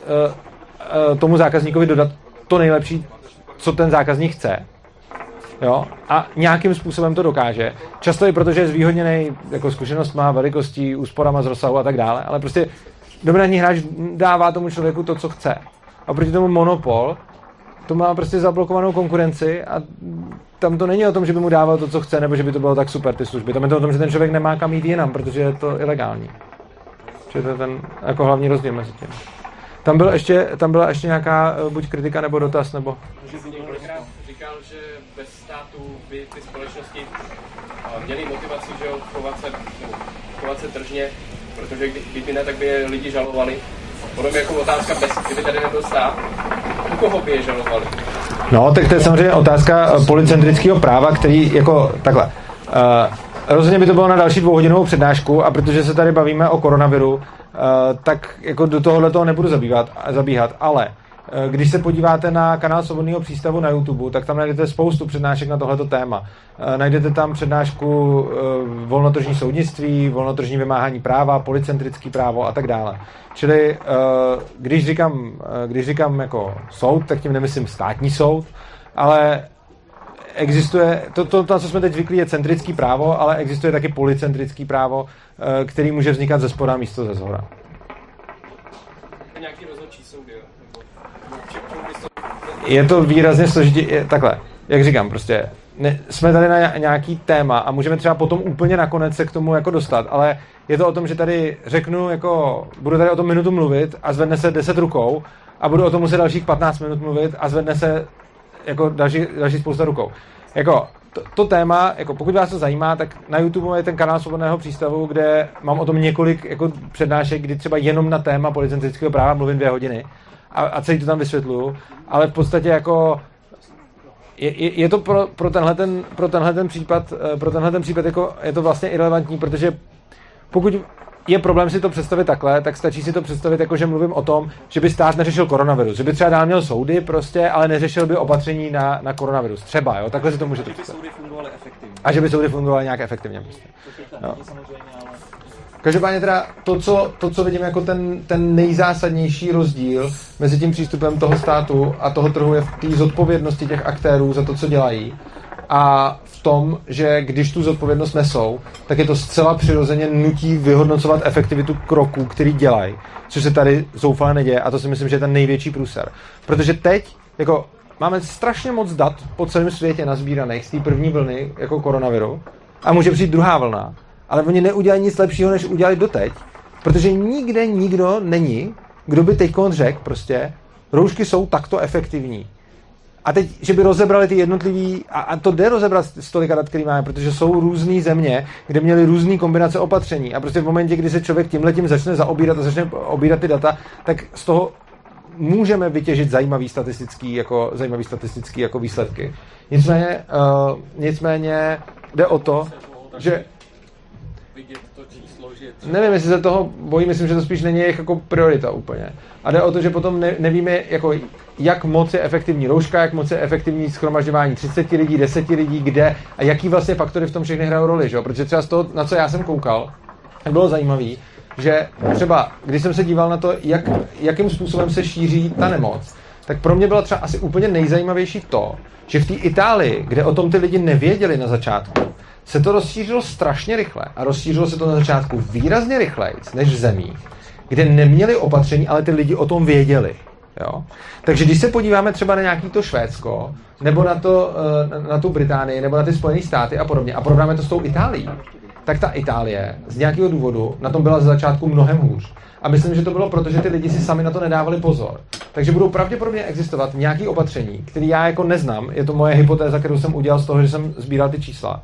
uh, tomu zákazníkovi dodat to nejlepší, co ten zákazník chce. Jo? A nějakým způsobem to dokáže. Často i protože je zvýhodněný jako zkušenostma, velikostí, úsporama z rozsahu a tak dále, ale prostě dominantní hráč dává tomu člověku to, co chce. A proti tomu monopol, to má prostě zablokovanou konkurenci a tam to není o tom, že by mu dával to, co chce, nebo že by to bylo tak super, ty služby. Tam je to o tom, že ten člověk nemá kam jít jinam, protože je to ilegální. Čili to je ten jako hlavní rozdíl mezi tím. Tam, byl ještě, tam byla ještě nějaká buď kritika nebo dotaz, nebo... Říkal, že bez státu by ty společnosti měly motivaci, že jo, chovat se, chovat se tržně, protože kdyby ne, tak by je lidi žalovali. Potom jako otázka, bez, kdyby tady nebyl stát, u koho by je žalovali? No, tak to je samozřejmě otázka policentrického práva, který jako takhle. Uh, rozhodně by to bylo na další dvouhodinovou přednášku a protože se tady bavíme o koronaviru, uh, tak jako do tohohle toho nebudu zabývat, zabíhat, ale uh, když se podíváte na kanál Svobodného přístavu na YouTube, tak tam najdete spoustu přednášek na tohleto téma. Uh, najdete tam přednášku uh, volnotržní soudnictví, volnotržní vymáhání práva, policentrický právo a tak dále. Čili uh, když říkám, uh, když říkám jako soud, tak tím nemyslím státní soud, ale existuje, to, to, to, co jsme teď zvyklí, je centrický právo, ale existuje taky policentrický právo, který může vznikat ze spoda místo ze zhora. Nějaký rozhodčí soudy, jo? Je to výrazně složitě, takhle, jak říkám, prostě ne, jsme tady na nějaký téma a můžeme třeba potom úplně nakonec se k tomu jako dostat, ale je to o tom, že tady řeknu, jako budu tady o tom minutu mluvit a zvedne se deset rukou a budu o tom muset dalších patnáct minut mluvit a zvedne se jako další, další spousta rukou. Jako to, to téma, jako pokud vás to zajímá, tak na YouTube je ten kanál Svobodného přístavu, kde mám o tom několik jako přednášek, kdy třeba jenom na téma policentrického práva mluvím dvě hodiny a, a celý to tam vysvětluju, ale v podstatě jako je, je, je to pro, pro, tenhle ten, pro tenhle ten případ, pro tenhle ten případ jako je to vlastně irelevantní, protože pokud je problém si to představit takhle, tak stačí si to představit jako, že mluvím o tom, že by stát neřešil koronavirus, že by třeba dál měl soudy prostě, ale neřešil by opatření na, na koronavirus. Třeba, jo, takhle si to můžete představit. A že by soudy fungovaly nějak efektivně. Prostě. No. Každopádně teda to, co, to, co vidím jako ten, ten nejzásadnější rozdíl mezi tím přístupem toho státu a toho trhu je v té zodpovědnosti těch aktérů za to, co dělají. A v tom, že když tu zodpovědnost nesou, tak je to zcela přirozeně nutí vyhodnocovat efektivitu kroků, který dělají, což se tady zoufale neděje a to si myslím, že je ten největší průser. Protože teď jako máme strašně moc dat po celém světě nazbíraných z té první vlny jako koronaviru a může přijít druhá vlna, ale oni neudělají nic lepšího, než udělali doteď, protože nikde nikdo není, kdo by teďkon řekl prostě, roušky jsou takto efektivní. A teď, že by rozebrali ty jednotlivý, a, a to jde rozebrat z tolika dat, který máme, protože jsou různý země, kde měly různý kombinace opatření a prostě v momentě, kdy se člověk tímhletím začne zaobírat a začne obírat ty data, tak z toho můžeme vytěžit zajímavý statistický, jako, zajímavý statistický jako výsledky. Nicméně, uh, nicméně jde o to, že nevím, jestli se toho bojí, myslím, že to spíš není jejich jako priorita úplně. A jde o to, že potom ne, nevíme, jako, jak moc je efektivní rouška, jak moc je efektivní shromažďování třicet lidí, deset lidí, kde a jaký vlastně faktory v tom všechny hrajou roli, že? Protože třeba z toho, na co já jsem koukal, tak bylo zajímavý, že třeba, když jsem se díval na to, jak, jakým způsobem se šíří ta nemoc, tak pro mě bylo třeba asi úplně nejzajímavější to, že v té Itálii, kde o tom ty lidi nevěděli na začátku, se to rozšířilo strašně rychle a rozšířilo se to na začátku výrazně rychleji než v zemích, kde neměli opatření, ale ty lidi o tom věděli. Jo? Takže když se podíváme třeba na nějaký to Švédsko, nebo na, to, na tu Británii, nebo na ty Spojené státy a podobně, a porovnáme to s tou Itálií, tak ta Itálie z nějakého důvodu na tom byla ze začátku mnohem hůř. A myslím, že to bylo proto, že ty lidi si sami na to nedávali pozor. Takže budou pravděpodobně existovat nějaké opatření, které já jako neznám, je to moje hypotéza, kterou jsem udělal z toho, že jsem sbíral ty čísla,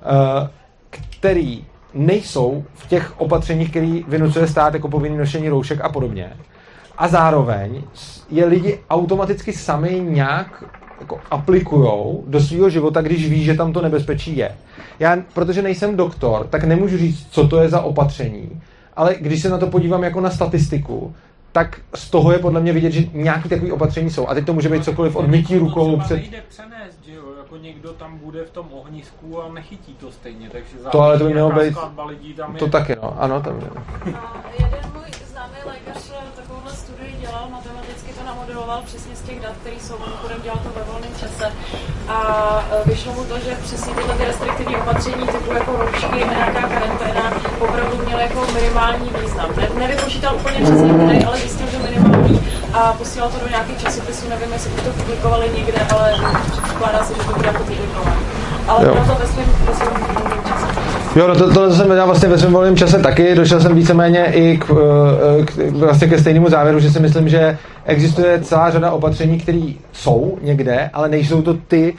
který nejsou v těch opatřeních, který vynucuje stát jako povinný nošení roušek a podobně. A zároveň je lidi automaticky sami nějak jako aplikujou do svého života, když ví, že tam to nebezpečí je. Já, protože nejsem doktor, tak nemůžu říct, co to je za opatření, ale když se na to podívám jako na statistiku, tak z toho je podle mě vidět, že nějaký takový opatření jsou. A teď to může být cokoliv od mytí rukou před... nejde přenést, že jo? Jako někdo tam bude v tom ohnisku a nechytí to stejně, takže to ale to by mělo být... lidí tam to je... taky, no. Ano, tam je. Jeden můj známý lékař takovouhle studii dělal, matematicky to namodeloval přesně z těch dat, který jsou, mimochodem dělal to ve volném čase. A vyšlo mu to, že přesně tyhle ty restriktivní opatření, typu jako roušky a nějaká karanténa, opravdu měly jako minimální význam. Ne, nevypočítal úplně přesně který, ale zjistil, že minimální a posílal to do nějakých časopisů, nevím, jestli to publikovali někde, ale předpokládá se, že to bude jako publikovat. Ale bylo to ve svém volném čase. Jo, no to, to jsem dělal vlastně ve svém volném čase taky, došel jsem víceméně i k, k, vlastně ke stejnému závěru, že si myslím, že existuje celá řada opatření, které jsou někde, ale nejsou to ty,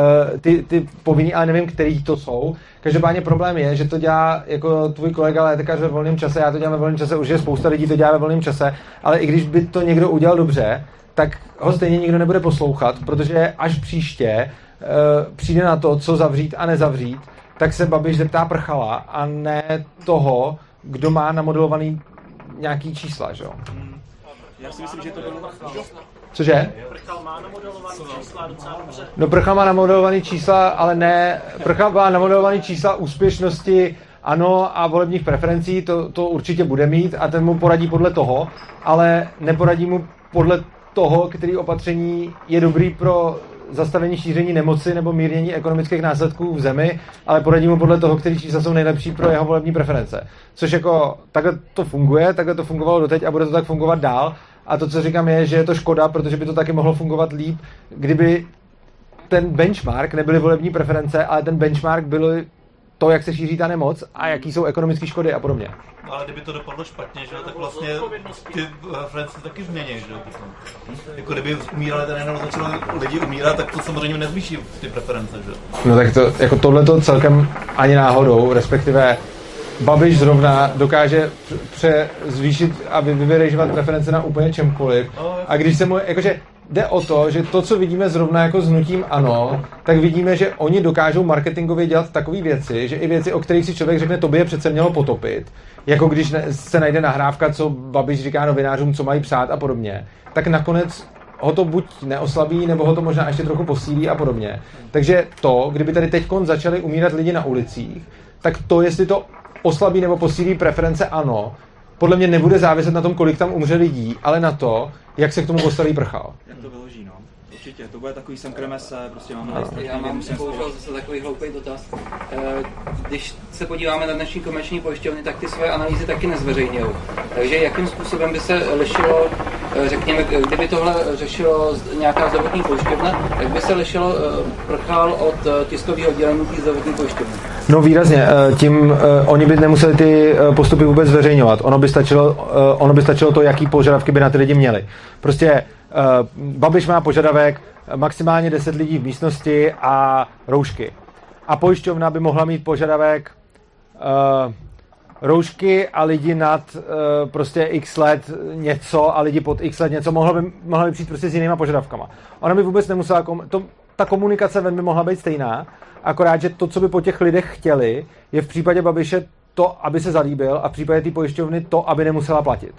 ty, ty povinný, ale nevím, který to jsou. Každopádně problém je, že to dělá jako tvůj kolega lékař ve volném čase, já to dělám ve volném čase, už je spousta lidí to dělá ve volném čase, ale i když by to někdo udělal dobře, tak ho stejně nikdo nebude poslouchat, protože až příště uh, přijde na to, co zavřít a nezavřít, tak se Babiš zeptá Prchala a ne toho, kdo má namodelovaný nějaký čísla, že jo? Já si myslím, že to bylo... Cože? Prchal má namodelovaný čísla docela dobře. No Prchal má namodelovaný čísla, ale ne... Prchal má namodelovaný čísla úspěšnosti, ano, a volebních preferencí, to, to určitě bude mít a ten mu poradí podle toho, ale neporadí mu podle toho, který opatření je dobrý pro zastavení šíření nemoci nebo mírnění ekonomických následků v zemi, ale poradí mu podle toho, který čísla jsou nejlepší pro jeho volební preference. Což jako takhle to funguje, takhle to fungovalo doteď a bude to tak fungovat dál. A to, co říkám, je, že je to škoda, protože by to taky mohlo fungovat líp, kdyby ten benchmark nebyly volební preference, ale ten benchmark byly to, jak se šíří ta nemoc a jaký jsou ekonomické škody a podobně. No, ale kdyby to dopadlo špatně, že, tak vlastně ty reference taky změní, že? Jako kdyby umírali, ten jenom začalo lidi umírat, tak to samozřejmě nezvýší ty preference, že? No tak to, jako tohleto celkem ani náhodou, respektive Babiš zrovna dokáže pře zvýšit a vyvěřejovat preference na úplně čemkoliv. A když se mu, jakože jde o to, že to, co vidíme zrovna jako s hnutím ANO, tak vidíme, že oni dokážou marketingově dělat takové věci, že i věci, o kterých si člověk řekne, to by je přece mělo potopit, jako když se najde nahrávka, co Babiš říká novinářům, co mají psát a podobně, tak nakonec ho to buď neoslabí, nebo ho to možná ještě trochu posílí a podobně. Takže to, kdyby tady teďkon začali umírat lidi na ulicích, tak to, jestli to oslabí nebo posílí preference ANO, podle mě nebude záviset na tom, kolik tam umře lidí, ale na to, jak se k tomu postaví Prchal. Jak to vyloží, no. Určitě, to bude takový semkremese, prostě máme... No. Já mám bohužel zase takový hloupý dotaz. Když se podíváme na dnešní komerční pojišťovny, tak ty své analýzy taky nezveřejňují. Takže jakým způsobem by se lišilo, řekněme, kdyby tohle řešilo nějaká zdravotní pojišťovna, jak by se lišilo Prchal od tiskového oddělení té zdravotní pojišťovny? No výrazně, tím oni by nemuseli ty postupy vůbec zveřejňovat. Ono by stačilo, ono by stačilo to, jaký požadavky by na ty lidi měli. Prostě Uh, Babiš má požadavek maximálně deset lidí v místnosti a roušky. A pojišťovna by mohla mít požadavek uh, roušky a lidi nad uh, prostě x let něco a lidi pod x let něco. Mohla by, mohla by přijít prostě s jinýma požadavkama. Ona by vůbec nemusela, kom- to, ta komunikace ven by mohla být stejná, akorát, že to, co by po těch lidech chtěli, je v případě Babiše to, aby se zalíbil a v případě té pojišťovny to, aby nemusela platit.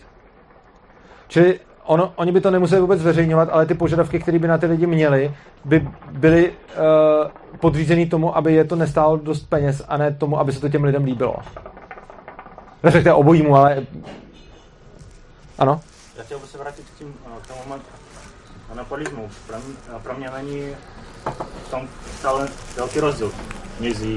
Čili Ono, oni by to nemuseli vůbec zveřejňovat, ale ty požadavky, které by na ty lidi měli, by byly uh, podřízený tomu, aby je to nestálo dost peněz a ne tomu, aby se to těm lidem líbilo. Respektive obojímu, ale... Ano? Já chtěl bych se vrátit k, tím, k tomu monopolismu. Pro mě, pro mě není v tom stále velký rozdíl mezi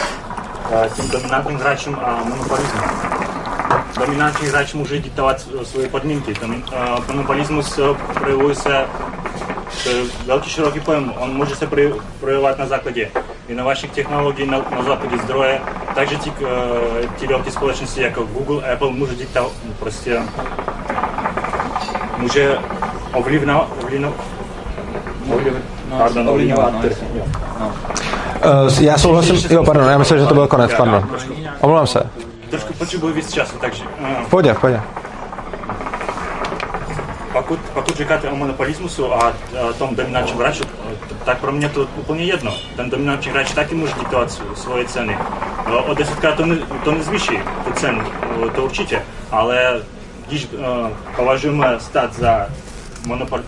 tím dominantním hráčem a monopolismem. Dominantní hráč může diktovat svoje podmínky. Ten monopolismus projevuje se, to je velký široký pojem, on může se projevovat na základě inovačních technologií, na, na základě zdroje, takže ti, ti velké společnosti jako Google, Apple může diktovat, prostě může ovlivňovat, pardon, ovlivňovat trh. Uh, já souhlasím, jo, pardon, já myslím, že to byl konec, pardon. Omlouvám se. Trošku potřebuji víc času, takže... V pohodě, v pohodě. Pokud, pokud říkáte o monopolismusu a, a tom dominantním hráči, tak pro mě to úplně jedno. Ten dominantní hráč taky může diktovat svoje ceny. O desetkrát to, ne, to nezvýší tu cenu, to určitě. Ale když uh, považujeme stát za, monopol,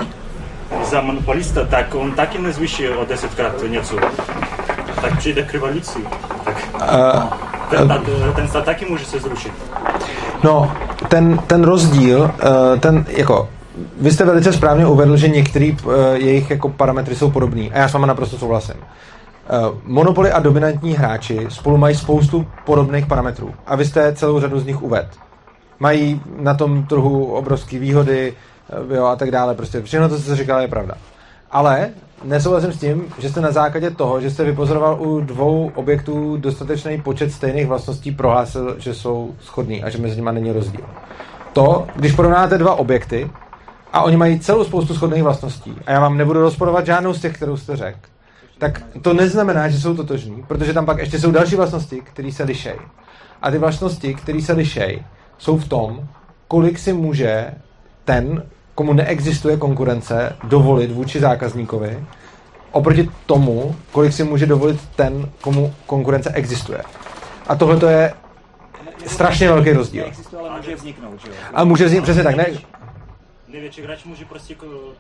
za monopolista, tak on taky nezvýší o desetkrát něco. Tak přijde k revoluci. Tak... Uh... Ten, ten stát taky může se zrušit. No, ten, ten rozdíl, ten, jako, vy jste velice správně uvedl, že některý jejich jako parametry jsou podobný a já s váma naprosto souhlasím. Monopoly a dominantní hráči spolu mají spoustu podobných parametrů a vy jste celou řadu z nich uvedl. Mají na tom trhu obrovské výhody, jo, a tak dále, prostě všechno to, co jste říkal, je pravda. Ale nesouhlasím s tím, že jste na základě toho, že jste vypozoroval u dvou objektů dostatečný počet stejných vlastností, prohlásil, že jsou shodný a že mezi nimi není rozdíl. To, když porovnáte dva objekty a oni mají celou spoustu shodných vlastností a já vám nebudu rozporovat žádnou z těch, kterou jste řekl, tak to neznamená, že jsou totožní, protože tam pak ještě jsou další vlastnosti, které se lišejí. A ty vlastnosti, které se lišejí, jsou v tom, kolik si může ten, komu neexistuje konkurence, dovolit vůči zákazníkovi, oproti tomu, kolik si může dovolit ten, komu konkurence existuje. A tohle to je strašně velký rozdíl. Neexistuje, ale může vzniknout, že jo? A může vzniknout, přesně tak, ne? Největší hráč může prostě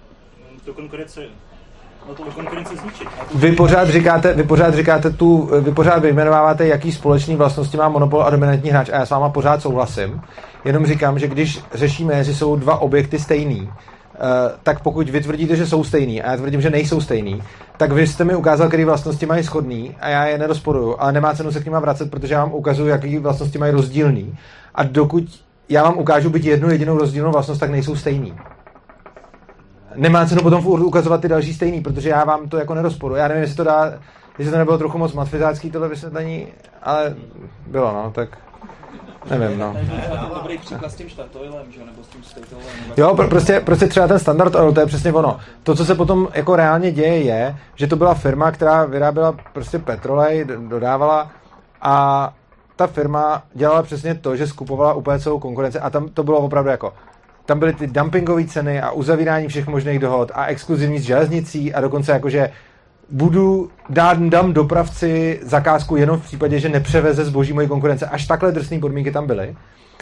tu konkurenci No to už konkurence zničit. Vy pořád říkáte, vy pořád říkáte tu, vy pořád vyjmenováváte, jaký společný vlastnosti má monopol a dominantní hráč a já s váma pořád souhlasím. Jenom říkám, že když řešíme, jestli jsou dva objekty stejný, tak pokud vy tvrdíte, že jsou stejný a já tvrdím, že nejsou stejný, tak vy jste mi ukázal, které vlastnosti mají shodný a já je nerozporuju, ale nemá cenu se k nima vracet, protože já vám ukazuju, jaké vlastnosti mají rozdílný. A dokud já vám ukážu být jednu jedinou rozdílnou vlastnost, tak nejsou stejný. nemá cenu potom furt ukazovat ty další stejný, protože já vám to jako nerozporu. Já nevím, jestli to dá, jestli to nebylo trochu moc matfizácký tohle vysvětlení, ale bylo, no, tak nevím, no. Dobrý příklad s tím Statoilem, že nebo s tím Statoilem. Jo, pr- prostě, prostě třeba ten Standard Oil, to je přesně ono. To, co se potom jako reálně děje, je, že to byla firma, která vyráběla prostě petrolej, dodávala a ta firma dělala přesně to, že skupovala úplně celou konkurenci a tam to bylo opravdu jako tam byly ty dumpingové ceny a uzavírání všech možných dohod a exkluzivní s železnicí a dokonce jakože budu dát dám dopravci zakázku jenom v případě, že nepřeveze zboží mojí konkurence. Až takhle drsné podmínky tam byly.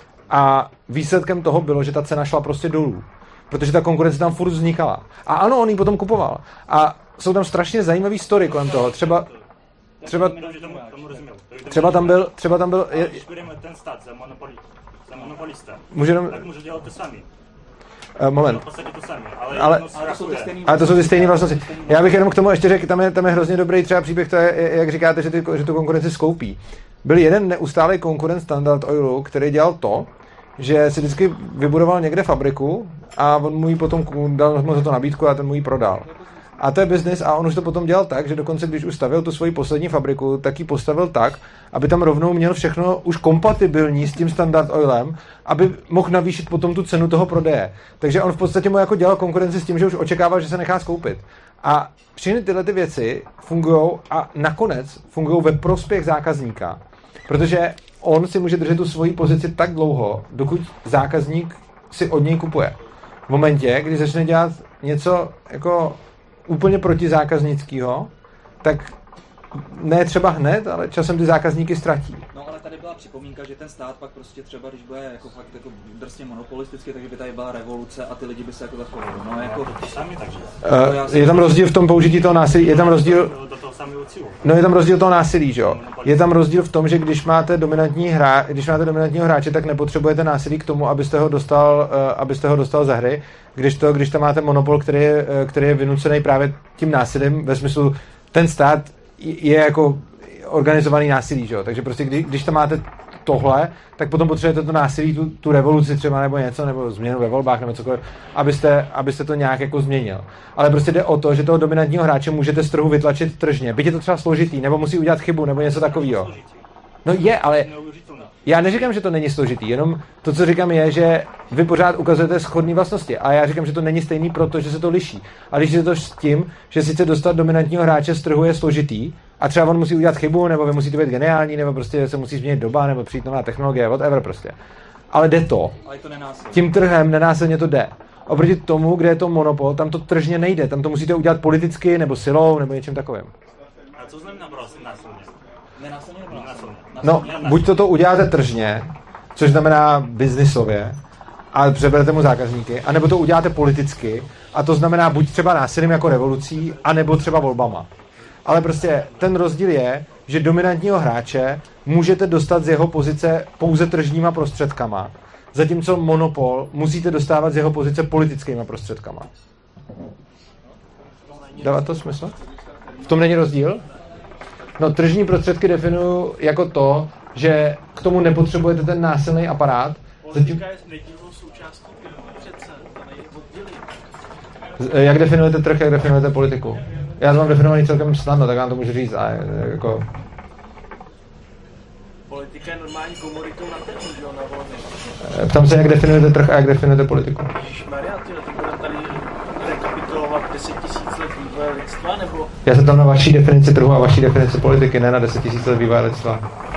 A výsledkem toho bylo, že ta cena šla prostě dolů. Protože ta konkurence tam furt vznikala. A ano, on ji potom kupoval. A jsou tam strašně zajímavý story kolem toho. Třeba třeba třeba tam byl třeba tam byl je, když budeme ten stát za monopoli, za monopolista, můžeme, tak může dělat to sami. Uh, moment. To v podstatě to sami, ale, ale, ale, to jsou ty stejný, ale to jsou ty stejné vlastnosti. Já bych jenom k tomu ještě řekl, tam je, tam je hrozně dobrý třeba příběh, to je, jak říkáte, že, ty, že tu konkurenci skoupí. Byl jeden neustálý konkurent Standard Oilu, který dělal to, že si vždycky vybudoval někde fabriku a on mu ji potom dal mu za to nabídku a ten mu ji prodal. A to je business a on už to potom dělal tak, že dokonce když už stavil tu svoji poslední fabriku, tak ji postavil tak, aby tam rovnou měl všechno už kompatibilní s tím Standard Oilem, aby mohl navýšit potom tu cenu toho prodeje. Takže on v podstatě mu jako dělal konkurenci s tím, že už očekával, že se nechá skoupit. A všechny tyhle ty věci fungují a nakonec fungují ve prospěch zákazníka, protože on si může držet tu svoji pozici tak dlouho, dokud zákazník si od něj kupuje. V momentě, kdy začne dělat něco jako úplně protizákaznického, tak ne třeba hned, ale časem ty zákazníky ztratí. No ale tady byla připomínka, že ten stát pak prostě třeba, když bude jako fakt jako drsně monopolisticky, takže by tady byla revoluce a ty lidi by se jako zachovali. No jako sami takže. Uh, je tam rozdíl v tom použití toho násilí, je tam rozdíl No je tam rozdíl toho násilí, že jo. Je tam rozdíl v tom, že když máte dominantní hra, když máte dominantního hráče, tak nepotřebujete násilí k tomu, abyste ho dostal, uh, abyste ho dostal za hry, když to, když tam máte monopol, který je, uh, který je vynucený právě tím násilím, ve smyslu ten stát je jako organizovaný násilí, že jo? Takže prostě když, když tam máte tohle, tak potom potřebujete to násilí, tu, tu revoluci třeba nebo něco, nebo změnu ve volbách nebo cokoliv, abyste, abyste to nějak jako změnil. Ale prostě jde o to, že toho dominantního hráče můžete z trhu vytlačit tržně. Byť je to třeba složitý, nebo musí udělat chybu, nebo něco takového. No je, ale já neříkám, že to není složitý, jenom to, co říkám, je, že vy pořád ukazujete shodné vlastnosti. A já říkám, že to není stejný, protože se to liší. A liší se to s tím, že sice dostat dominantního hráče z trhu je složitý, a třeba on musí udělat chybu, nebo vy musíte být geniální, nebo prostě se musí změnit doba, nebo přijít nová technologie, whatever prostě. Ale jde to. Ale to nenásilně. Tím trhem nenásilně to jde. Oproti tomu, kde je to monopol, tam to tržně nejde. Tam to musíte udělat politicky, nebo silou, nebo něčím takovým. A co znamená prostě násilně? Nenásilně nebo násilně? No, buď to to uděláte tržně, což znamená biznisově, a přeberete mu zákazníky, anebo to uděláte politicky, a to znamená buď třeba násilím jako revolucí, anebo třeba volbama. Ale prostě ten rozdíl je, že dominantního hráče můžete dostat z jeho pozice pouze tržníma prostředkama, zatímco monopol musíte dostávat z jeho pozice politickýma prostředkama. Dává to smysl? V tom není rozdíl? No, tržní prostředky definuju jako to, že k tomu nepotřebujete ten násilný aparát. Politika je nedílnou součástí přece, to nejde oddělit. Jak definujete trh, jak definujete politiku? Já to mám definovaný celkem snadno, tak vám to můžu říct. A jako... Politika je normální komoditou na trhu, že jo, na volně. Ptám se, jak definujete trh a jak definujete politiku. Ježišmarja, ty budeme tady rekapitulovat deset tisíc let vývoje lidstva, nebo... Já se tam na vaší definici trhu a vaší definici politiky, ne na deset tisíc let vývoje lidstva.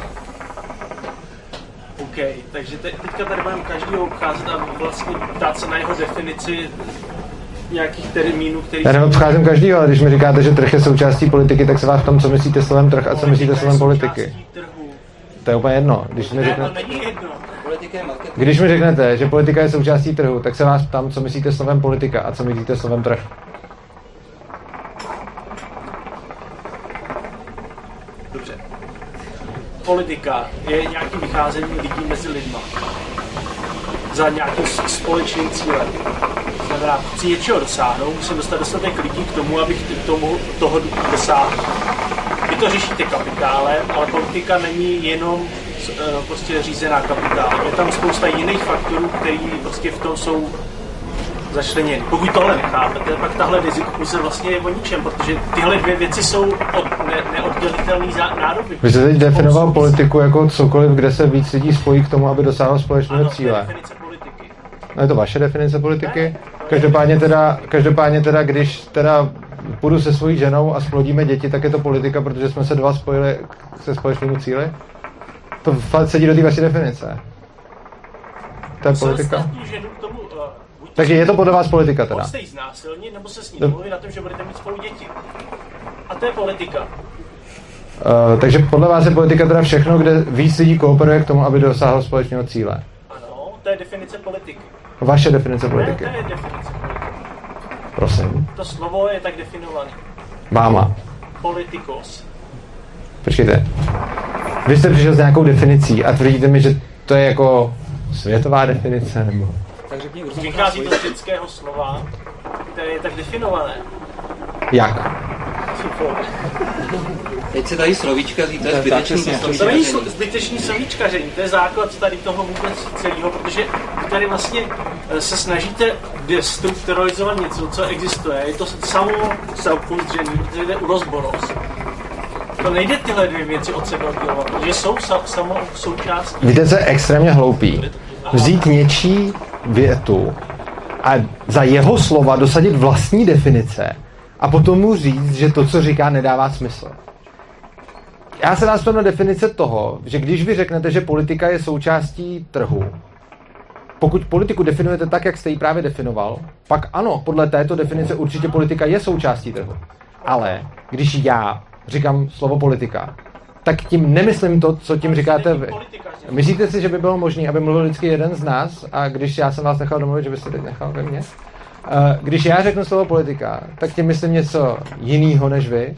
OK, takže te, teďka tady budeme každýho obcházet a vlastně ptát se na jeho definici nějakých termínů, který... Já neobcházím každýho, ale když mi říkáte, že trh je součástí politiky, tak se vás v tom, co myslíte slovem trh a co myslíte slovem politiky. To je úplně jedno. Když mi řekne... Když mi řeknete, že politika je součástí trhu, tak se vás ptám, co myslíte slovem politika a co myslíte slovem trh. Dobře. Politika je nějaký vycházení lidí mezi lidma za nějakým společným cílem. Znamená, chci něčeho dosáhnout, musím dostat dostatek lidí k tomu, abych k tomu toho dosáhl. Vy to řešíte kapitálem, ale politika není jenom prostě řízená kapitálem. Je tam spousta jiných faktorů, které prostě v tom jsou začleněny. Pokud tohle nechápete, pak tahle diskuse vlastně je o ničem, protože tyhle dvě věci jsou od, ne, neoddělitelný nádoby. Vy jste teď definoval politiku jako cokoliv, kde se víc lidí spojí k tomu, aby dosáhlo společného cíle. Ano, to je definice politiky. No je to vaše definice politiky? Každopádně teda, každopádně teda, když teda půjdu se svojí ženou a splodíme děti, tak je to politika, protože jsme se dva spojili se společnému cíli? To fakt sedí do té vaší definice. To je politika. Takže je to podle vás politika teda? Buď jste jí znásilnit, nebo se s ní domluví na tom, že budete mít spolu děti. A to je politika. Uh, takže podle vás je politika teda všechno, kde víc lidí kooperuje k tomu, aby dosáhlo společného cíle? Ano, to je definice politiky. Vaše definice politiky? Ne, to je definice politiky. Prosím. To slovo je tak definované. Máma. Politikos. Počkejte. Vy jste přišel s nějakou definicí a tvrdíte mi, že to je jako světová definice, nebo... Tak řekni, vychází to z řeckého slova, které je tak definované. Jak? Teď se tady slovíčkaří, to je zbytečný slovíčkaření. To není zbytečný slovíčkaření, to je základ tady toho vůbec celého, protože vy tady vlastně se snažíte destrukturalizovat něco, co existuje. Je to samo self-pozdření, protože jde urozboros. To nejde tyhle dvě věci od sebe oddělovat, protože jsou samo součástí. Víte, co je extrémně hloupý? Vzít něčí větu a za jeho slova dosadit vlastní definice a potom mu říct, že to, co říká, nedává smysl. Já se vás ptám na definice toho, že když vy řeknete, že politika je součástí trhu, pokud politiku definujete tak, jak jste ji právě definoval, pak ano, podle této definice určitě politika je součástí trhu. Ale když já říkám slovo politika, tak tím nemyslím to, co tím říkáte vy. Myslíte si, že by bylo možné, aby mluvil vždycky jeden z nás a když já jsem vás nechal domluvit, že byste teď nechal ve mně? Když já řeknu slovo politika, tak tím myslím něco jiného než vy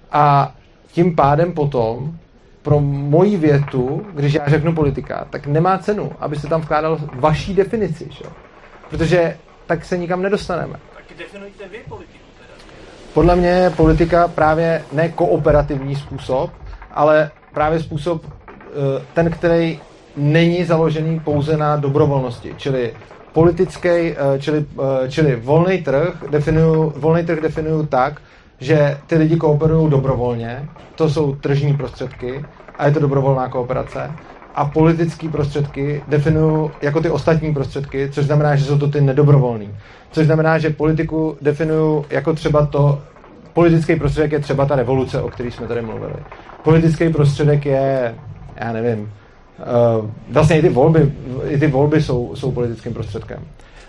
a tím pádem potom pro moji větu, když já řeknu politika, tak nemá cenu, abyste tam vkládal vaší definici, že? Protože tak se nikam nedostaneme. Tak definujte vy politiku teda. Podle mě je politika právě ne kooperativní způsob, ale právě způsob ten, který není založený pouze na dobrovolnosti, čili politický, čili, čili volný trh definuju, volný trh definuju tak, že ty lidi kooperují dobrovolně, to jsou tržní prostředky a je to dobrovolná kooperace. A politické prostředky definuju jako ty ostatní prostředky, což znamená, že jsou to ty nedobrovolný. Což znamená, že politiku definuju jako třeba to, politický prostředek je třeba ta revoluce, o které jsme tady mluvili. Politický prostředek je, já nevím, uh, vlastně i ty volby, i ty volby jsou, jsou politickým prostředkem.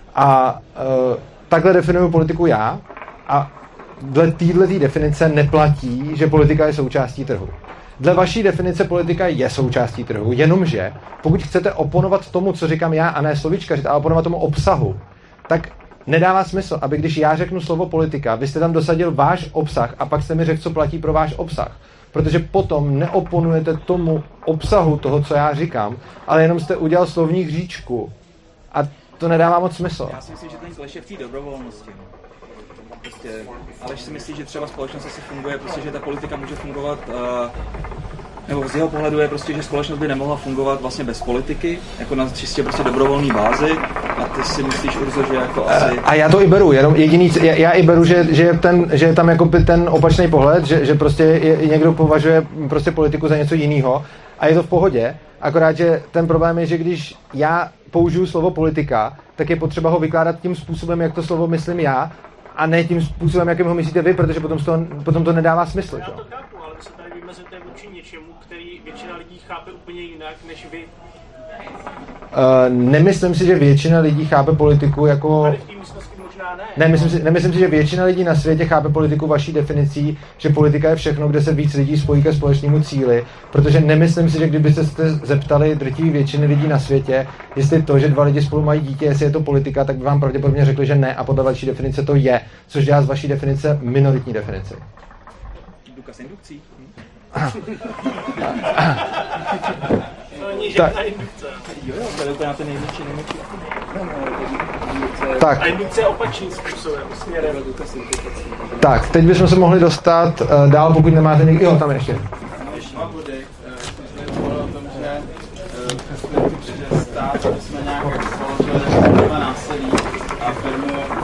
A uh, takhle definuju politiku já a dle této definice neplatí, že politika je součástí trhu. Dle vaší definice politika je součástí trhu, jenomže pokud chcete oponovat tomu, co říkám já, a ne slovíčkařit, ale oponovat tomu obsahu, tak nedává smysl, aby když já řeknu slovo politika, vy jste tam dosadil váš obsah a pak jste mi řekl, co platí pro váš obsah. Protože potom neoponujete tomu obsahu toho, co já říkám, ale jenom jste udělal slovní hříčku. A to nedává moc smysl. Já si myslím, že ten kleš je v té dobrovolnosti. Prostě, ale si myslíš, že třeba společnost asi funguje, prostě, že ta politika může fungovat, uh, nebo z jeho pohledu je prostě, že společnost by nemohla fungovat vlastně bez politiky, jako na čistě prostě dobrovolný bázi, a ty si myslíš, Urzo, že jako asi... A já to i beru, jenom jediný, já, já i beru, že, že, je ten, že je tam jako ten opačný pohled, že, že prostě je, někdo považuje prostě politiku za něco jiného a je to v pohodě, akorát, že ten problém je, že když já použiju slovo politika, tak je potřeba ho vykládat tím způsobem, jak to slovo myslím já, a ne tím způsobem, jakým ho myslíte vy, protože potom, to, potom to nedává smysl. Já to chápu, ale vy se tady vymezujete vůči něčemu, který většina lidí chápe úplně jinak než vy. Uh, nemyslím si, že většina lidí chápe politiku jako... Tady v té místnosti možná ne. Ne, myslím si, nemyslím si, že většina lidí na světě chápe politiku vaší definicí, že politika je všechno, kde se víc lidí spojí ke společnému cíli, protože nemyslím si, že kdybyste se zeptali drtivé většiny lidí na světě, jestli to, že dva lidi spolu mají dítě, jestli je to politika, tak by vám pravděpodobně řekli, že ne, a podle vaší definice to je, což dělá z vaší definice minoritní definici. Důkaz indukcí. To není žádná indukce. Jo, jo, to je úplně na ten největší, největší. Tak. A indukce je opačným způsobem, směrem. Tak, teď bychom se mohli dostat uh, dál, pokud nemáte někdy... Jo, tam ještě. Ještě dva body. Jsme mluvili o tom, že přijde stát, aby jsme nějak založili firma násilí a firmu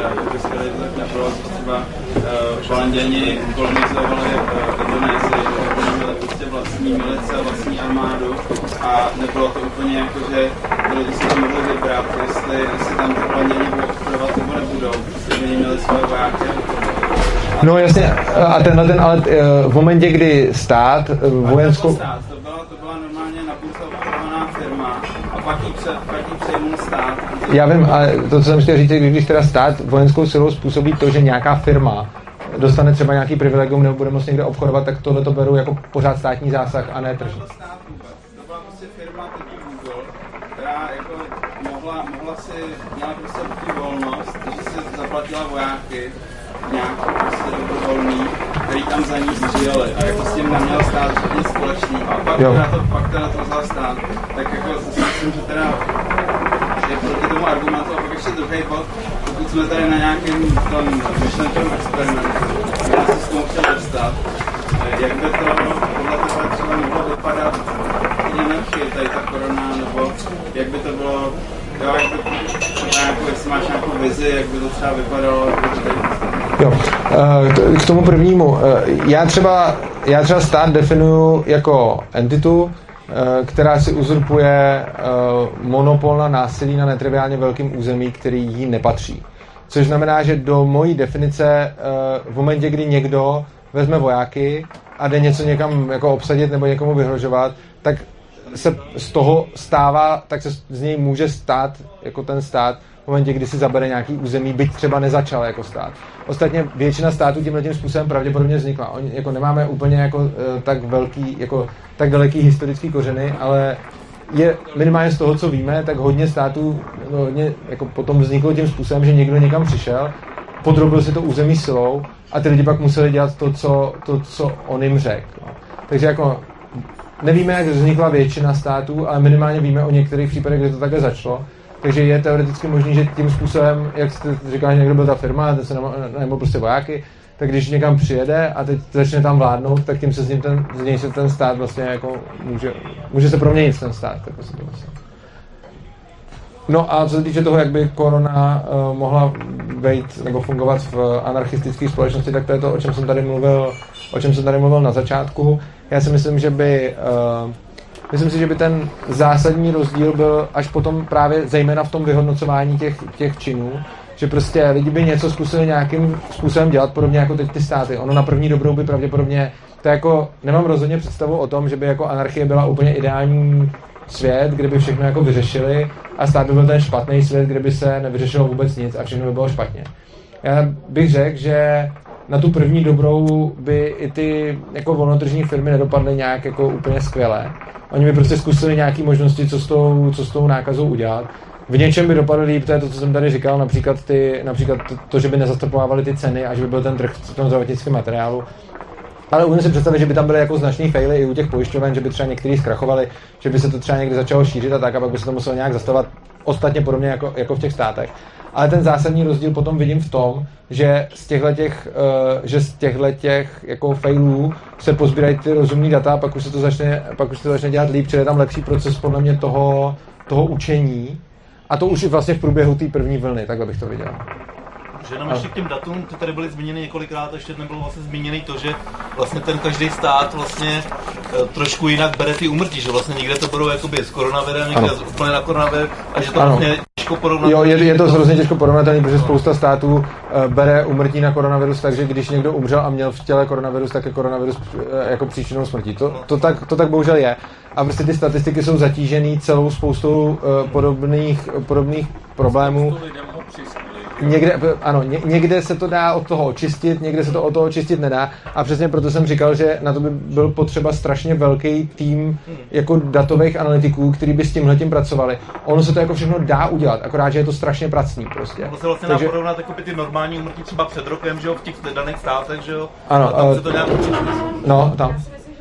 dají, aby se dali tak naprovoz třeba Holanděni kolonizovali Indonésii, že měli prostě vlastní milice a vlastní armádu a nebylo to úplně jako, že lidi si to mohli vybrat, jestli, jestli tam ty Holanděni budou obchodovat nebo nebudou, protože oni měli svoje vojáky. No jasně, a tenhle ten, ale v momentě, kdy stát vojenskou... To byla, to byla normálně napůlce obchodovaná firma a pak ji, pře, pak ji přejmul stát. Já vím, ale to, co jsem chtěl říct, když teda stát vojenskou silou způsobí to, že nějaká firma dostane třeba nějaký privilegium nebo bude moct někde obchodovat, tak tohle to beru jako pořád státní zásah a ne tržní. To byla prostě firma typu Google, která jako mohla, mohla si, měla prostě tu volnost, že si zaplatila vojáky, nějaký prostě dobrovolný, který tam za ní stříleli a jako s tím neměl stát nic společný a pak teda to, pak teda to vzal stát, tak jako si myslím, že teda je proti tomu argumentu a pak ještě druhý bod, pokud jsme tady na nějakém tom myšlenkovém experimentu, já si s tomu chtěl dostat, jak by to podle tebe třeba mohlo vypadat i anarchie, tady ta korona, nebo jak by to bylo, jo, jak by to, jako, jestli máš nějakou vizi, jak by to třeba vypadalo, Jo. K tomu prvnímu. Já třeba, já třeba stát definuju jako entitu, která si uzurpuje monopol na násilí na netriviálně velkým území, který jí nepatří. Což znamená, že do mojí definice v momentě, kdy někdo vezme vojáky a jde něco někam jako obsadit nebo někomu vyhrožovat, tak se z toho stává, tak se z něj může stát jako ten stát v momentě, kdy si zabere nějaký území, byť třeba nezačal jako stát. Ostatně většina států tímhletím způsobem pravděpodobně vznikla. Oni jako nemáme úplně jako uh, tak velký, jako tak daleký historický kořeny, ale je minimálně z toho, co víme, tak hodně států no, hodně jako potom vzniklo tím způsobem, že někdo někam přišel, podrobil si to území silou a ty lidi pak museli dělat to, co, to, co on jim řekl. No. Takže jako nevíme, jak vznikla většina států, ale minimálně víme o některých případech, kde to takhle začalo. Takže je teoreticky možný, že tím způsobem, jak jste říkal, že někdo byl ta firma, ten se nebo prostě vojáky, tak když někam přijede a teď začne tam vládnout, tak tím se z, ním ten, z něj se ten stát vlastně jako může, může se proměnit ten stát. Tak vlastně to vlastně. No a co se týče toho, jak by korona uh, mohla být nebo fungovat v anarchistické společnosti, tak to je to, o čem jsem tady mluvil, o čem jsem tady mluvil na začátku. Já si myslím, že by uh, Myslím si, že by ten zásadní rozdíl byl až potom právě zejména v tom vyhodnocování těch, těch činů, že prostě lidi by něco zkusili nějakým způsobem dělat, podobně jako teď ty státy. Ono na první dobrou by pravděpodobně, to jako, nemám rozhodně představu o tom, že by jako anarchie byla úplně ideální svět, kde by všechno jako vyřešili a stát by byl ten špatný svět, kde by se nevyřešilo vůbec nic a všechno by bylo špatně. Já bych řekl, že na tu první dobrou by i ty jako volnotržní firmy nedopadly nějak jako úplně skvěle. Oni by prostě zkusili nějaké možnosti, co s tou, co s tou nákazou udělat. V něčem by dopadlo líp, to je to, co jsem tady říkal, například, ty, například to, to, že by nezastropovávali ty ceny a že by byl ten trh v tom zdravotnickém materiálu. Ale umím si představit, že by tam byly jako značný faily i u těch pojišťoven, že by třeba některý zkrachovali, že by se to třeba někdy začalo šířit a tak, a pak by se to muselo nějak zastavovat, ostatně podobně jako, jako v těch státech. Ale ten zásadní rozdíl potom vidím v tom, že z těchhletěch, uh, že z těchhletěch jako failů se pozbírají ty rozumný data a pak už se to začne, pak už se to začne dělat líp, protože je tam lepší proces podle mě toho, toho učení a to už i vlastně v průběhu té první vlny, takhle bych to viděl. Že jenom ještě k těm datům, ty tady byly zmíněny několikrát, ještě nebylo vlastně zmíněný to, že vlastně ten každý stát vlastně e, trošku jinak bere ty úmrtí, že vlastně někde to berou jakoby s koronavirem, někde úplně na koronavir a že to ano. Vlastně těžko porovnat. Jo, je, je to hrozně těžko porovnatelný, protože spousta států e, bere úmrtí na koronavirus, takže když někdo umřel a měl v těle koronavirus, tak je koronavirus e, jako příčinou smrti. To, to, tak, to tak bohužel je. A prostě ty statistiky jsou zatížený celou spoustou e, podobných, podobných problémů. Někde, ano, ně, někde se to dá od toho očistit, někde se to od toho očistit nedá a přesně proto jsem říkal, že na to by byl potřeba strašně velký tým jako datových analytiků, kteří by s tímhletím pracovali. Ono se to jako všechno dá udělat, akorát, že je to strašně pracný prostě. To se vlastně Takže... dá porovnat jako ty normální úmrtí třeba před rokem, že jo, v těch daných státech, že jo, ano, a tam uh, se to nějak určitě. No, tam.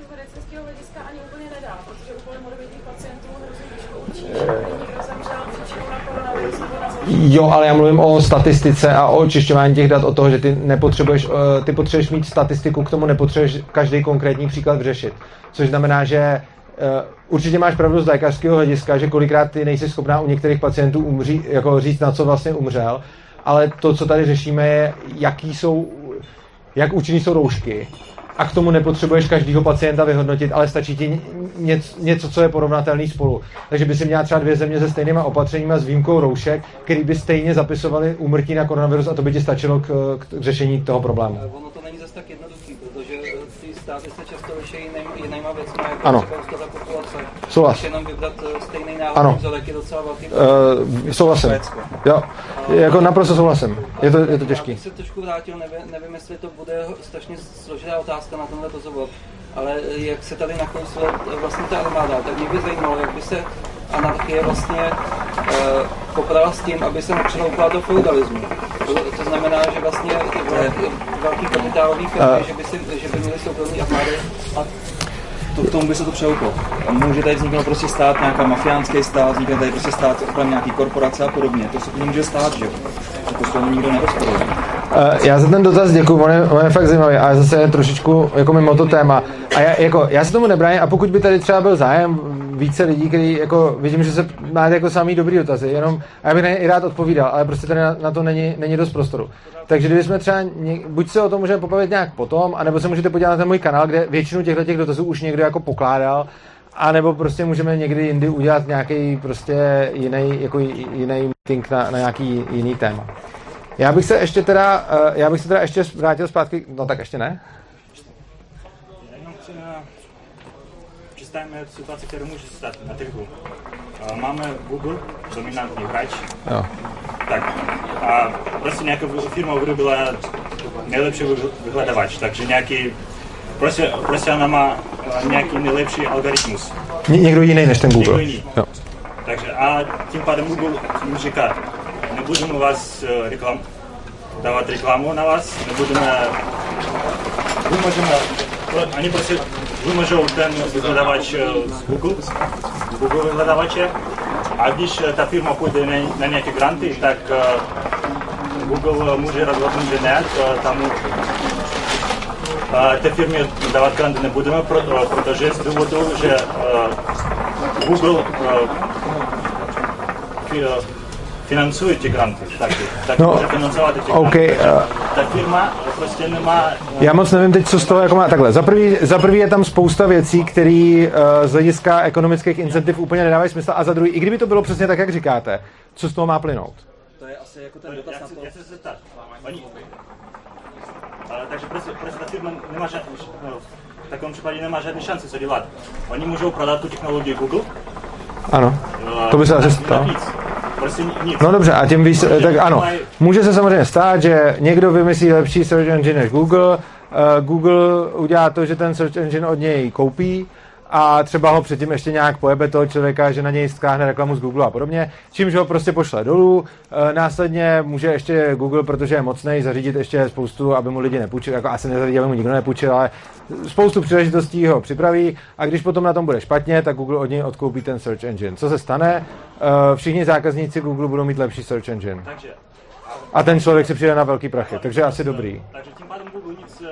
Jo, ale já mluvím o statistice a o očišťování těch dat, o toho, že ty nepotřebuješ, ty potřebuješ mít statistiku, k tomu nepotřebuješ každý konkrétní příklad vyřešit. Což znamená, že určitě máš pravdu z lékařského hlediska, že kolikrát ty nejsi schopná u některých pacientů umří, jako říct, na co vlastně umřel, ale to, co tady řešíme, je, jaký jsou, jak účinný jsou roušky. A k tomu nepotřebuješ každého pacienta vyhodnotit, ale stačí ti něco, něco co je porovnatelný spolu. Takže by si měla třeba dvě země se stejnýma opatřeníma s výjimkou roušek, který by stejně zapisovali úmrtí na koronavirus a to by ti stačilo k, k řešení toho problému. Ono to není zase tak jednoduchý, protože ty státy se často liší jinýma věcma, jako ano. třeba ústava populace. Souhlas. Jenom vybrat stejný náhodný vzorek je docela velký. Uh, souhlasím. Jo, jako naprosto souhlasím. Je to, je to těžký. Já bych se trošku vrátil, nevím, nevím, jestli to bude strašně složitá otázka na tenhle rozhovor, ale jak se tady nakousla vlastně ta armáda, tak mě by zajímalo, jak by se anarchie vlastně uh, poprala s tím, aby se nepřeloupila do feudalismu. To, to znamená, že vlastně velký kapitálový firmy, uh. že by, si, že by měli soukromí armády a to, k tomu by se to přeloupilo. Může tady vzniknout prostě stát, nějaká mafiánský stát, vznikne tady prostě stát, kolem nějaký korporace a podobně. To se může stát, že jo? To s tomu nikdo nerozporuje. Uh, já za ten dotaz děkuju, on je, on je fakt zajímavý, ale zase je trošičku jako mimo to téma. A já, jako, já se tomu nebráním, a pokud by tady třeba byl zájem více lidí, který jako vidím, že se máte jako samý dobrý dotazy, jenom, a já bych na ně i rád odpovídal, ale prostě tady na, na to není, není dost prostoru. Takže kdybychom třeba, ně, buď se o tom můžeme pobavit nějak potom, anebo se můžete podívat na ten můj kanál, kde většinu těchto těch dotazů už někdo jako pokládal, a nebo prostě můžeme někdy jindy udělat nějaký prostě jiný, jako jiný meeting na, na nějaký jiný téma. Já bych se ještě teda, já bych se teda ještě vrátil zpátky, no tak ještě ne? Jenom představíme situaci, kterou může se stát na trhu. Máme Google, dominantní hráč. Jo. Tak a prostě nějaká firma vyrobila nejlepší vyhledávač, takže nějaký, prostě, prostě ona má nějaký nejlepší algoritmus. Ně, někdo jiný než ten Google. Jiný. Jo. Takže a tím pádem Google jim říká, nebudeme vás reklam, dávat reklamu na vás, nebudeme, vy můžeme, oni prostě vymůžou ten vyhledávač z Google, z Google vyhledávače, a když ta firma půjde na, na nějaké granty, tak Google může rozhodnout, že ne, tam té firmě dávat granty nebudeme, protože z důvodu, že Google financuje ty granty, tak, tak no, může financovat ty okay, granty. Uh, ta firma prostě nemá... Já moc nevím teď, co z toho jako má takhle. Za prvý, za prvý je tam spousta věcí, které uh, z hlediska ekonomických incentiv úplně nedávají smysl, a za druhý, i kdyby to bylo přesně tak, jak říkáte, co z toho má plynout? To je asi jako ten dotaz na to. Já se zeptat. Oni... Takže prostě, prostě ta firma nemá žádný, no, v takovém případě nemá žádný šanci co dělat. Oni můžou prodat tu technologii Google. Ano, to by se asi stalo. Prostě nic. No dobře, a tím víš, tak ano, může se samozřejmě stát, že někdo vymyslí lepší search engine než Google, uh, Google udělá to, že ten search engine od něj koupí a třeba ho předtím ještě nějak pojebe toho člověka, že na něj skáhne reklamu z Google a podobně, čímž ho prostě pošle dolů, e, následně může ještě Google, protože je mocnej, zařídit ještě spoustu, aby mu lidi nepůjčili, jako asi nezařídí, aby mu nikdo nepůjčil, ale spoustu příležitostí ho připraví, a když potom na tom bude špatně, tak Google od něj odkoupí ten search engine. Co se stane? E, všichni zákazníci Google budou mít lepší search engine. A ten člověk si přijde na velký prachy, takže asi dobrý. Takže tím pádem Google nic...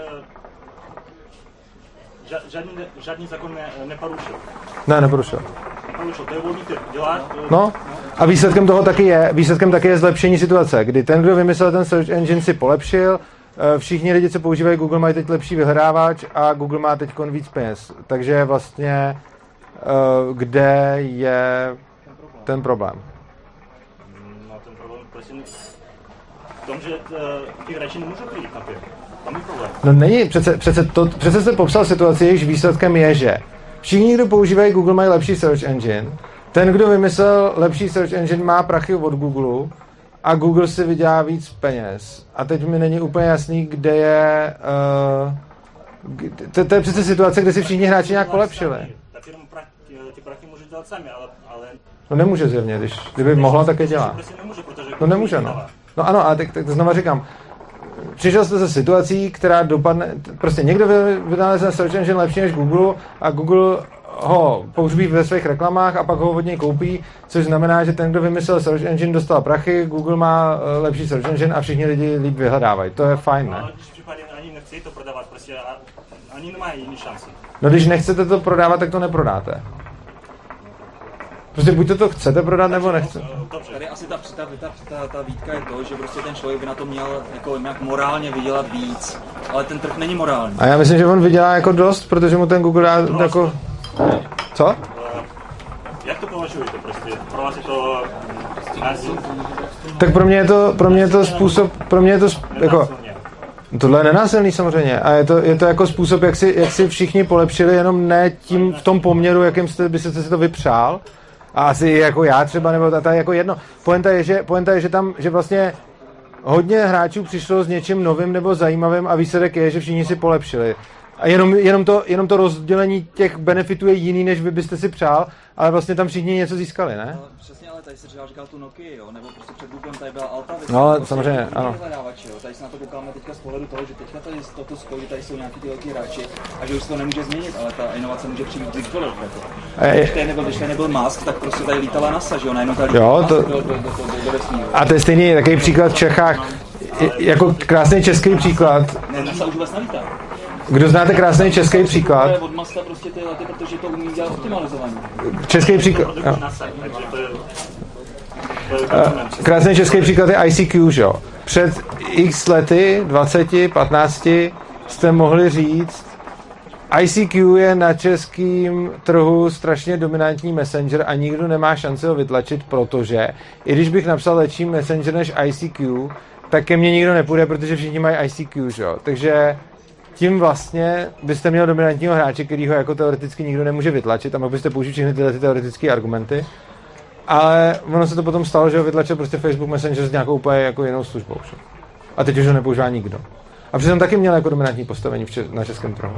Žádný, žádný zákon ne, neporušil. Ne, neporušil. Neporušil, to je volný trh. Dělá... No, a výsledkem toho taky je, výsledkem taky je zlepšení situace, kdy ten, kdo vymyslel ten search engine, si polepšil, všichni lidi, co používají Google, mají teď lepší vyhledávač a Google má teď víc peněz. Takže vlastně, kde je ten problém? No, ten problém prostě v tom, že ti hráči nemůžou přijít na trh. No není, přece, přece, to, přece jste popsal situaci, jejíž výsledkem je, že všichni, kdo používají Google, mají lepší search engine, ten, kdo vymyslel lepší search engine, má prachy od Google a Google si vydělá víc peněz. A teď mi není úplně jasný, kde je... Uh, to, to je přece situace, kde si všichni hráči nějak polepšili. Ta firma ty prachy může dělat sami, ale... ale... No nemůže zjevně, když, kdyby mohla, tak je dělá. No nemůže, no. No ano, ale tak, tak znova říkám, přišel jste ze situací, která dopadne, prostě někdo vynalezne search engine lepší než Google a Google ho používí ve svých reklamách a pak ho od něj koupí, což znamená, že ten, kdo vymyslel search engine, dostal prachy, Google má lepší search engine a všichni lidi líp vyhledávají. To je fajn, ne? Ale když případně ani nechci to prodávat, prostě ani nemají jiný šanci. No když nechcete to prodávat, tak to neprodáte. Prostě buď to, to chcete prodat, nebo nechcete. Tady asi ta, ta, ta, ta, ta výtka je to, že prostě ten člověk by na to měl jako nějak morálně vydělat víc, ale ten trh není morální. A já myslím, že on vydělá jako dost, protože mu ten Google dá no, jako... Co? Jak to považujete prostě? Pro vás je to... Tak pro mě je to, pro mě je to způsob, pro mě je to jako... Tohle je nenásilný samozřejmě a je to, je to jako způsob, jak si, jak si všichni polepšili, jenom ne tím v tom poměru, jakým jste, by jste si to vypřál. A asi jako já třeba, nebo to je jako jedno. Pointa je, že, pointa je, že tam, že vlastně hodně hráčů přišlo s něčím novým nebo zajímavým a výsledek je, že všichni si polepšili. A jenom, jenom, to, jenom to rozdělení těch benefitů je jiný, než vy byste si přál, ale vlastně tam všichni něco získali, ne? No, přesně, ale tady se říkal, říkal tu Nokia, jo, nebo prostě před Googlem tady byla Alta. No, prostě samozřejmě, ano. Jo. Tady se na to koukáme teďka z pohledu toho, že teďka tady toto skojí, tady jsou nějaký ty velký hráči a že už se to nemůže změnit, ale ta inovace může přijít kdykoliv. Jako. Když tady nebyl, když tady nebyl Musk, tak prostě tady lítala NASA, že jo, najednou tady jo, to... do, do, do, do, do vesmíru. A to je stejný takový příklad v Čechách, jako krásný český příklad. Ne, NASA už vůbec nelítá. Kdo znáte krásný český příklad? Od Muska prostě ty lety, protože to umí dělat optimalizovaně. Český příklad. Krásný český příklad je I C Q, že jo? Před x lety, dvacet, patnáct, jste mohli říct, I C Q je na českém trhu strašně dominantní messenger a nikdo nemá šanci ho vytlačit, protože i když bych napsal lepší messenger než I C Q, tak ke mně nikdo nepůjde, protože všichni mají I C Q, že jo? Takže tím vlastně byste měl dominantního hráče, kterýho jako teoreticky nikdo nemůže vytlačit a mohl byste použít všechny tyhle ty teoretické argumenty. Ale ono se to potom stalo, že ho vytlačil prostě Facebook Messenger s nějakou úplně jako jinou službou. Že? A teď už ho nepoužívá nikdo. A přitom taky měl jako dominantní postavení v če- na českém trhu.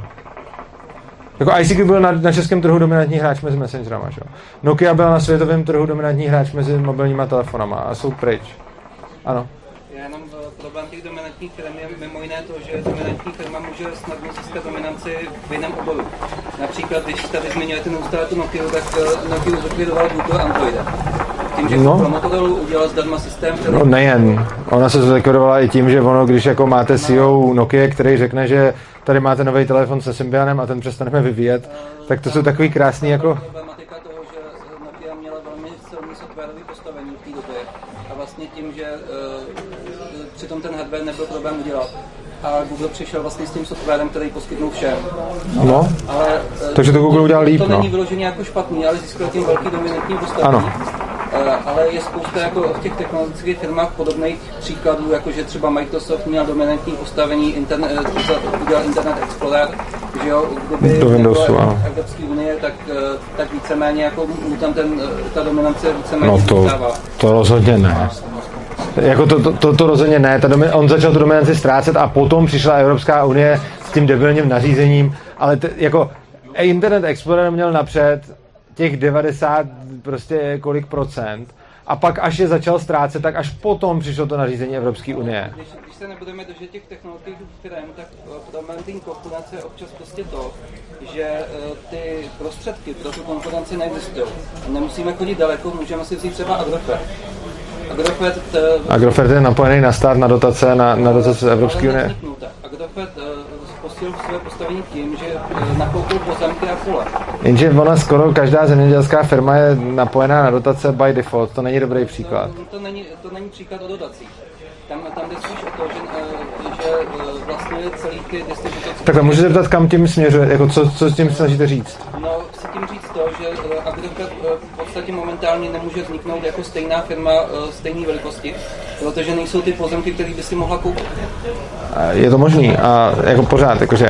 Jako I C Q byl na, na českém trhu dominantní hráč mezi Messengerama, že? Nokia byla na světovém trhu dominantní hráč mezi mobilníma telefonama a jsou pryč. Ano. Jenom problém těch dominantních firm je mimo jiné to, že dominantní firma může snadno získat dominanci v jiném oboru. Například, když tady zmiňujete neustále tu Nokia, tak Nokia zlikvidoval Google Androida. Tím, že no. pro Motorola udělal zdarma systém, který... No nejen. Ona se zlikvidovala i tím, že ono, když jako máte C E O Nokia, který řekne, že tady máte nový telefon se Symbianem a ten přestaneme vyvíjet, tak to jsou takový krásný jako... Problematika toho, že Nokia měla velmi silný softwarový postavení v té době a vlastně tím, že uh, přitom ten hardware nebyl problém udělat. A Google přišel vlastně s tím softwarem, který poskytnul všem. No, ale, takže to Google udělal líp, to no. není vyloženě jako špatný, ale získal tím velký dominantní postavení. Ano. Ale je spousta jako v těch technologických firmách podobných příkladů, jako že třeba Microsoft měl dominantní postavení, internet, udělal Internet Explorer, že jo, kdyby do Windowsu, ano. Evropské unie, tak, tak víceméně jako mu tam ten, ta dominance víceméně no to, to rozhodně ne. Jako to, to, to, to rozhodně ne. Ta domin- on začal tu dominanci ztrácet a potom přišla Evropská unie s tím debilním nařízením, ale t- jako Internet Explorer měl napřed těch devadesát prostě kolik procent a pak až je začal ztrácet, tak až potom přišlo to nařízení Evropské unie. Když, když se nebudeme držet těch technologických firm, tak pro marketing konkurence je občas prostě to, že ty prostředky pro tu konkurenci neexistují. Nemusíme chodit daleko, můžeme si vzít třeba Agrofert. Agrofert, Agrofert je napojený na stát, na dotace, na, na dotace z Evropské unie. Agrofert posílil své postavení tím, že nakoupil pozemky a pole. Jenže ona skoro každá zemědělská firma je napojená na dotace by default, to není dobrý příklad. To, to, není, to není příklad o dotacích. Tam, tam jde spíš o to, že, že vlastně celý ty distribuce... Takhle, můžete zeptat, kam tím směřuje, jako co, co s tím snažíte říct? No, chci tím říct to, že Agrofert v podstatě momentálně nemůže vzniknout jako stejná firma stejné velikosti, protože nejsou ty pozemky, které by si mohla koupit. Je to možný a jako pořád, jakože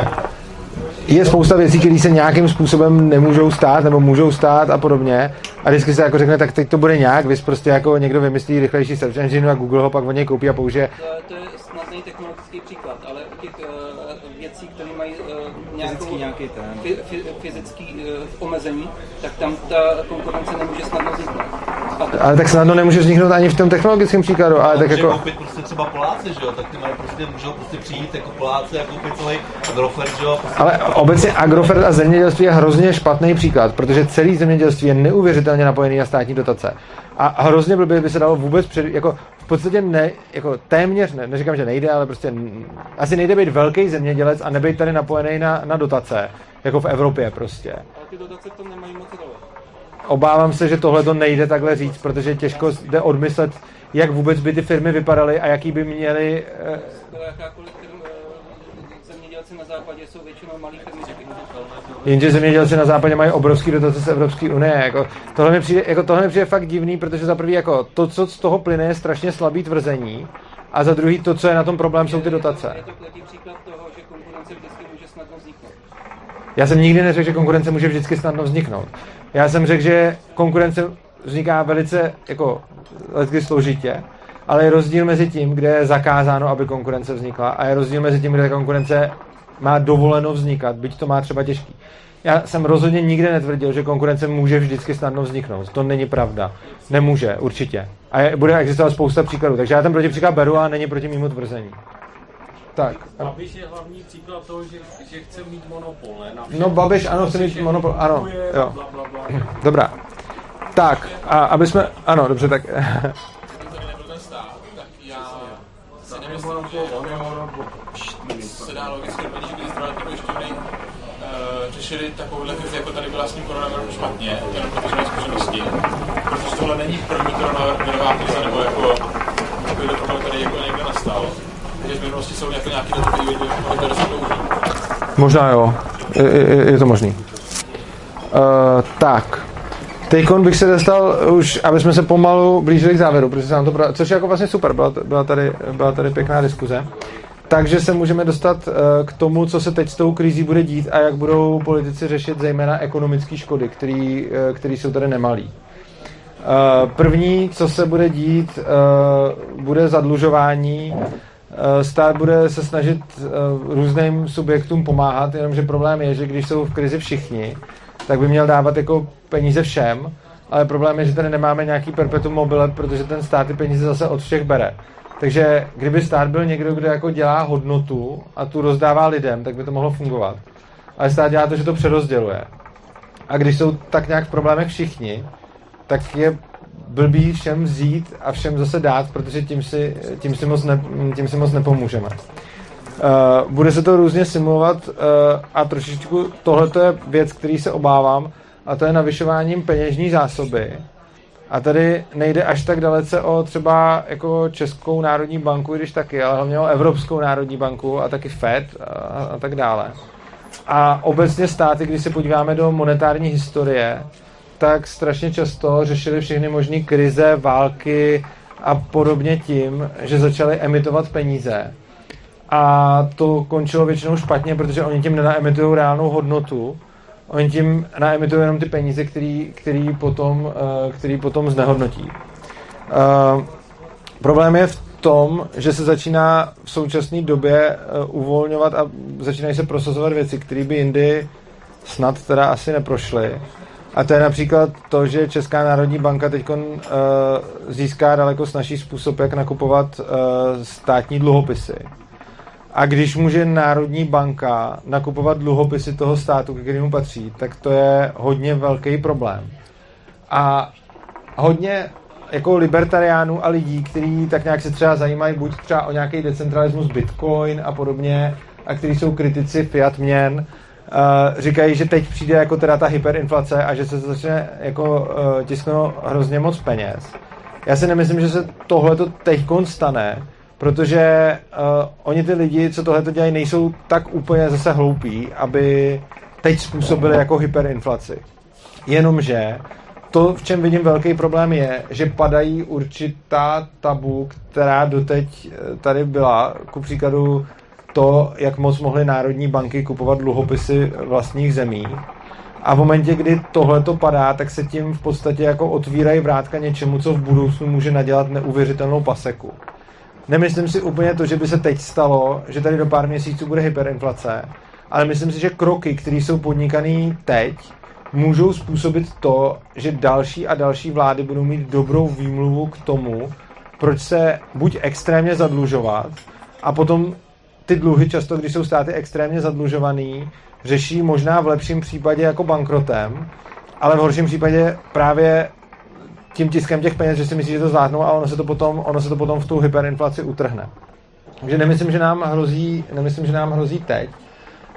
je spousta věcí, které se nějakým způsobem nemůžou stát nebo můžou stát a podobně. A vždycky se jako řekne, tak teď to bude nějak, vys prostě jako někdo vymyslí rychlejší search engine a Google ho pak od něj koupí a použije. To, to je snadný technologický příklad, ale u těch uh, věcí, které mají uh, nějakou, fyzický, nějaký ten. F, fyzický uh, omezení, tak tam ta konkurence nemůže snadno vzniknout. Ale tak snadno nemůže vzniknout ani v tom technologickém příkladu, ale tak jako... koupit prostě třeba Poláci, že jo, tak ty mají prostě, můžou prostě přijít jako Poláci a koupit celý Agrofert, že jo. Prostě ale obecně Agrofert a zemědělství je hrozně špatný příklad, protože celý zemědělství je neuvěřitelně napojený na státní dotace. A hrozně blbě by se dalo vůbec před, jako v podstatě ne, jako téměř ne, neříkám, že nejde, ale prostě asi nejde být velký zemědělec a nebejt tady napojený na, na dotace, jako v Evropě prostě. Ale ty dotace v tom nemají moc role. obávám se, že tohle to nejde takhle říct, protože těžko jde odmyslet, jak vůbec by ty firmy vypadaly a jaký by měly... Jakákoliv zemědělci na západě jsou většinou malý firmy. Jenže zemědělci na západě mají obrovský dotace z Evropské unie. Jako, tohle, mi přijde, jako, tohle mi přijde fakt divný, protože za prvý jako, to, co z toho plyne, je strašně slabý tvrzení a za druhý to, co je na tom problém, jsou ty dotace. Je to platý příklad toho, že konkurence vždycky může snadno vzniknout. Já jsem nikdy neřekl, že konkurence může vždycky snadno vzniknout. Já jsem řekl, že konkurence vzniká velice jako lecky složitě, ale je rozdíl mezi tím, kde je zakázáno, aby konkurence vznikla, a je rozdíl mezi tím, kde konkurence má dovoleno vznikat, byť to má třeba těžký. Já jsem rozhodně nikdy netvrdil, že konkurence může vždycky snadno vzniknout. To není pravda. Nemůže, určitě. A je, bude existovat spousta příkladů. Takže já ten protipříklad beru a není proti mému tvrzení. Tak. Babiš je hlavní příklad toho, že, že chce mít monopol, ne? Na no Babiš, ano, chce mít monopol, ano. Jo. Dobrá. Tak, a aby jsme, ano, dobře, tak... se dá logicky doplnit, že když zdravotní pojišťovny uh, řešili takovouhle krizi, jako tady byla s tím koronavirem špatně, jenom protože mají zkušenosti. Protože tohle není první koronavirová krize, nebo jako takovýhle problém, který jako někde nastal. Takže v minulosti jsou jako nějaký dotový vývoj, které se použijí. Možná jo, je, je, je to možný. Uh, tak. Teďkon bych se dostal už, aby jsme se pomalu blížili k závěru, protože se nám to, což je jako vlastně super, byla, byla, tady, byla tady pěkná diskuze. Takže se můžeme dostat uh, k tomu, co se teď s tou krizí bude dít a jak budou politici řešit zejména ekonomické škody, který, uh, který jsou tady nemalý. Uh, první, co se bude dít, uh, bude zadlužování. Uh, stát bude se snažit uh, různým subjektům pomáhat, jenomže problém je, že když jsou v krizi všichni, tak by měl dávat jako peníze všem, ale problém je, že tady nemáme nějaký perpetuum mobile, protože ten stát ty peníze zase od všech bere. Takže kdyby stát byl někdo, kdo jako dělá hodnotu a tu rozdává lidem, tak by to mohlo fungovat. Ale stát dělá to, že to přerozděluje. A když jsou tak nějak v problémech všichni, tak je blbý všem vzít a všem zase dát, protože tím si, tím si, moc, ne, tím si moc nepomůžeme. Uh, bude se to různě simulovat uh, a trošičku tohle je věc, který se obávám, a to je navyšováním peněžní zásoby. A tady nejde až tak dalece o třeba jako Českou národní banku, když taky, ale hlavně o Evropskou národní banku a taky Fed a, a tak dále. A obecně státy, když se podíváme do monetární historie, tak strašně často řešili všechny možné krize, války a podobně tím, že začali emitovat peníze. A to končilo většinou špatně, protože oni tím nenaemitují reálnou hodnotu. Oni tím naemitují jenom ty peníze, který, který, potom, který potom znehodnotí. Uh, problém je v tom, že se začíná v současné době uh, uvolňovat a začínají se prosazovat věci, které by jindy snad teda asi neprošly. A to je například to, že Česká národní banka teď uh, získá daleko snazší způsob, jak nakupovat uh, státní dluhopisy. A když může Národní banka nakupovat dluhopisy toho státu, ke kterému patří, tak to je hodně velký problém. A hodně jako libertariánů a lidí, kteří tak nějak se třeba zajímají buď třeba o nějaký decentralismus Bitcoin a podobně, a kteří jsou kritici fiat měn, uh, říkají, že teď přijde jako teda ta hyperinflace a že se začne jako uh, tisknout hrozně moc peněz. Já si nemyslím, že se tohleto teďkon stane, protože uh, oni ty lidi, co tohleto dělají, nejsou tak úplně zase hloupí, aby teď způsobili jako hyperinflaci. Jenomže to, v čem vidím velký problém, je, že padají určitá tabu, která doteď tady byla. Ku příkladu to, jak moc mohly národní banky kupovat dluhopisy vlastních zemí. A v momentě, kdy tohleto padá, tak se tím v podstatě jako otvírají vrátka něčemu, co v budoucnu může nadělat neuvěřitelnou paseku. Nemyslím si úplně to, že by se teď stalo, že tady do pár měsíců bude hyperinflace, ale myslím si, že kroky, které jsou podnikané teď, můžou způsobit to, že další a další vlády budou mít dobrou výmluvu k tomu, proč se buď extrémně zadlužovat, a potom ty dluhy často, když jsou státy extrémně zadlužovaný, řeší možná v lepším případě jako bankrotem, ale v horším případě právě tím tiskem těch peněz, že si myslí, že to zvládnou, a ono se to potom, ono se to potom v tu hyperinflaci utrhne. Takže nemyslím, že nám hrozí, nemyslím, že nám hrozí teď,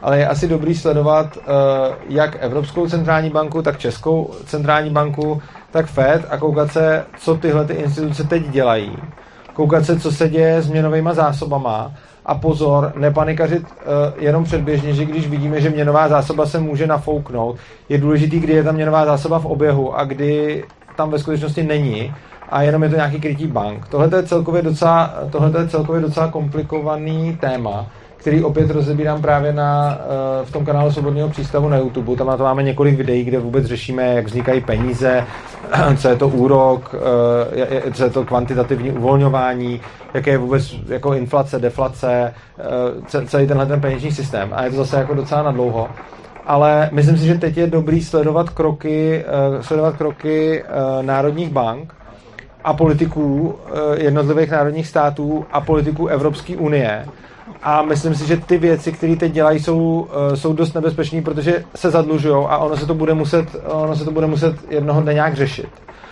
ale je asi dobrý sledovat jak Evropskou centrální banku, tak Českou centrální banku, tak Fed a koukat se, co tyhle ty instituce teď dělají. Koukat se, co se děje s měnovýma zásobama a pozor, nepanikařit uh, jenom předběžně, že když vidíme, že měnová zásoba se může nafouknout, je důležitý, kdy je ta měnová zásoba v oběhu a kdy tam ve skutečnosti není a jenom je to nějaký krytí bank. Tohle je celkově docela, tohle je celkově docela komplikovaný téma, který opět rozebírám právě na, v tom kanálu Svobodného přístavu na YouTube. Tam na to máme několik videí, kde vůbec řešíme, jak vznikají peníze, co je to úrok, co je to kvantitativní uvolňování, jaké je vůbec jako inflace, deflace, celý tenhle ten peněžní systém. A je to zase jako docela nadlouho. Ale myslím si, že teď je dobrý sledovat kroky, sledovat kroky národních bank a politiků jednotlivých národních států a politiků Evropské unie. A myslím si, že ty věci, které teď dělají, jsou, jsou dost nebezpečné, protože se zadlužujou a ono se to bude muset, ono se to bude muset jednoho dne nějak řešit.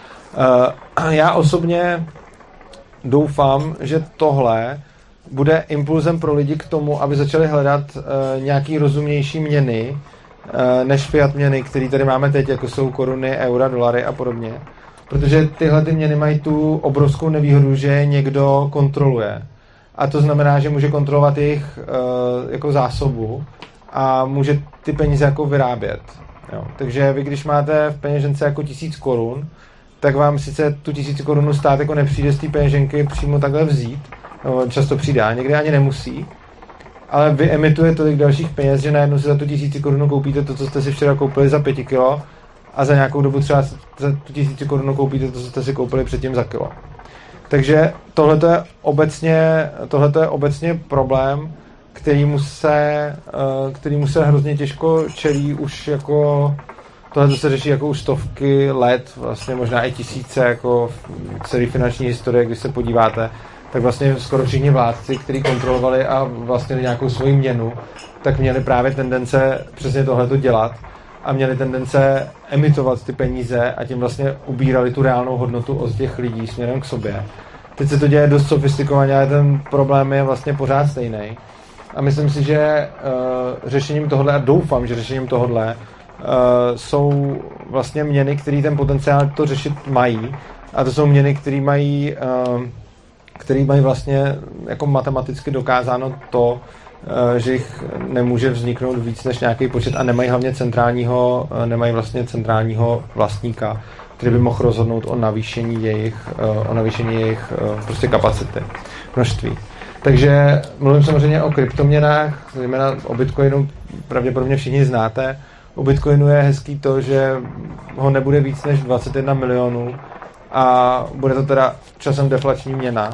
Já osobně doufám, že tohle bude impulzem pro lidi k tomu, aby začali hledat nějaký rozumnější měny, než fiat měny, které tady máme teď, jako jsou koruny, eura, dolary a podobně. Protože tyhle ty měny mají tu obrovskou nevýhodu, že někdo kontroluje. A to znamená, že může kontrolovat jejich uh, jako zásobu a může ty peníze jako vyrábět. Jo. Takže vy, když máte v peněžence jako tisíc korun, tak vám sice tu tisíc korunu stát jako nepřijde z té peněženky přímo takhle vzít, no, často přidá, někdy ani nemusí, ale vy emituje tolik dalších peněz, že najednou si za tu tisíci korunu koupíte to, co jste si včera koupili za pěti kilo a za nějakou dobu třeba za tu tisíci korunu koupíte to, co jste si koupili předtím za kilo. Takže tohle je obecně, tohleto je obecně problém, kterýmu se, kterýmu se hrozně těžko čelí už jako, tohle se řeší jako už stovky let, vlastně možná i tisíce, jako v celé finanční historie, když se podíváte, tak vlastně skoro všichni vládci, kteří kontrolovali a vlastně nějakou svoji měnu, tak měli právě tendence přesně tohleto dělat a měli tendence emitovat ty peníze a tím vlastně ubírali tu reálnou hodnotu od těch lidí směrem k sobě. Teď se to děje dost sofistikovaně, ale ten problém je vlastně pořád stejný. A myslím si, že uh, řešením tohle, a doufám, že řešením tohle uh, jsou vlastně měny, které ten potenciál to řešit mají. A to jsou měny, které mají, uh, které mají vlastně jako matematicky dokázáno to, že jich nemůže vzniknout víc než nějaký počet a nemají hlavně centrálního, nemají vlastně centrálního vlastníka, který by mohl rozhodnout o navýšení jejich, o navýšení jejich prostě kapacity, množství. Takže mluvím samozřejmě o kryptoměnách, zejména o Bitcoinu, pravděpodobně všichni znáte. U Bitcoinu je hezký to, že ho nebude víc než dvacet jedna milionů a bude to teda časem deflační měna.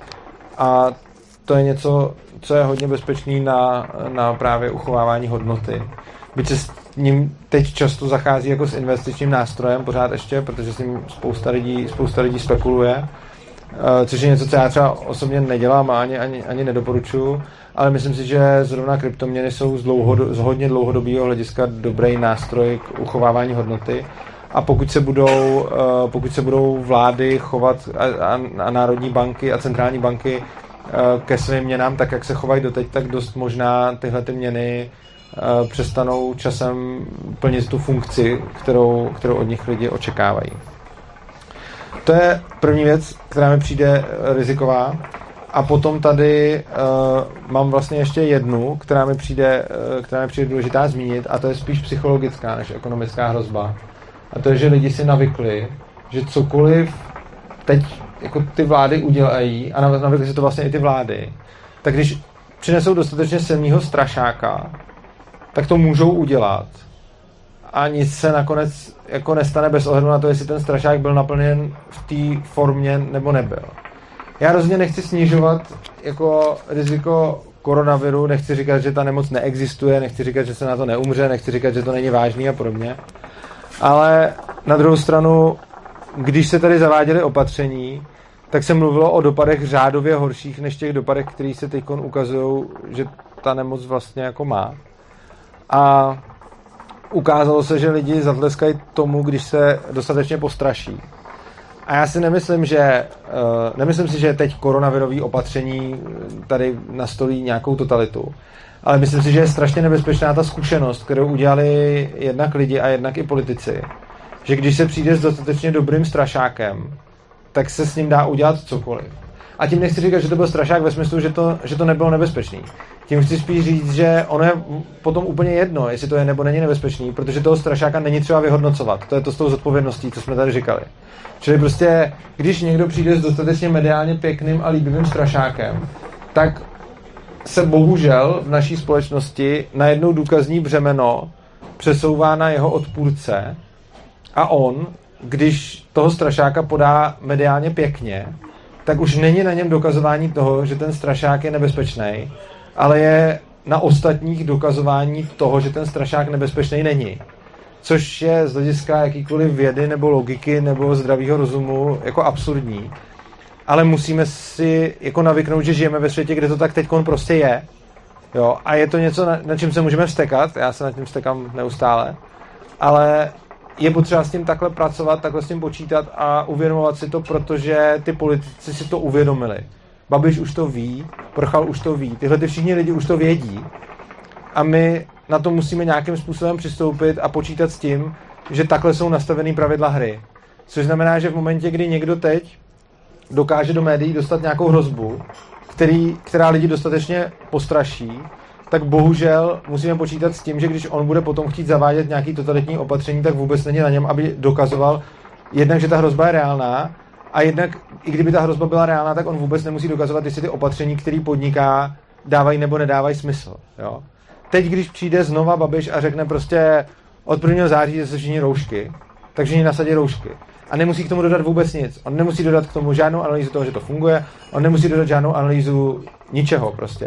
A to je něco, co je hodně bezpečný na, na právě uchovávání hodnoty. Byť se s ním teď často zachází jako s investičním nástrojem, pořád ještě, protože s ním spousta lidí, spousta lidí spekuluje, což je něco, co já třeba osobně nedělám a ani, ani, ani nedoporučuju, ale myslím si, že zrovna kryptoměny jsou z, dlouhodo, z hodně dlouhodobého hlediska dobrý nástroj k uchovávání hodnoty. A pokud se budou, pokud se budou vlády chovat a, a, a národní banky a centrální banky ke svým měnám, tak jak se chovají doteď, tak dost možná tyhle ty měny uh, přestanou časem plnit tu funkci, kterou, kterou od nich lidi očekávají. To je první věc, která mi přijde riziková. A potom tady uh, mám vlastně ještě jednu, která mi přijde, uh, která mi přijde důležitá zmínit, a to je spíš psychologická než ekonomická hrozba. A to je, že lidi si navykli, že cokoliv teď jako ty vlády udělají, a navykli si to vlastně i ty vlády, tak když přinesou dostatečně silného strašáka, tak to můžou udělat. A nic se nakonec jako nestane bez ohledu na to, jestli ten strašák byl naplněn v té formě nebo nebyl. Já rozhodně nechci snižovat jako riziko koronaviru, nechci říkat, že ta nemoc neexistuje, nechci říkat, že se na to neumře, nechci říkat, že to není vážný a podobně. Ale na druhou stranu, když se tady zaváděly opatření, tak se mluvilo o dopadech řádově horších než těch dopadech, které se teď ukazují, že ta nemoc vlastně jako má. A ukázalo se, že lidi zatleskají tomu, když se dostatečně postraší. A já si nemyslím, že uh, nemyslím si, že teď koronavirový opatření tady nastolí nějakou totalitu. Ale myslím si, že je strašně nebezpečná ta zkušenost, kterou udělali jednak lidi a jednak i politici. Že když se přijde s dostatečně dobrým strašákem, tak se s ním dá udělat cokoliv. A tím nechci říkat, že to byl strašák ve smyslu, že to, že to nebylo nebezpečný. Tím chci spíš říct, že ono je potom úplně jedno, jestli to je nebo není nebezpečný, protože toho strašáka není třeba vyhodnocovat. To je to s tou zodpovědností, co jsme tady říkali. Čili prostě, když někdo přijde s dostatečně mediálně pěkným a líbivým strašákem, tak se bohužel v naší společnosti najednou důkazní břemeno přesouvá na jeho odpůrce a on, když toho strašáka podá mediálně pěkně, tak už není na něm dokazování toho, že ten strašák je nebezpečný, ale je na ostatních dokazování toho, že ten strašák nebezpečný není. Což je z hlediska jakýkoliv vědy nebo logiky nebo zdravého rozumu jako absurdní. Ale musíme si jako navyknout, že žijeme ve světě, kde to tak teďkon prostě je. Jo? A je to něco, na, na čím se můžeme vztekat. Já se nad tím vztekám neustále. Ale je potřeba s tím takhle pracovat, takhle s tím počítat a uvědomovat si to, protože ty politici si to uvědomili. Babiš už to ví, Prchal už to ví, tyhle ty všichni lidi už to vědí. A my na to musíme nějakým způsobem přistoupit a počítat s tím, že takhle jsou nastavený pravidla hry. Což znamená, že v momentě, kdy někdo teď dokáže do médií dostat nějakou hrozbu, který, která lidi dostatečně postraší, tak bohužel musíme počítat s tím, že když on bude potom chtít zavádět nějaký totalitní opatření, tak vůbec není na něm, aby dokazoval jednak, že ta hrozba je reálná, a jednak, i kdyby ta hrozba byla reálná, tak on vůbec nemusí dokazovat, jestli ty opatření, který podniká, dávají nebo nedávají smysl. Jo? Teď, když přijde znova Babiš a řekne prostě od prvního září se všichni roušky, takže oni nasadí roušky. A nemusí k tomu dodat vůbec nic. On nemusí dodat k tomu žádnou analýzu toho, že to funguje, on nemusí dodat žádnou analýzu ničeho prostě.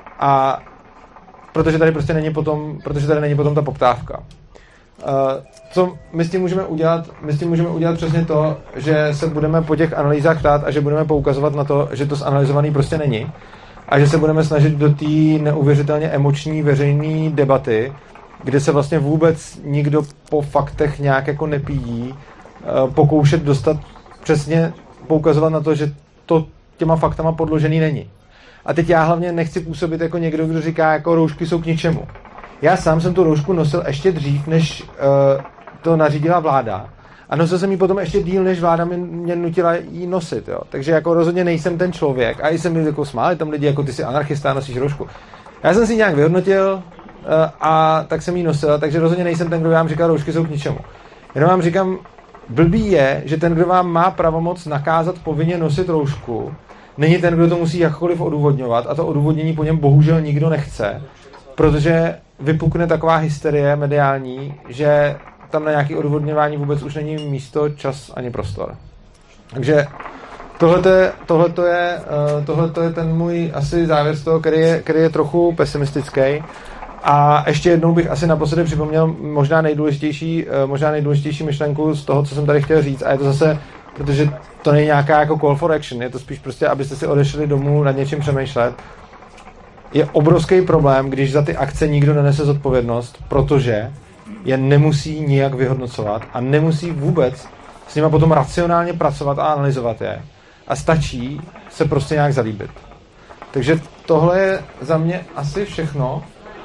A protože tady prostě není potom, protože tady není potom ta poptávka. Uh, co my s tím můžeme udělat? My s tím můžeme udělat přesně to, že se budeme po těch analýzách ptát a že budeme poukazovat na to, že to zanalizovaný prostě není. A že se budeme snažit do té neuvěřitelně emoční veřejné debaty, kde se vlastně vůbec nikdo po faktech nějak jako nepíjí, pokoušet dostat přesně, poukazovat na to, že to těma faktama podložený není. A teď já hlavně nechci působit jako někdo, kdo říká, jako roušky jsou k ničemu. Já sám jsem tu roušku nosil ještě dřív, než uh, to nařídila vláda. A nosil jsem ji potom ještě díl, než vláda mě, mě nutila jí nosit. Jo. Takže jako rozhodně nejsem ten člověk. A i jsem mi jako smáli tam lidi, jako ty jsi anarchista, nosíš roušku. Já jsem si ji nějak vyhodnotil uh, a tak jsem ji nosil, takže rozhodně nejsem ten, kdo vám říká, roušky jsou k ničemu. Jenom vám říkám, blbý je, že ten, kdo vám má pravomoc nakázat povinně nosit roušku, není ten, kdo to musí jakkoliv odůvodňovat, a to odůvodnění po něm bohužel nikdo nechce, protože vypukne taková hysterie mediální, že tam na nějaké odůvodňování vůbec už není místo, čas ani prostor. Takže tohleto, tohleto, je, tohleto je ten můj asi závěr z toho, který je, který je trochu pesimistický. A ještě jednou bych asi naposledy připomněl možná nejdůležitější, možná nejdůležitější myšlenku z toho, co jsem tady chtěl říct, a je to zase, protože to není nějaká jako call for action, je to spíš prostě, abyste si odešli domů nad něčím přemýšlet. Je obrovský problém, když za ty akce nikdo nenese zodpovědnost, protože je nemusí nijak vyhodnocovat a nemusí vůbec s nima potom racionálně pracovat a analyzovat je. A stačí se prostě nějak zalíbit. Takže tohle je za mě asi všechno.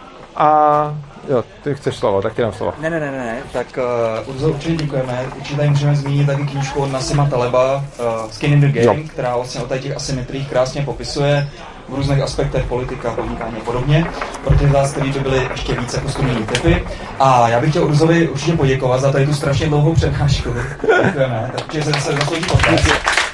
A jo, ty chceš slovo, tak ti dám slovo. Ne, ne, ne, ne, tak uh, Urzo, určitě děkujeme. Určitě tady můžeme zmínit taky knížku od Nassima Taleba, uh, Skin in the Game, jo, která vlastně o těch asymetriích krásně popisuje v různých aspektech politika, podnikání a podobně. Pro ty z vás, kteří by byli ještě více jako studijní typy. A já bych chtěl Urzovi určitě poděkovat za tady tu strašně dlouhou přednášku. Děkujeme, takže se zase zaslouží potaz.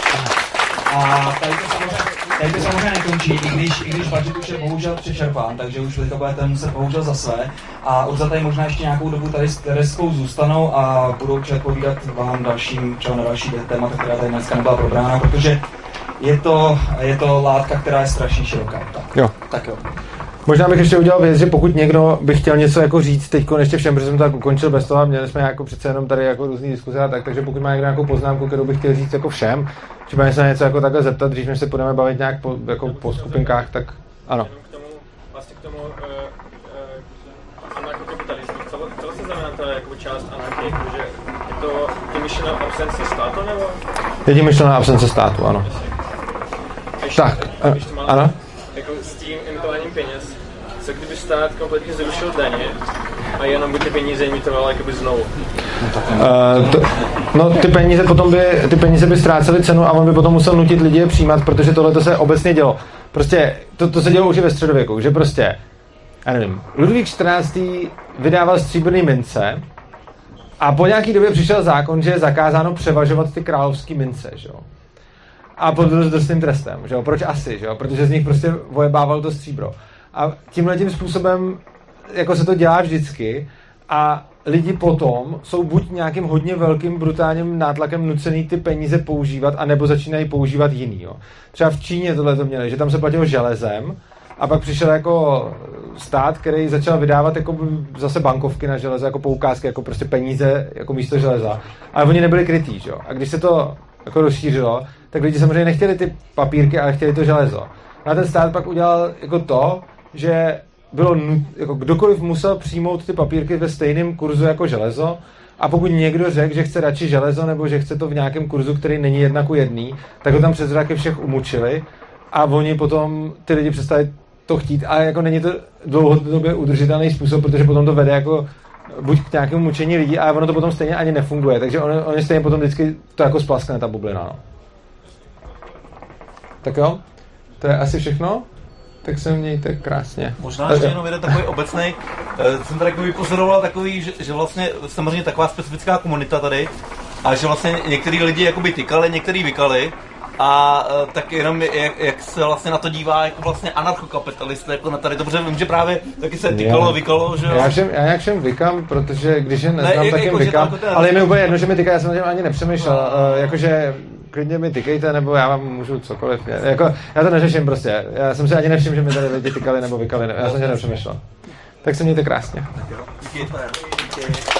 A tady to samozřejmě, tady to samozřejmě nekončí, i když, i když budget už je bohužel přečerpán, takže už teďka budete muset bohužel za své. A Urza tady možná ještě nějakou dobu tady s Tereskou zůstanou a budou určitě povídat vám dalším, třeba na další témata, která tady dneska nebyla probrána, protože je to, je to látka, která je strašně široká. Tak jo. Tak jo. Možná bych ještě udělal věc, že pokud někdo by chtěl něco jako říct teďko ještě všem, protože jsem to tak ukončil bez toho, měli jsme jako přece jenom tady jako různý diskuze a tak, takže pokud má někdo nějakou poznámku, kterou bych chtěl říct jako všem, třeba se něco jako takhle zeptat, dřív než se budeme bavit nějak po, jako po skupinkách, tak ano. K tomu, vlastně k tomu uh, uh, anarchokapitalismu, co, co se znamená ta jako část anarchie, protože to je myšleno absence státu, nebo? Je tím myšleno absence státu, ano. Ještě, Tak, ještě mám, ano? Jako s tím imitováním peněz, co kdyby stát kompletně zrušil daně a jenom by ty peníze imitoval jakoby znovu? Uh, to, no ty peníze potom by, ty peníze by ztrácely cenu a on by potom musel nutit lidi je přijímat, protože tohle to se obecně dělo. Prostě to, to se dělo už i ve středověku, že prostě, já nevím, Ludvík čtrnáctý vydával stříbrný mince a po nějaký době přišel zákon, že je zakázáno převažovat ty královský mince, že jo. A pod drsným trestem, že jo. Proč asi, že jo? Protože z nich prostě vojebával to stříbro. A tímhletím způsobem jako se to dělá vždycky a lidi potom jsou buď nějakým hodně velkým brutálním nátlakem nucený ty peníze používat, anebo začínají používat jiný. Jo. Třeba v Číně tohle to měli, že tam se platilo železem a pak přišel jako stát, který začal vydávat jako zase bankovky na železo, jako poukázky, jako prostě peníze jako místo železa. Ale oni nebyli krytý, jo. A když se to jako rozšířilo, tak lidi samozřejmě nechtěli ty papírky, ale chtěli to železo. A ten stát pak udělal jako to, že bylo jako kdokoliv musel přijmout ty papírky ve stejném kurzu jako železo a pokud někdo řekl, že chce radši železo nebo že chce to v nějakém kurzu, který není jedna ku jedný, tak ho tam přes zraky všech umučili a oni potom ty lidi přestali to chtít a jako není to dlouhodobě udržitelný způsob, protože potom to vede jako buď k nějakému mučení lidí, ale ono to potom stejně ani nefunguje, takže oni, oni stejně potom vždycky to jako splaskne ta bublina. No. Tak jo, to je asi všechno. Tak se mějte krásně. Možná ještě jenom jeden takový obecnej. Jsem tady vypozoroval takový, že, že vlastně samozřejmě taková specifická komunita tady a že vlastně některý lidi jakoby tykali, některý vykali a tak jenom jak, jak se vlastně na to dívá jako vlastně anarchokapitalista jako na tady to, protože vím, že právě taky se tykalo, vykalo, že jo? Já, všem, já jak všem vykám, protože když je neznám, ne, tak jim jako, vykám, ten... ale je mi úplně jedno, že mi tyká, já jsem na těm ani nepřemýšlel, no. uh, jakože klidně mi tykejte, nebo já vám můžu cokoliv. Jako, já to neřeším prostě. Já jsem si ani nevšiml, že mi tady lidi tykali nebo vykali. Já jsem tě nepřemýšlel. Tak se mějte krásně. Díky.